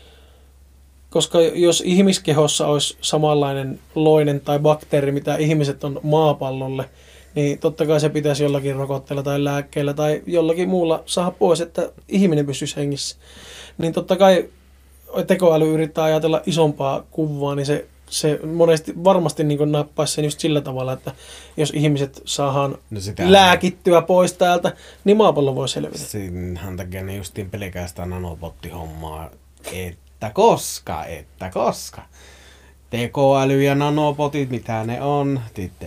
Koska jos ihmiskehossa olisi samanlainen loinen tai bakteeri, mitä ihmiset on maapallolle, niin totta kai se pitäisi jollakin rokotteella tai lääkkeellä tai jollakin muulla saada pois, että ihminen pysyisi hengissä. Niin totta kai tekoäly yrittää ajatella isompaa kuvaa, niin se, se monesti varmasti niin nappaisi sen just sillä tavalla, että jos ihmiset saadaan no lääkittyä pois täältä, niin maapallo voi selvitä. Siinähän takia ne justiin pelkästään nanobottihommaa, että koska, että koska. Tekoäly ja nanobotit, mitä ne on.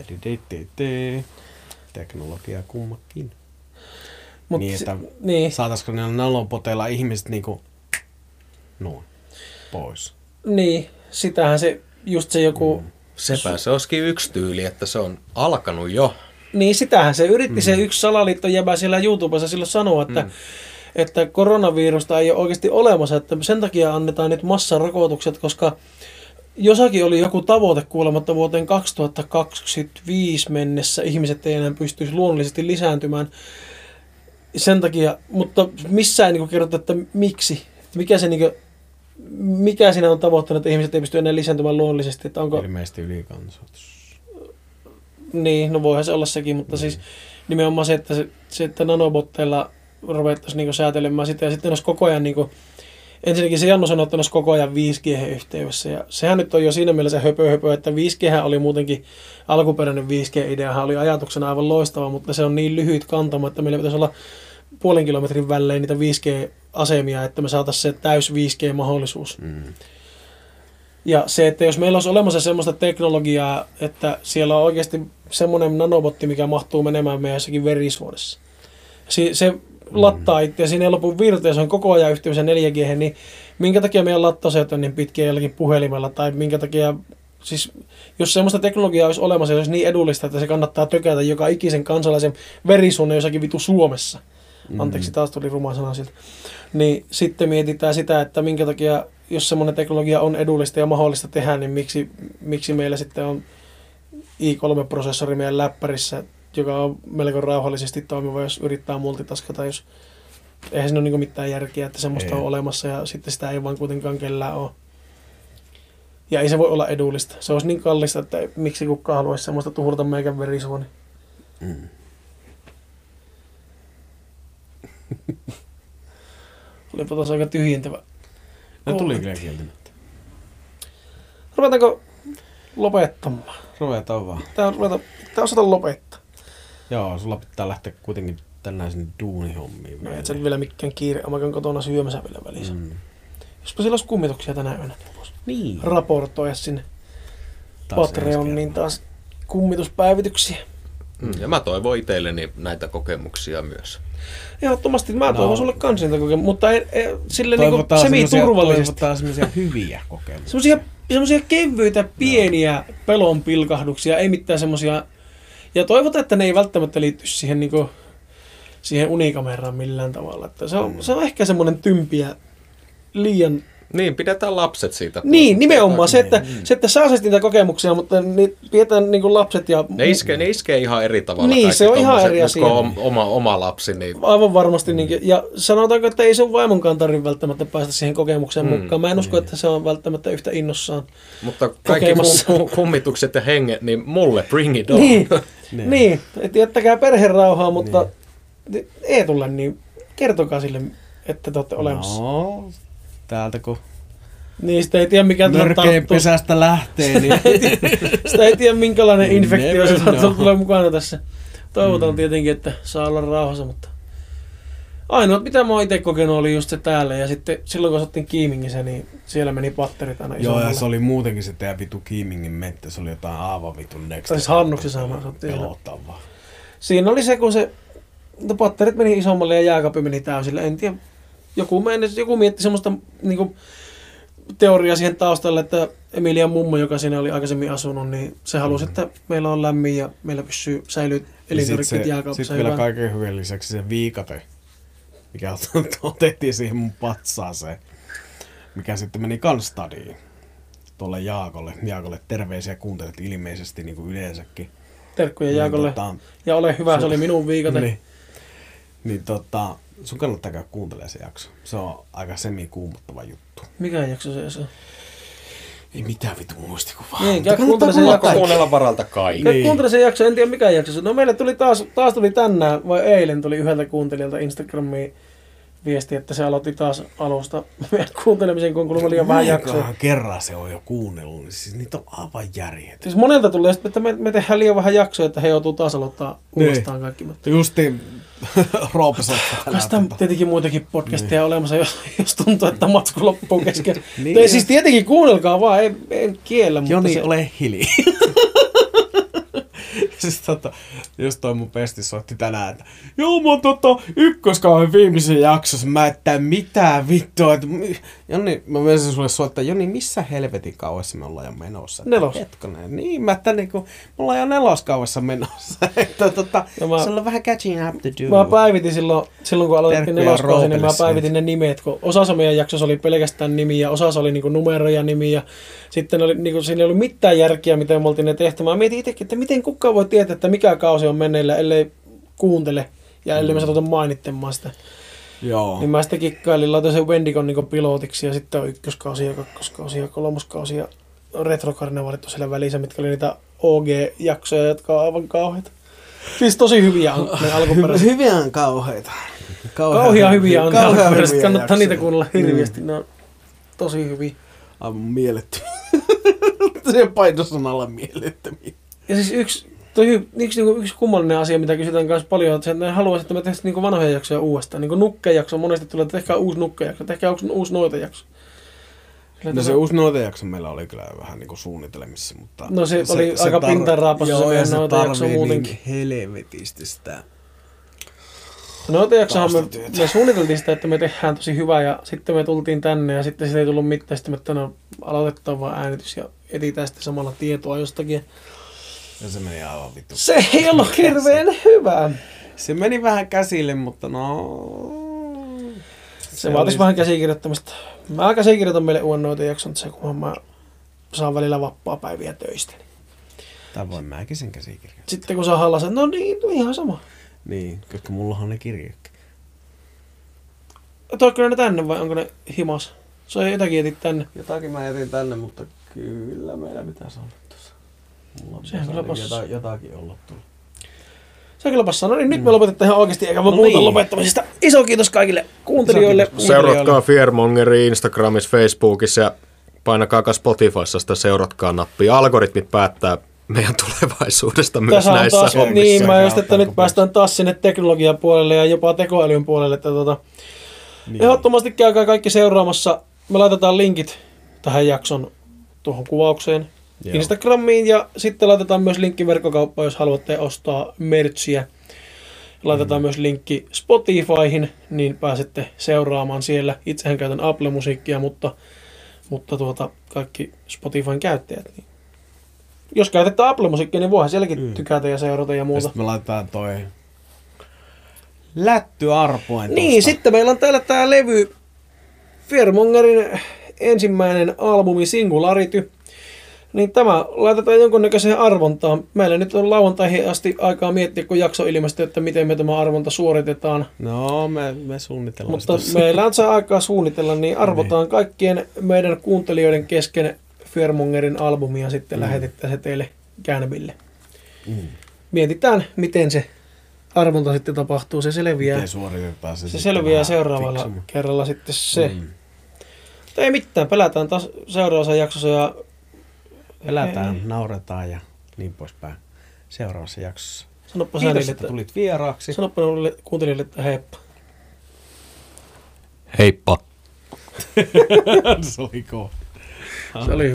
Teknologia kummakin. Mut niin, että niin. Saataisiko niillä nanoboteilla ihmiset niinku noin pois. Niin, sitähän se just se joku... Mm. Sepä se olisikin yksi tyyli, että se on alkanut jo. Niin, sitähän se yritti mm. se yksi salaliittojäbä siellä YouTubessa silloin sanoa, että mm. että koronavirusta ei ole oikeasti olemassa, että sen takia annetaan nyt massarokotukset, koska jossakin oli joku tavoite kuulematta vuoteen kaksituhattakaksikymmentäviisi mennessä ihmiset ei enää pystyisi luonnollisesti lisääntymään. Sen takia, mutta missään ei niin kerrota, että miksi, mikä, se, niin kuin, mikä siinä on tavoitteena, että ihmiset ei pysty enää lisääntymään luonnollisesti. Että onko... Ilmeisesti ylikansoitus. Niin, no voihan se olla sekin, mutta mm. siis nimenomaan se, että, se, se, että nanobotteilla ruvettaisiin niinku säätelemään sitä ja sitten olisi koko ajan niinku, ensinnäkin se Janno sanoi, että olisi koko ajan viisi G-yhteydessä ja sehän nyt on jo siinä mielessä höpö höpö, että viisi G oli muutenkin alkuperäinen viisi G-ideahan oli ajatuksena aivan loistava, mutta se on niin lyhyt kantama, että meillä pitäisi olla puolen kilometrin välein niitä viisi G-asemia, että me saataisiin se täys viisi G-mahdollisuus. Mm. Ja se, että jos meillä olisi olemassa semmoista teknologiaa, että siellä on oikeasti semmoinen nanobotti, mikä mahtuu menemään meidän jossakin verisuonessa. Se, se lattaa itse ja siinä ei lopu virta ja se on koko ajan yhteydessä neljä G, niin minkä takia meidän lattausajat on niin pitkiä jollakin puhelimella tai minkä takia, siis jos semmoista teknologiaa olisi olemassa, se olisi niin edullista, että se kannattaa tökätä joka ikisen kansalaisen verisuonen jossakin vitu Suomessa. Anteeksi, taas tuli ruma sana siltä. Niin sitten mietitään sitä, että minkä takia, jos semmoinen teknologia on edullista ja mahdollista tehdä, niin miksi, miksi meillä sitten on i kolme -prosessori meidän läppärissä, joka on melko rauhallisesti toimiva, jos yrittää multitaskata, jos eihän siinä ole niin mitään järkeä, että semmoista ei. On olemassa ja sitten sitä ei vaan kuitenkaan kellään ole. Ja ei se voi olla edullista. Se olisi niin kallista, että miksi kukaan haluaisi semmoista tuhurta meikän verisuoni. Mm. Olipa taas aika tyhjentävä. No tuli kyllä kieltämättä. Ruvetaanko lopettamaan? Ruvetaan vaan. Tää on ruveta, tää osata lopettaa. Joo, sulla pitää lähteä kuitenkin tällaisen duunihommiin. No et sä nyt vielä mikään kiire, mä käyn kotona syömässä vielä välissä. Mm. Jospa siellä olisi kummituksia tänä yönä, niin voisi niin. raportoida sinne Patreoniin taas kummituspäivityksiä. Mm. Ja mä toivon itselleni näitä kokemuksia myös. Ehdottomasti mä toivon No. sulle kans niitä kokemuksia, mutta ei, ei, sille niinku Toivotaan semi-turvallisesti. Toivotaan semmoisia hyviä kokemuksia. Semmoisia, semmoisia kevyitä, pieniä pelon pilkahduksia, ei mitään semmoisia. Ja toivotaan, että ne ei välttämättä liitty siihen, niinku, siihen unikameraan millään tavalla. Että se, on, mm. se on ehkä semmoinen tympiä liian. Niin, pidetään lapset siitä pois. Niin, nimenomaan se, että, niin. se, että saa niitä kokemuksia, mutta niin pidetään niinku lapset ja... Ne iskee, ne iskee ihan eri tavalla. Niin, kaikki se on ihan tommoset, eri nyt asia. kun on oma, oma lapsi, niin... Aivan varmasti. Niin, ja sanotaanko, että ei sun vaimonkaan tarvitse välttämättä päästä siihen kokemukseen mm, mukaan. Mä en usko, että se on välttämättä yhtä innossaan. Mutta kaikki kokemassa. kum, kummitukset ja henget, niin mulle bring it on. Niin, niin, että jättäkää perheen rauhaa, mutta niin. Eetulle, niin kertokaa sille, että te olette olemassa. No, täältä kun Niin, sitä ei tiedä mikä mörkeen tarttuu. pesästä lähtee, niin Sitä ei tiedä minkälainen You infektio never se know. tulee mukana tässä. Toivotaan mm. tietenkin, että saa olla rauhassa, mutta ainoa mitä mä oon itse kokenut oli just se täällä ja sitten silloin kun osattiin Kiimingissä, niin siellä meni patterit aina joo, isommalle. ja se oli muutenkin se teidän vitu Kiimingin mettä, se oli jotain aivan vitun next. Tai siis Hannuksessa mä asuttiin. Pelottavaa. Siinä oli se, kun se no, patterit meni isommalle ja jääkaappi meni täysille. En tiedä, joku, meni, joku mietti semmoista niinku, teoriaa siihen taustalle, että Emilian mummo, joka siinä oli aikaisemmin asunut, niin se halusi, että meillä on lämmin ja meillä pysyy säilyy elintarvikkeet jääkaapissa. Sitten vielä kaiken hyvän lisäksi se viikate, mikä otettiin siihen mun patsaaseen, mikä sitten meni kans stadiin tuolle Jaakolle. Jaakolle terveisiä kuuntelet ilmeisesti niin kuin yleensäkin. Terkkuja Niin, Jaakolle. tota, Ja ole hyvä, se sun- oli minun viikate. Niin, niin tota, sun kannattaa käydä kuuntelemaan se jakso. Se on aika semi-kuumottava juttu. Mikä jakso se on? Ei mitään vitu muistikuvaa. Niin, Mutta käy kuuntele sen Pakko jakso. kuunnella varalta kaikki. Niin. Kuuntele sen jakso, en tiedä mikä jakso se. No meille tuli taas, taas tuli tänään, vai eilen tuli yhdeltä kuuntelijalta Instagramiin viesti, että se aloitti taas alusta meidän kuuntelemisen, kun kuulemma liian vähän jaksoa. Monenkohan kerran se on jo kuunnellut, niin siis niitä on aivan järjettä. Siis monelta tulee, että me, me tehdään liian vähän jaksoja, että he joutuu taas aloittaa uudestaan kaikki. Mutta Justiin Roopsa. tästä on tietenkin muitakin podcasteja niin. olemassa, jos, jos tuntuu, että matsku loppuu kesken. Niin. niin. Siis tietenkin kuunnelkaa vaan, ei, en kiellä. Mutta Joni, se, ole hiljaa. Siis tota, just toi mun pesti soitti tänään, että joo mä oon tota ykköskauhen viimeisen jaksossa, mä että mitään vittua. Että, Joni, mä menisin sulle soittaa, Joni, missä helvetin kauessa me ollaan jo menossa? Nelos. Hetkonen. Niin, mä että niinku, me ollaan jo neloskauessa menossa. Että tota, mä- se on vähän catching up to do. Mä päivitin silloin, silloin kun aloitettiin Terkkuja neloskausi, niin mä Roopelle päivitin ne nimet, kun osassa meidän jaksossa oli pelkästään nimiä, osassa oli niinku numeroja nimiä. Sitten oli, niinku, siinä ei ollut mitään järkiä, miten me oltiin ne tehty. Mä mietin itsekin, että miten kukaan voi tietää, että mikä kausi on menneillä, ellei kuuntele ja ellei me satuta mainittamaan sitä. Joo. Niin mä sitten kikkailin, laitoin sen Wendikon niinku pilotiksi ja sitten on ykköskausi ja kakkoskausi ja kolmoskausi ja retrokarnevaalit on siellä välissä, mitkä oli niitä O G-jaksoja, jotka on aivan kauheita. Siis tosi hyviä on ne alkuperäiset. Hyviä on kauheita. Kauhia hyviä on ne kauhean alkuperäiset, hyviä kannattaa niitä jaksoja. kuunnella hirveästi, ne on tosi hyviä. Aivan mielettömiä. Se painosanalla mielettömiä. Ja siis yksi, toi, hy- yksi, niinku, yksi kummallinen asia, mitä kysytään myös paljon, että ne haluaisivat, että me tehtäisiin niinku vanhoja jaksoja uudestaan. Niinku nukkejakso, monesti tulee, että tehkää uusi nukkejakso, tehkää uusi, uusi noitajakso. Sillä No se tota- uusi noitajakso meillä oli kyllä vähän niinku suunnitelmissa, mutta... No se oli aika pintaraapasu se meidän noitajakso muutenkin. Niin helvetisti sitä. Noitajaksohan me, Taustatyötä. me suunniteltiin sitä, että me tehdään tosi hyvää ja sitten me tultiin tänne ja sitten siitä ei tullut mitään. Sitten me tänne aloitetaan vaan äänitys ja etsitään sitten samalla tietoa jostakin. Ja se meni aivan vittu. Se ei ollut hirveän hyvää. Se meni vähän käsille, mutta no... Se, se vaatisi vähän käsikirjoittamista. Mä käsikirjoitan meille uuden noitajakson, se kun mä saan välillä vapaa-päiviä töistä. Tai voin mäkin sen käsikirjoittaa. Sitten kun saa hallassa, no niin, ihan sama. Niin, koska mullahan on ne kirjatkin. Toikko ne tänne vai onko ne himas? Se on jotakin etit tänne. Jotakin mä jätin tänne, mutta kyllä meillä pitäisi olla tuossa. Mulla on Sehän kyllä passaa. jotakin, jotakin ollut tullut. Se kyllä passaa. No niin, nyt me lopetetaan ihan oikeasti, eikä vaan No puhuta niin. lopettamisesta. Iso kiitos kaikille kuuntelijoille. Iso kiitos. Seuratkaa Fearmongeria Instagramissa, Facebookissa ja painakaa Spotifyssa sitä seuratkaa nappia. Algoritmit päättää meidän tulevaisuudesta myös Tässä on näissä taas, hommissa. niin, mä just, että Auttaa nyt päästään taas sinne teknologian puolelle ja jopa tekoälyn puolelle. Että tota, Niin. ehdottomasti käykää kaikki seuraamassa. Me laitetaan linkit tähän jakson tuohon kuvaukseen. Joo. Instagramiin ja sitten laitetaan myös linkki verkkokauppaan, jos haluatte ostaa merchia. Laitetaan mm. myös linkki Spotifyhin, niin pääsette seuraamaan siellä. Itsehän käytän Apple-musiikkia, mutta, mutta tuota, kaikki Spotifyn käyttäjät. Niin. Jos käytetään Apple-musiikkia, niin voihan sielläkin mm. tykätä ja seurata ja muuta. Ja sitten me laitetaan toi Lätty Arpoen Niin, tosta. Sitten meillä on täällä tää levy Fearmongerin ensimmäinen albumi Singularity. Niin tämä laitetaan jonkunnäköiseen arvontaan. Meillä nyt on lauantaihin asti aikaa miettiä, kun jakso ilmestyy, että miten me tämä arvonta suoritetaan. No, me, me suunnitellaan. Mutta meillä on se aikaa suunnitella, niin arvotaan niin. Kaikkien meidän kuuntelijoiden kesken Fearmongerin albumia sitten mm. lähetetään se teille Käänneville. Mm. Mietitään, miten se arvonta sitten tapahtuu. Se selviää, miten suoritetaan se, se selviää seuraavalla fiksumme. Kerralla sitten se. Mm. Ei mitään, pelätään taas seuraavassa jaksossa ja elätään, nauretaan ja niin poispäin seuraavassa jaksossa. Sanoppa Kiitos, niille, että tulit vieraaksi. Sanoppa niille kuuntelijoille, että heippa. Heippa. Se oli kova. Se oli